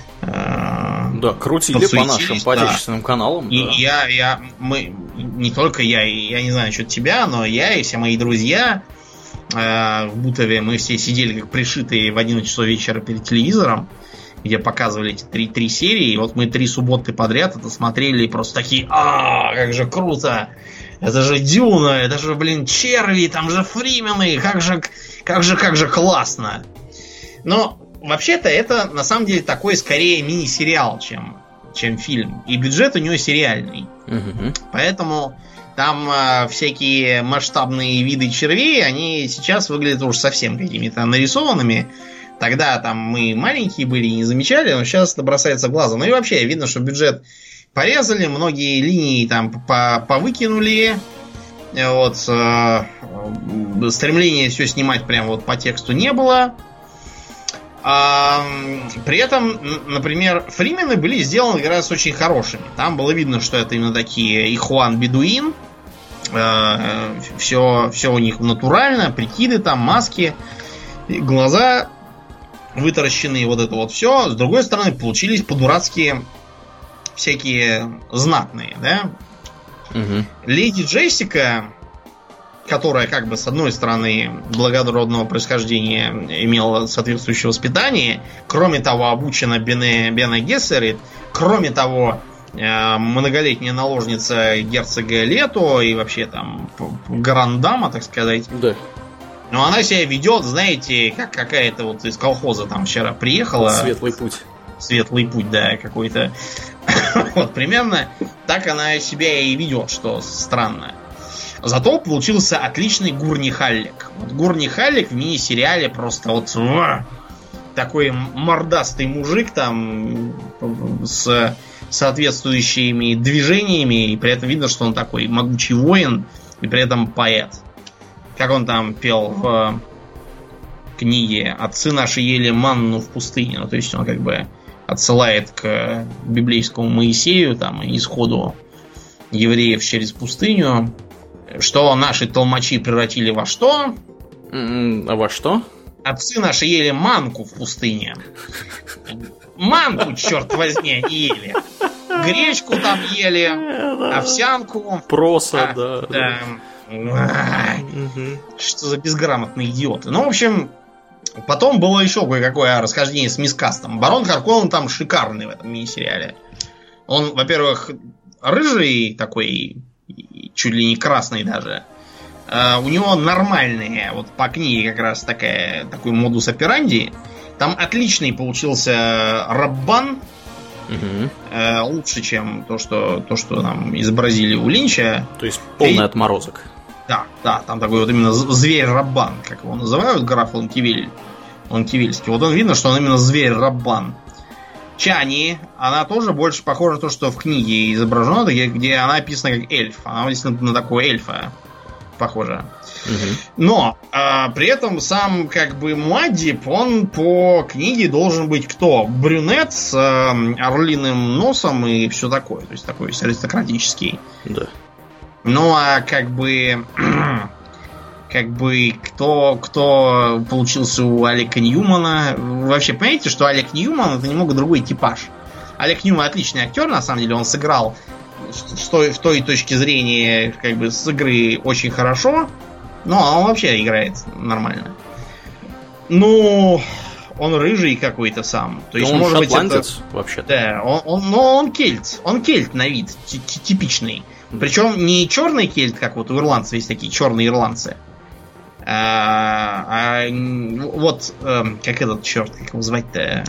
э, да, крутили по нашим, по да. отечественным каналам. И да. я, я, мы, не только я, я не знаю насчет тебя, но я и все мои друзья э, в Бутове, мы все сидели как пришитые в одиннадцать часов вечера перед телевизором, где показывали эти три, три серии, и вот мы три субботы подряд это смотрели, и просто такие, а как же круто! Это же Дюна, это же, блин, черви, там же Фримены, как же, как же, как же классно! Но вообще-то это на самом деле такой скорее мини-сериал, чем, чем фильм. И бюджет у него сериальный. Uh-huh. Поэтому там э, всякие масштабные виды червей, они сейчас выглядят уж совсем какими-то нарисованными. Тогда там мы маленькие были и не замечали, но сейчас это бросается в глаза. Ну и вообще видно, что бюджет порезали, многие линии там повыкинули. Вот, э, стремления все снимать прямо вот по тексту не было. А, при этом, например, Фримены были сделаны как раз очень хорошими. Там было видно, что это именно такие Ихуан Бедуин. Э, все, все у них натурально, прикиды там, маски, глаза вытаращенные, вот это вот все. С другой стороны, получились по-дурацки всякие знатные, да? Угу. Леди Джессика, которая, как бы, с одной стороны, благородного происхождения имела соответствующее воспитание, кроме того, обучена Бене, Бене Гессерит, кроме того, многолетняя наложница герцога Лето и вообще там грандама, так сказать. Да. Но она себя ведет, знаете, как какая-то вот из колхоза там вчера приехала. Светлый путь. Светлый путь, да, какой-то. Вот примерно так она себя и ведет, что странно. Зато получился отличный Гурни Халлек. Вот Гурни Халлек в мини-сериале просто вот ва, такой мордастый мужик там с соответствующими движениями, и при этом видно, что он такой могучий воин и при этом поэт. Как он там пел в книге «Отцы наши ели манну в пустыне». Ну, то есть он как бы отсылает к библейскому Моисею, там, исходу евреев через пустыню, что наши толмачи превратили во что? А во что? Отцы наши ели манку в пустыне. Манку, черт возьми, они ели. Гречку там ели, овсянку. Проса, а, да. да. Что за безграмотные идиоты. Ну, в общем, потом было еще кое-какое расхождение с мискастом. Барон Харконнен там шикарный в этом мини-сериале. Он, во-первых, рыжий такой, чуть ли не красный даже. Uh, у него нормальные, вот по книге как раз такая, такой модус операнди. Там отличный получился Раббан. Uh-huh. Uh, лучше, чем то, что, то, что нам изобразили у Линча. То есть полный И... отморозок. Да, да, там такой вот именно зверь Раббан, как его называют, граф Ланкивиль. Ланкивильский. Вот он видно, что он именно зверь Раббан. Чани, она тоже больше похожа на то, что в книге изображено, где, где она описана как эльф. Она здесь на, на такого эльфа похоже. Угу. Но а, при этом сам как бы Муаддиб, он по книге должен быть кто? Брюнет с а, орлиным носом и все такое. То есть такой аристократический. Да. Ну а как бы как бы кто, кто получился у Алека Ньюмана. Вы вообще понимаете, что Алек Ньюман это немного другой типаж. Алек Ньюман отличный актер, на самом деле, он сыграл с той, в той точки зрения, как бы, с игры очень хорошо, но он вообще играет нормально. Ну, он рыжий какой-то сам. То есть, он может шотландец, быть, это... вообще-то. Да, он, он, но он кельт. Он кельт на вид, типичный. Причем не черный кельт, как вот у ирландцев есть такие черные ирландцы. А, а вот, как этот черт, как его звать-то?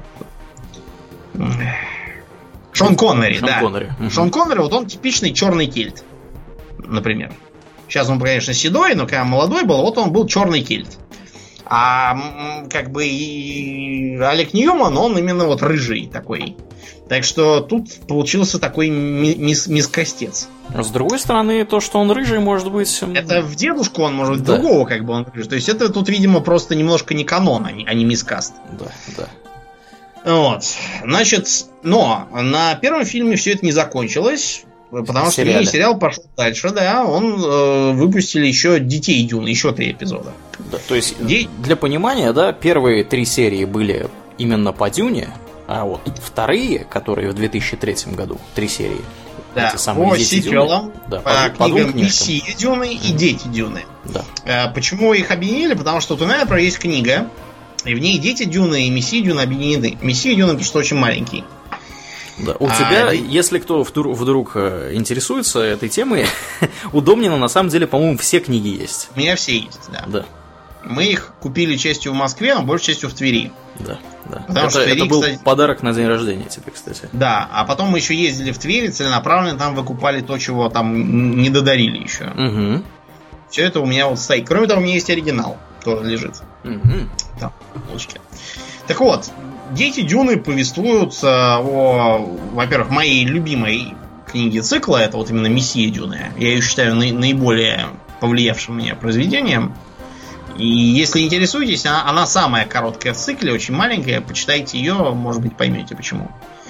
Шон Коннери, Шон да. Коннери. Угу. Шон Коннери, вот он типичный черный кельт, например. Сейчас он, конечно, седой, но когда молодой был, вот он был черный кельт. А как бы и Алек Ньюман, он именно вот рыжий такой. Так что тут получился такой мис- мискостец. А с другой стороны, то, что он рыжий, может быть... Это в дедушку он, может быть, да. другого как бы он рыжий. То есть это тут, видимо, просто немножко не канон, а не, а не мискаст. Да, да. Вот. Значит, но на первом фильме все это не закончилось, потому что мини-сериал пошел дальше, да. Он э, выпустили еще «Детей Дюны», еще три эпизода. Да, то есть, Де... для понимания, да, первые три серии были именно по Дюне, а вот вторые, которые в две тысячи третьем году, три серии, да, эти самые по «Дети сиквелам, Дюны», да, по, по, книгам по «Мессия Дюны» и mm-hmm. «Дети Дюны». Да. А, почему их объединили? Потому что у Тунена, например, есть книга, и в ней «Дети Дюны» и «Мессия Дюны» объединены. «Мессия Дюны» просто очень маленький. Да. У а, тебя, это... если кто вдруг, вдруг интересуется этой темой, у Домнина на самом деле, по-моему, все книги есть. У меня все есть, да. Да. Мы их купили частью в Москве, а большей частью в Твери. Да, да. Потому это, что Твери, это был кстати... подарок на день рождения тебе, кстати. Да, а потом мы еще ездили в Твери целенаправленно, там выкупали то, чего там не додарили еще. Угу. Все это у меня вот стоит. Кроме того, у меня есть оригинал, тоже лежит. Угу. Там, в полочке. Так вот, «Дети Дюны» повествуют о, во-первых, моей любимой книге цикла, это вот именно «Мессия Дюны». Я ее считаю наиболее повлиявшим меня произведением. И если интересуетесь, она, она самая короткая в цикле, очень маленькая. Почитайте ее, может быть, поймете почему.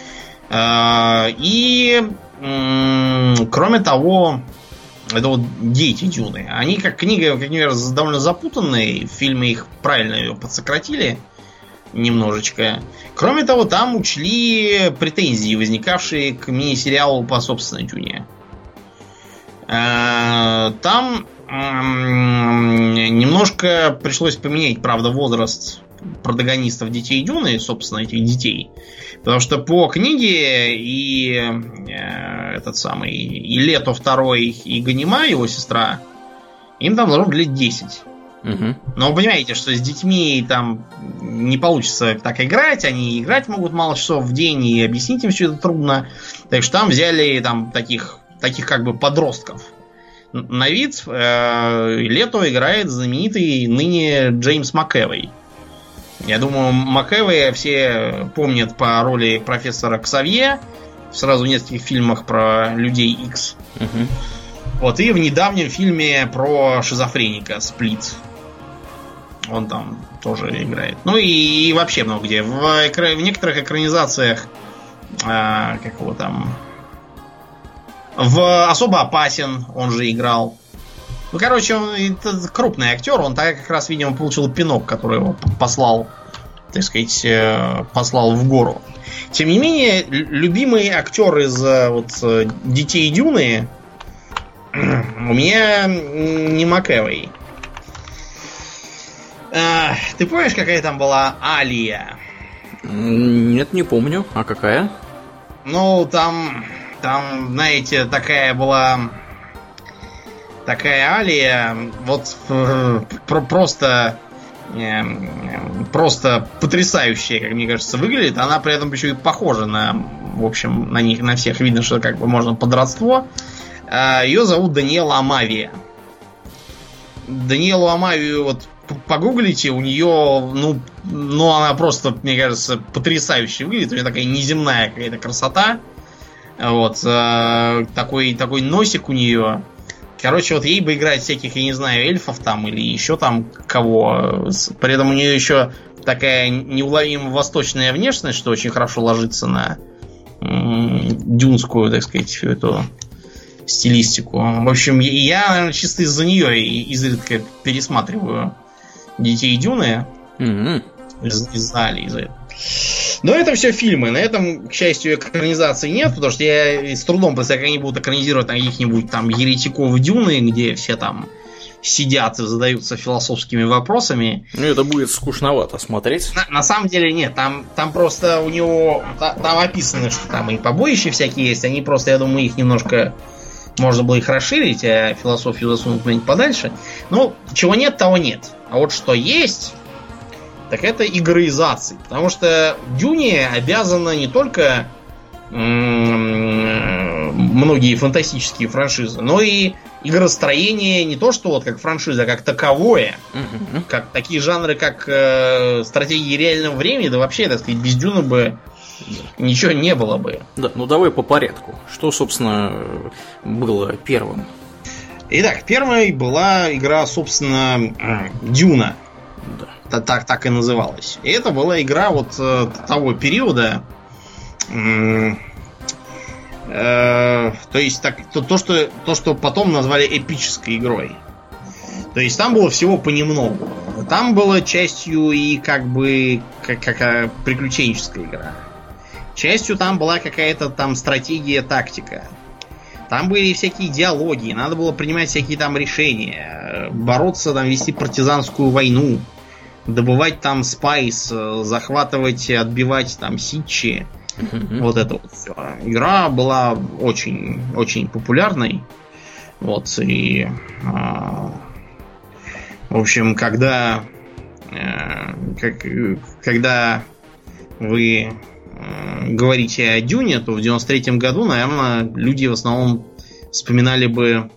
И кроме того, это вот «Дети Дюны». Они как книга, как мне кажется, довольно запутанные. В фильме их правильно ее подсократили немножечко. Кроме того, там учли претензии, возникавшие к мини-сериалу по собственной Дюне. Там немножко пришлось поменять, правда, возраст протагонистов «Детей Дюны», собственно, этих детей. Потому что по книге и э, этот самый и Лето второй, и Ганима, его сестра, им там должно быть лет десять. Угу. Но вы понимаете, что с детьми там не получится так играть. Они играть могут мало часов в день, и объяснить им все это трудно. Так что там взяли там таких, таких как бы подростков. На вид э, Лето играет знаменитый ныне Джеймс МcAvoy. Я думаю, МcAvoy все помнят по роли профессора Ксавье в сразу нескольких фильмах про Людей Икс. Угу. Вот, и в недавнем фильме про шизофреника «Сплит». Он там тоже играет. Ну и, и вообще много где. В, экра... в некоторых экранизациях э, как его там... В «Особо опасен» он же играл. Ну, короче, он это крупный актер. Он так как раз, видимо, получил пинок, который его послал, так сказать, послал в гору. Тем не менее, любимый актер из вот «Детей Дюны» у меня не МcAvoy. А, ты помнишь, какая там была Алия? Нет, не помню. А какая? Ну, там... Там, знаете, такая была... Такая Алия, вот про, просто... Э, просто потрясающая, как мне кажется, выглядит. Она при этом еще и похожа на... В общем, на них, на всех. Видно, что как бы можно под родство. Ее зовут Даниэла Амавия. Даниэлу Амавию вот погуглите, у нее, ну, ну, она просто, мне кажется, потрясающе выглядит. У нее такая неземная какая-то красота. Вот, э, такой, такой носик у нее. Короче, вот ей бы играть всяких, я не знаю, эльфов там или еще там кого. При этом у нее еще такая неуловимо восточная внешность, что очень хорошо ложится на м- дюнскую, так сказать, всю эту стилистику. В общем, я, наверное, чисто из-за нее изредка пересматриваю «Детей Дюны». Mm-hmm. Из- из-за Али, из-за этого. Но это все фильмы. На этом, к счастью, экранизации нет, потому что я с трудом представляю, как они будут экранизировать на каких-нибудь там еретиков Дюны, где все там сидят и задаются философскими вопросами. Ну, это будет скучновато смотреть. На, на самом деле нет, там, там просто у него... Там, там описано, что там и побоища всякие есть. Они просто, я думаю, их немножко... Можно было их расширить, а философию засунуть куда-нибудь подальше. Ну, чего нет, того нет. А вот что есть... Так это игроизации. Потому что Дюне обязана не только м-м, многие фантастические франшизы, но и игростроение не то, что вот как франшиза, а как таковое. Mm-hmm. Как такие жанры, как э, стратегии реального времени, да вообще, так сказать, без Дюны бы ничего не было бы. Да, ну давай по порядку. Что, собственно, было первым? Итак, первой была игра, собственно, Дюна. Да. Так, так и называлась. И это была игра вот э, того периода. Э, э, то есть так, то, то, что, то, что потом назвали эпической игрой. То есть там было всего понемногу. Там было частью и как бы как, как приключенческая игра. Частью там была какая-то там стратегия, тактика. Там были всякие диалоги, надо было принимать всякие там решения, бороться, там, вести партизанскую войну, добывать там спайс, захватывать, отбивать там ситчи. Mm-hmm. Вот это вот все. Игра была очень, очень популярной. Вот, и а, в общем, когда а, как, когда вы говорите о Дюне, то в девяносто третьем году, наверное, люди в основном вспоминали бы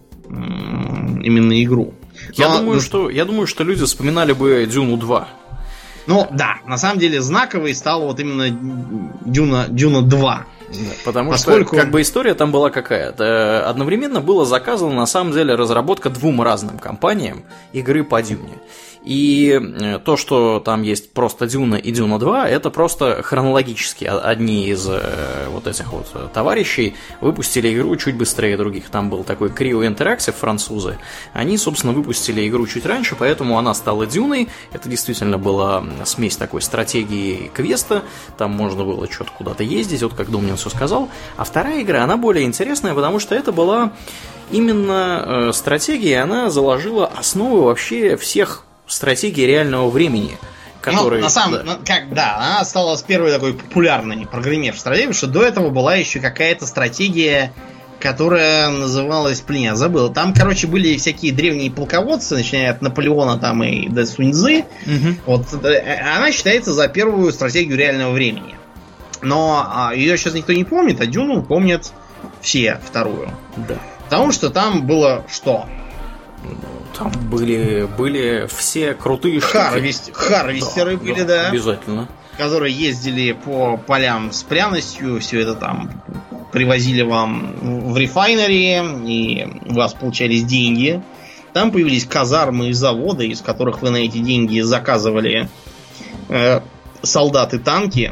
именно игру. Я, Но... думаю, что, я думаю, что люди вспоминали бы Дюну два. Ну, да, на самом деле знаковой стала вот именно Дюна, Дюна два. Да, потому Поскольку... что как бы история там была какая-то. Одновременно было заказано на самом деле разработка двум разным компаниям игры по Дюне. И то, что там есть просто Дюна и Дюна два, это просто хронологически одни из вот этих вот товарищей выпустили игру чуть быстрее других. Там был такой Cryo Interactive, французы. Они, собственно, выпустили игру чуть раньше, поэтому она стала Дюной. Это действительно была смесь такой стратегии и квеста. Там можно было что-то куда-то ездить, вот как Домнин все сказал. А вторая игра, она более интересная, потому что это была именно э, стратегия, она заложила основы вообще всех стратегии реального времени, которые... Ну, на самом да. как, да, она стала с первой такой популярной прогремевшей стратегией, что до этого была еще какая-то стратегия, которая называлась, блин, я забыл. Там, короче, были всякие древние полководцы, начиная от Наполеона там и до Суньцзы. Угу. Вот, она считается за первую стратегию реального времени. Но а, ее сейчас никто не помнит, а Дюну помнят все вторую. Да. Потому что там было что? Там были, были все крутые Харвест, Харвестеры да, были, да, да. Обязательно. Которые ездили по полям с пряностью, все это там привозили вам в рефайнери, и у вас получались деньги. Там появились казармы и заводы, из которых вы на эти деньги заказывали э, солдат и танки.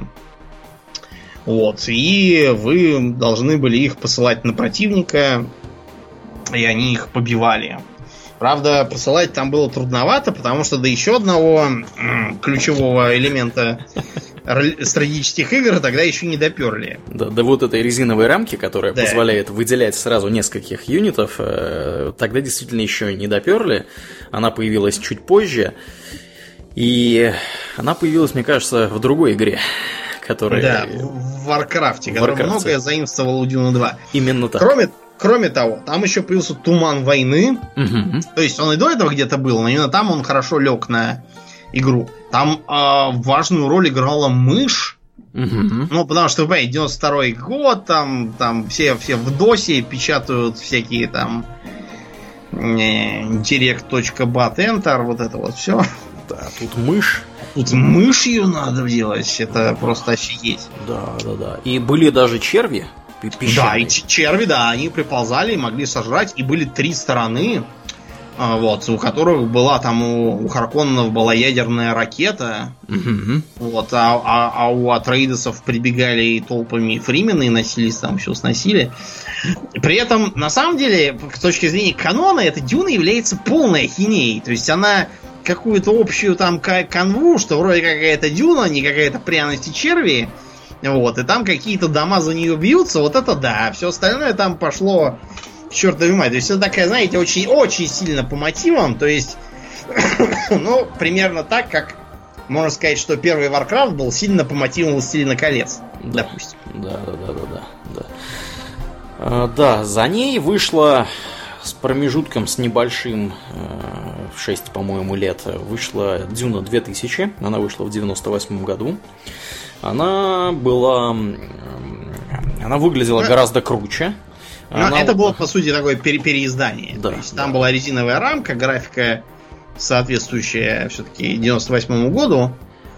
Вот, и вы должны были их посылать на противника, и они их побивали. Правда, посылать там было трудновато, потому что до еще одного м- ключевого элемента стратегических игр тогда еще не доперли. Да, до вот этой резиновой рамки, которая да. позволяет выделять сразу нескольких юнитов, э, тогда действительно еще не доперли. Она появилась чуть позже. И она появилась, мне кажется, в другой игре. Который... Да, в Варкрафте, который Warcraft. многое заимствовал у Дюна два. Именно так. Кроме, кроме того, там еще появился Туман войны. Угу. То есть он и до этого где-то был, но именно там он хорошо лег на игру. Там э, важную роль играла мышь. Угу. Ну, потому что, вы понимаете, девяносто второй год, там, там все, все в досе печатают всякие там direct.bat enter, вот это вот все. Да, тут мышь. Тут мышью надо делать, это просто офигеть. Да, да, да. И были даже черви. Песчаные. Да, и черви, да, они приползали и могли сожрать. И были три стороны, вот, у которых была там у, у Харконненов была ядерная ракета. Угу. Вот, а, а, а у Атрейдесов прибегали толпами фримены и носились там, все сносили. При этом, на самом деле, с точки зрения канона, эта Дюна является полной ахинеей. То есть она какую-то общую там канву, что вроде какая-то Дюна, не какая-то пряность и черви. Вот, и там какие-то дома за нее бьются, вот это да. Все остальное там пошло к чертовой матери. То есть это такая, знаете, очень, очень сильно по мотивам. То есть, ну, примерно так, как можно сказать, что первый Warcraft был сильно по мотивам «Властелина колец», да, допустим. Да, да, да, да, да. Да. А, да, за ней вышла с промежутком с небольшим, в шесть, по-моему, лет, вышла Дюна две тысячи. Она вышла в девяносто восьмом году. Она была... Она выглядела ну, гораздо круче. Она... Это было, по сути, такое пере- переиздание. Да, То есть да. Там была резиновая рамка, графика соответствующая все-таки девяносто восьмому году.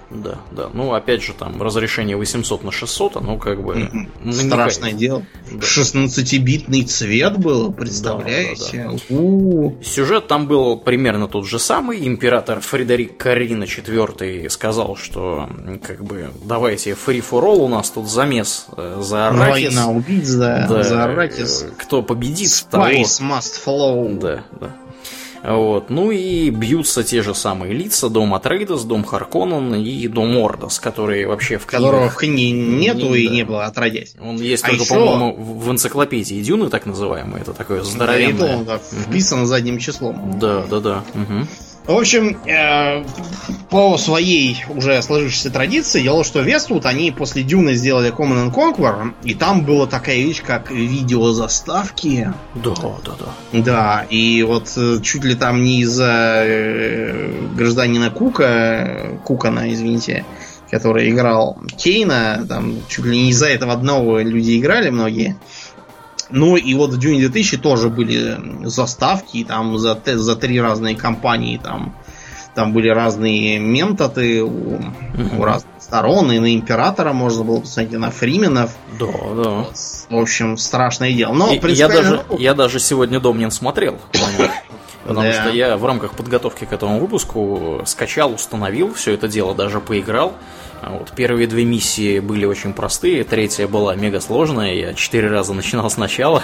Да, да. Ну, опять же, там разрешение восемьсот на шестьсот, оно как бы... Mm-hmm. Страшное дело. Да. шестнадцатибитный цвет был, представляете? Да, да, да. У-у-у. Сюжет там был примерно тот же самый. Император Фредерик Карина четвёртый сказал, что как бы давайте free for all, у нас тут замес за Арракис. Война убийц, да, да, за Арракис. Кто победит, Spice того... must flow. Да, да. Вот. Ну и бьются те же самые лица: дом Атрейдес, дом Харконнен и дом Ордос, которые вообще в книгах... Которого в книге нету не, и да. не было отродясь. Он есть а только, еще... по-моему, в энциклопедии Дюны, так называемой. Это такое здоровенное. Да, он так угу. вписан задним числом. Да, да, да. Угу. В общем, э, по своей уже сложившейся традиции, дело, что Вествуд, они после Дюны сделали Command and Conquer, и там была такая вещь, как видеозаставки. Да, да, да. Да, и вот чуть ли там не из-за э, гражданина Кука, Кукана, извините, который играл Кейна, там чуть ли не из-за этого одного люди играли многие. Ну и вот в Дюне две тысячи тоже были заставки, там за, за три разные компании, там, там были разные ментаты у, mm-hmm. у разных сторон, и на Императора можно было посмотреть, и на Фрименов. Да, да. В общем, страшное дело. Но, и, я, даже, я даже сегодня Домнин смотрел, потому да. что я в рамках подготовки к этому выпуску скачал, установил все это дело, даже поиграл. Вот, первые две миссии были очень простые, третья была мега сложная, я четыре раза начинал сначала.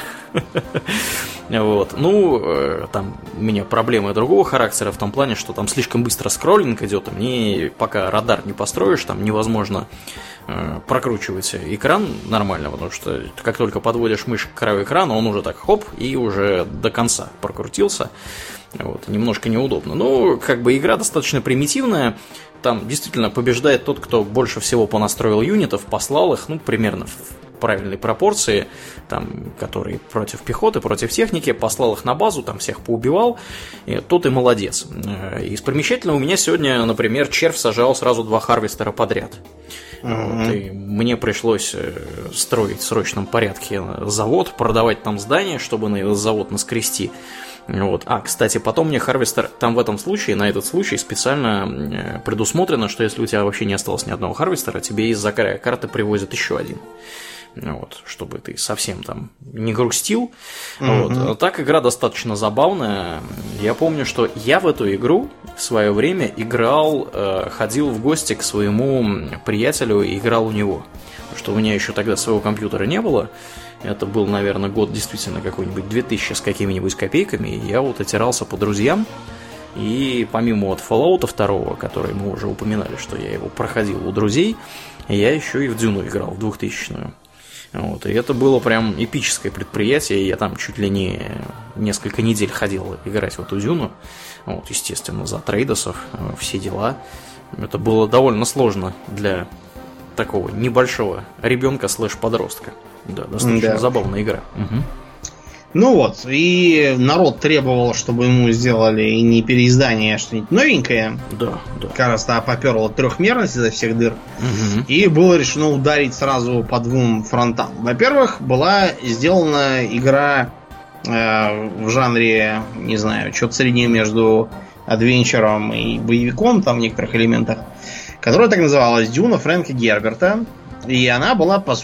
Вот. Ну, там у меня проблемы другого характера в том плане, что там слишком быстро скроллинг идет, и мне пока радар не построишь, там невозможно э, прокручивать экран нормально, потому что как только подводишь мышь к краю экрана, он уже так хоп, и уже до конца прокрутился. Вот, немножко неудобно. Ну, как бы игра достаточно примитивная. Там действительно побеждает тот, кто больше всего понастроил юнитов, послал их, ну, примерно в правильной пропорции, там, которые против пехоты, против техники, послал их на базу, там всех поубивал, и тот и молодец. Из примечательного у меня сегодня, например, червь сажал сразу два харвестера подряд. Mm-hmm. Вот, и мне пришлось строить в срочном порядке завод, продавать там здание, чтобы на этот завод наскрести. Вот. А, кстати, потом мне Харвестер, там в этом случае, на этот случай специально предусмотрено, что если у тебя вообще не осталось ни одного Харвестера, тебе из-за края карты привозят еще один. Вот, чтобы ты совсем там не грустил. Mm-hmm. Вот. А так игра достаточно забавная. Я помню, что я в эту игру в свое время играл, ходил в гости к своему приятелю и играл у него. Потому что у меня еще тогда своего компьютера не было. Это был, наверное, год действительно какой-нибудь две тысячи с какими-нибудь копейками. И я вот отирался по друзьям. И помимо вот Fallout два, который мы уже упоминали, что я его проходил у друзей, я еще и в Дюну играл, в двухтысячную. Вот, и это было прям эпическое предприятие. Я там чуть ли не несколько недель ходил играть в эту Дюну. Вот, естественно, за Атрейдесов, все дела. Это было довольно сложно для такого небольшого ребенка слэш-подростка. Да, достаточно да. забавная игра. Угу. Ну вот, и народ требовал, чтобы ему сделали не переиздание, а что-нибудь новенькое. Да, да. Как раз та поперла трехмерность изо всех дыр. Угу. И было решено ударить сразу по двум фронтам. Во-первых, была сделана игра э, в жанре, не знаю, что-то среднее между адвенчером и боевиком, там в некоторых элементах, которая так называлась Дюна Фрэнка Герберта. И она была, по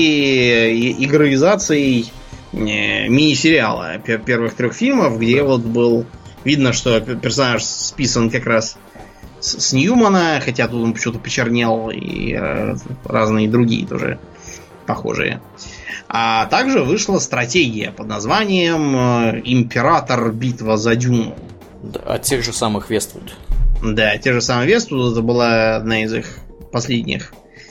сути, игроизацией мини-сериала первых трех фильмов, где вот был видно, что персонаж списан как раз с, с Ньюмана, хотя тут он почему-то почернел, и э, разные другие тоже похожие. А также вышла стратегия под названием «Император. Битва за Дюну». Да, от тех же самых Вествуд. Да, те же самые Вествуд. Это была одна из их последних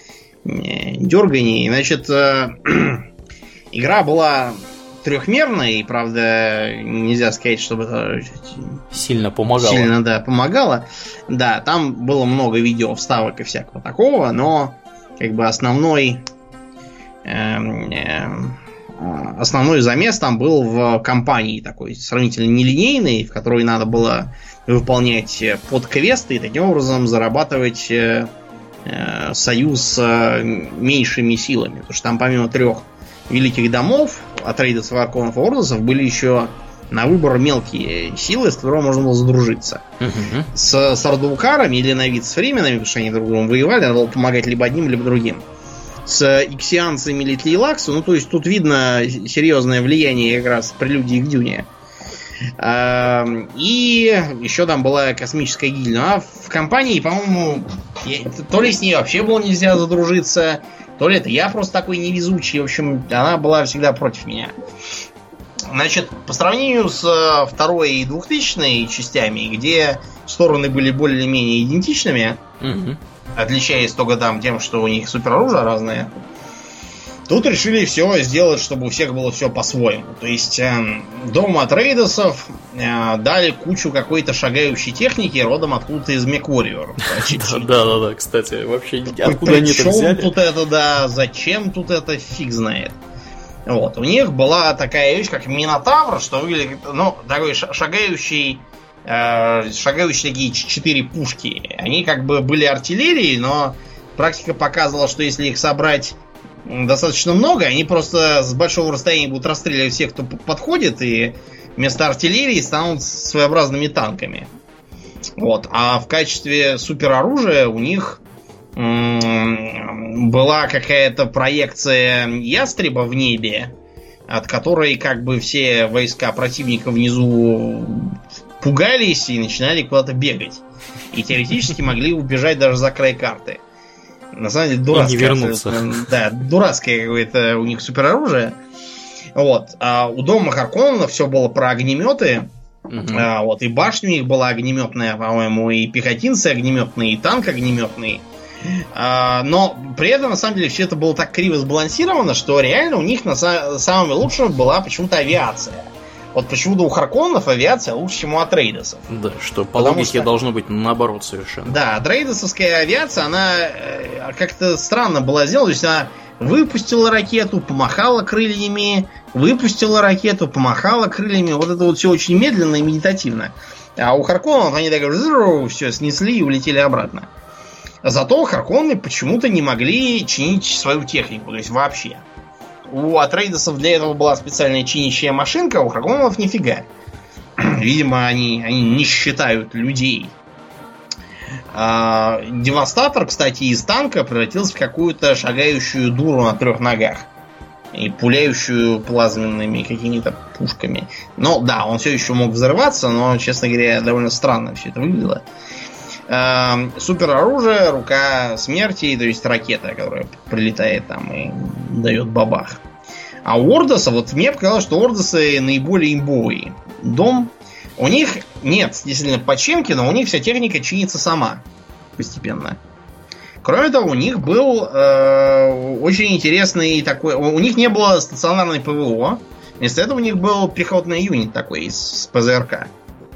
дерганий. Значит, э, игра была трехмерной, правда, нельзя сказать, чтобы это сильно помогало. Сильно, да, помогало. Да, там было много видео вставок и всякого такого, но как бы основной э, э, основной замес там был в кампании такой сравнительно нелинейной, в которой надо было выполнять подквесты и таким образом зарабатывать э, э, союз с меньшими силами. Потому что там помимо трех великих домов, Атрейдесов, Арконов и Ордосов, были еще на выбор мелкие силы, с которыми можно было задружиться. Uh-huh. С сардаукарами или навидс-фрименами, потому что они друг с другом воевали, надо было помогать либо одним, либо другим. С иксианцами или тлейлаксу, ну то есть тут видно серьезное влияние как раз прелюдии к Дюне. И еще там была космическая гильдия. А в компании, по-моему, то ли с ней вообще было нельзя задружиться, то ли это я просто такой невезучий. В общем, она была всегда против меня. Значит, по сравнению с второй и двухтысячной частями, где стороны были более-менее идентичными, mm-hmm. отличаясь только там тем, что у них супероружие разное, тут решили все сделать, чтобы у всех было все по-своему. То есть э, дом Атрейдесов э, дали кучу какой-то шагающей техники родом откуда-то из MechWarrior. Да-да-да, кстати, вообще откуда они это взяли? Тут это, да, зачем тут это, фиг знает. Вот, у них была такая вещь, как Минотавр, что выглядит, ну, такой шагающий, э, шагающие такие четыре пушки. Они как бы были артиллерией, но практика показывала, что если их собрать достаточно много, они просто с большого расстояния будут расстреливать всех, кто подходит, и вместо артиллерии станут своеобразными танками. Вот. А в качестве супероружия у них м- была какая-то проекция ястреба в небе, от которой как бы все войска противника внизу пугались и начинали куда-то бегать. И теоретически могли убежать даже за край карты. На самом деле дурацкое. И не вернуться. Да, дурацкое какое-то у них супероружие. Вот. А у дома Харконненов все было про огнеметы. Угу. А, вот. И башня у них была огнеметная, по-моему, и пехотинцы огнеметные, и танк огнеметный. А, но при этом, на самом деле, все это было так криво сбалансировано, что реально у них на са- самым лучшим была почему-то авиация. Вот почему-то у Харконненов авиация лучше, чем у Атрейдесов. Да, что по Потому логике что... должно быть наоборот совершенно. Да, атрейдесовская авиация, она э, как-то странно была сделана. То есть она выпустила ракету, помахала крыльями, выпустила ракету, помахала крыльями. Вот это вот все очень медленно и медитативно. А у Харконненов они так все снесли и улетели обратно. Зато Харконнены почему-то не могли чинить свою технику, то есть вообще. У Атрейдесов для этого была специальная чинящая машинка, а у Харконненов нифига. Видимо, они, они не считают людей. А, Девастатор, кстати, из танка превратился в какую-то шагающую дуру на трех ногах. И пуляющую плазменными какими-то пушками. Ну да, он все еще мог взрываться, но, честно говоря, довольно странно все это выглядело. А, супероружие, рука смерти, то есть ракета, которая прилетает там и дает бабах. А у Ордоса, вот мне показалось, что Ордосы наиболее имбовые. Дом, у них нет действительно почемки, но у них вся техника чинится сама постепенно. Кроме того, у них был э, очень интересный такой... У них не было стационарной ПВО. Вместо этого у них был пехотный юнит такой из ПЗРК.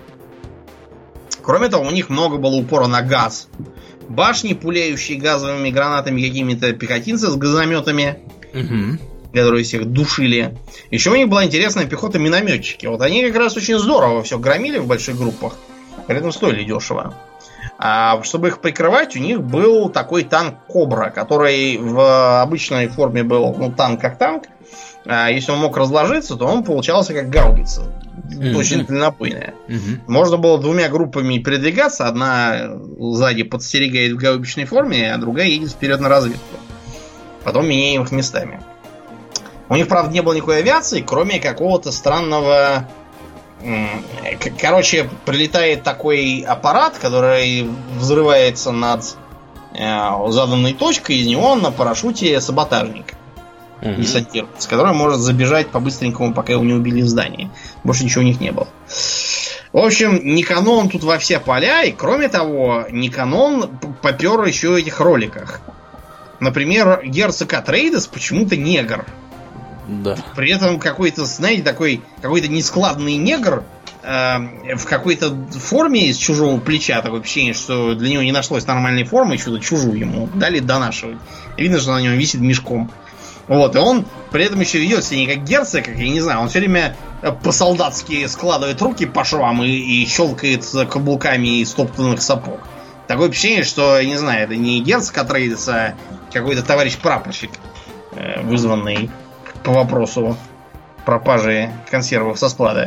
Кроме того, у них много было упора на газ. Башни, пуляющие газовыми гранатами какими-то пехотинцы с газометами, угу. которые всех душили. Еще у них была интересная пехота-минометчики. Вот они как раз очень здорово все громили в больших группах. При этом стоили дешево. А чтобы их прикрывать, у них был такой танк Кобра, который в обычной форме был, ну, танк как танк. А если он мог разложиться, то он получался как гаубица. Mm-hmm. Очень дальнобойная. Mm-hmm. Можно было двумя группами передвигаться. Одна сзади подстерегает в гаубичной форме, а другая едет вперед на разведку. Потом меняем их местами. У них, правда, не было никакой авиации, кроме какого-то странного... Короче, прилетает такой аппарат, который взрывается над заданной точкой, из него на парашюте саботажник. Mm-hmm. Десантируется, который может забежать по-быстренькому, пока его не убили в здании. Больше ничего у них не было. В общем, Никанон тут во все поля, и кроме того, Никанон попер еще в этих роликах. Например, герцог Атрейдес почему-то негр. Да. При этом какой-то, знаете, такой какой-то нескладный негр э, в какой-то форме из чужого плеча. Такое ощущение, что для него не нашлось нормальной формы, и что-то чужую ему дали донашивать. Видно, что на нем висит мешком. Вот, и он при этом еще ведет себя не как герцог, как, я не знаю, он все время по-солдатски складывает руки по швам и, и щелкает каблуками из стоптанных сапог. Такое ощущение, что, я не знаю, это не герцог Атрейдес, а какой-то товарищ-прапорщик, вызванный по вопросу пропажи консервов со склада.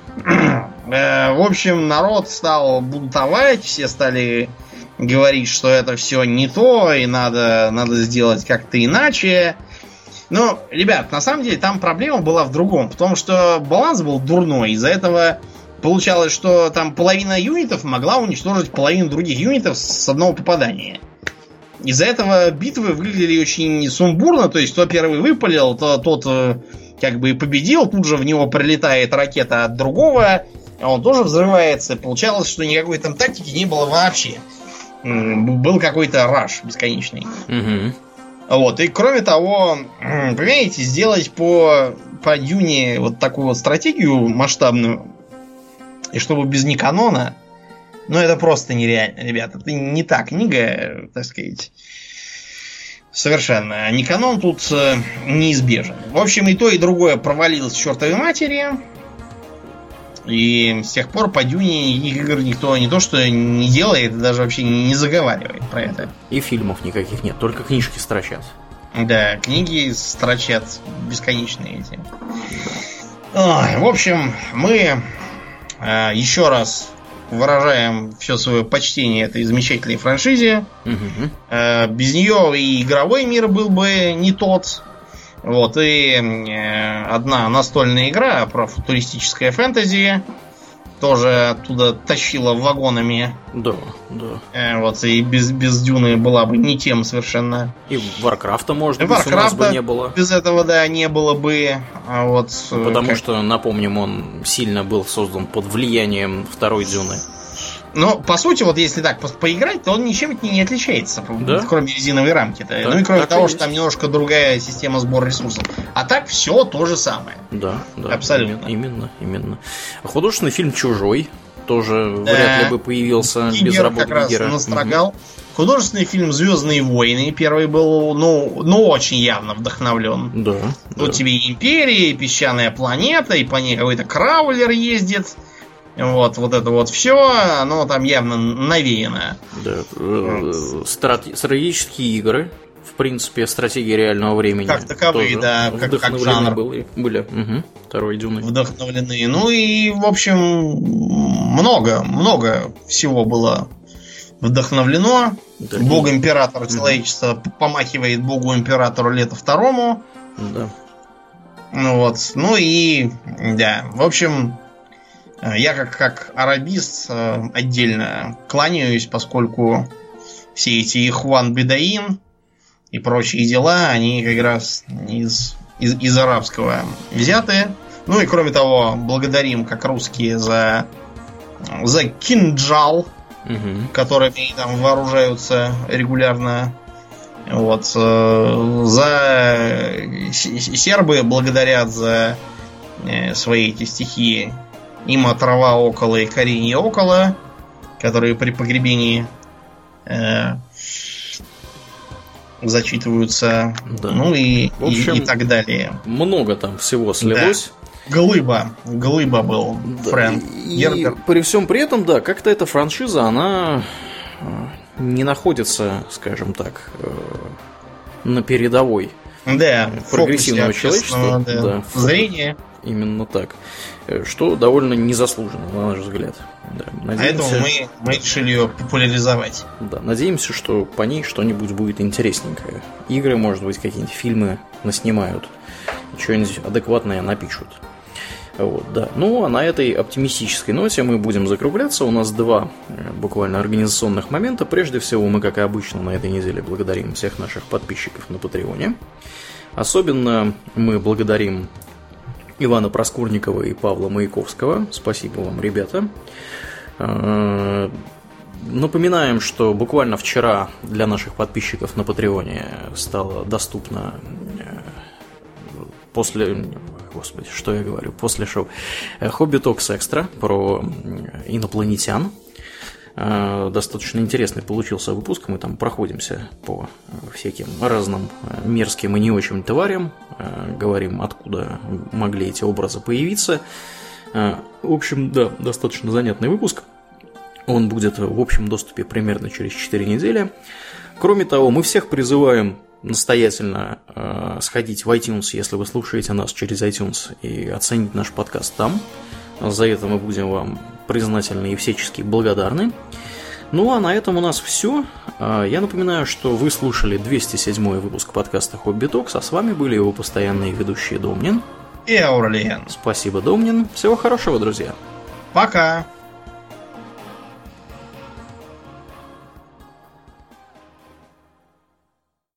В общем, народ стал бунтовать, все стали говорить, что это все не то, и надо, надо сделать как-то иначе. Но, ребят, на самом деле там проблема была в другом, потому что баланс был дурной. Из-за этого получалось, что там половина юнитов могла уничтожить половину других юнитов с одного попадания. Из-за этого битвы выглядели очень сумбурно, то есть кто первый выпалил, то тот как бы победил, тут же в него прилетает ракета от другого, а он тоже взрывается. Получалось, что никакой там тактики не было вообще. Был какой-то раш бесконечный. Угу. Вот, и кроме того, понимаете, сделать по, по Дюне вот такую вот стратегию масштабную, и чтобы без Никанона, ну это просто нереально, ребята. Это не та книга, так сказать, совершенно. Никанон тут неизбежен. В общем, и то, и другое провалилось к чертовой матери. И с тех пор по Дюне игр никто не то что не делает, даже вообще не заговаривает про это. И фильмов никаких нет, только книжки строчат. Да, книги строчат бесконечные эти. Ой, в общем, мы э, еще раз выражаем все свое почтение этой замечательной франшизе. Угу. Э, без нее и игровой мир был бы не тот. Вот, и э, одна настольная игра про футуристическое фэнтези тоже оттуда тащила вагонами. Да, да. Э, вот, и без, без Дюны была бы не тем совершенно. И Варкрафта, может и быть, у нас бы не было. Без этого, да, не было бы. А вот, Потому как... что, напомним, он сильно был создан под влиянием второй Дюны. Но, по сути, вот если так по- поиграть, то он ничем не, не отличается, да? кроме резиновой рамки-то. Так, ну и кроме того, и что там немножко другая система сбора ресурсов. А так все то же самое. Да, да. Абсолютно. Именно, именно. Художественный фильм «Чужой» тоже да. вряд ли бы появился Гигер без работы как раз Гигера. настрогал. Угу. Художественный фильм «Звездные войны» первый был, ну, ну очень явно вдохновлен. Да. Вот да. тебе и Империя, и песчаная планета, и по ней какой-то краулер ездит. Вот, вот это вот все, оно там явно навеяно. Да. Вот. Страт... Стратегические игры, в принципе, стратегии реального времени. Как таковые, да, как, как жанр. Были, были. Угу. Второй Дюны. Вдохновлены. Ну и, в общем, много, много всего было вдохновлено. Да. Бог-император человечества угу. помахивает Богу-императору Лето Второму. Да. Ну вот. Ну и, да, в общем... Я как, как арабист э, отдельно кланяюсь, поскольку все эти Хуан Бедаин и прочие дела, они как раз из, из, из арабского взяты. Ну и кроме того, благодарим как русские за, за кинджал, угу. которыми там вооружаются регулярно. Вот, э, за сербы благодарят за э, свои эти стихи. Има трава около и коренья около, которые при погребении э, зачитываются, да. ну и, в общем, и, и так далее. Много там всего слилось. Да. Глыба, глыба был да. Фрэнк и, и при всем при этом, да, как-то эта франшиза, она не находится, скажем так, на передовой да, прогрессивного человечества. Да. Да, зрение. Именно так. Что довольно незаслуженно, на наш взгляд. Да, надеемся... Поэтому мы, мы решили ее популяризовать. Да, надеемся, что по ней что-нибудь будет интересненькое. Игры, может быть, какие-нибудь фильмы наснимают, что-нибудь адекватное напишут. Вот, да. Ну, а на этой оптимистической ноте мы будем закругляться. У нас два буквально организационных момента. Прежде всего, мы, как и обычно, на этой неделе благодарим всех наших подписчиков на Патреоне. Особенно мы благодарим Ивана Проскурникова и Павла Маяковского. Спасибо вам, ребята. Напоминаем, что буквально вчера для наших подписчиков на Патреоне стало доступно после... Господи, что я говорю? После шоу Хобби Токс Экстра про инопланетян. Достаточно интересный получился выпуск. Мы там проходимся по всяким разным мерзким и не очень тварям. Говорим, откуда могли эти образы появиться. В общем, да, достаточно занятный выпуск. Он будет в общем доступе примерно через четыре недели. Кроме того, мы всех призываем настоятельно сходить в iTunes, если вы слушаете нас через iTunes, и оценить наш подкаст там. За это мы будем вам признательны и всячески благодарны. Ну а на этом у нас все. Я напоминаю, что вы слушали двести седьмой выпуск подкаста Хобби Токс, а с вами были его постоянные ведущие Домнин и Аурлиен. Спасибо, Домнин. Всего хорошего, друзья. Пока.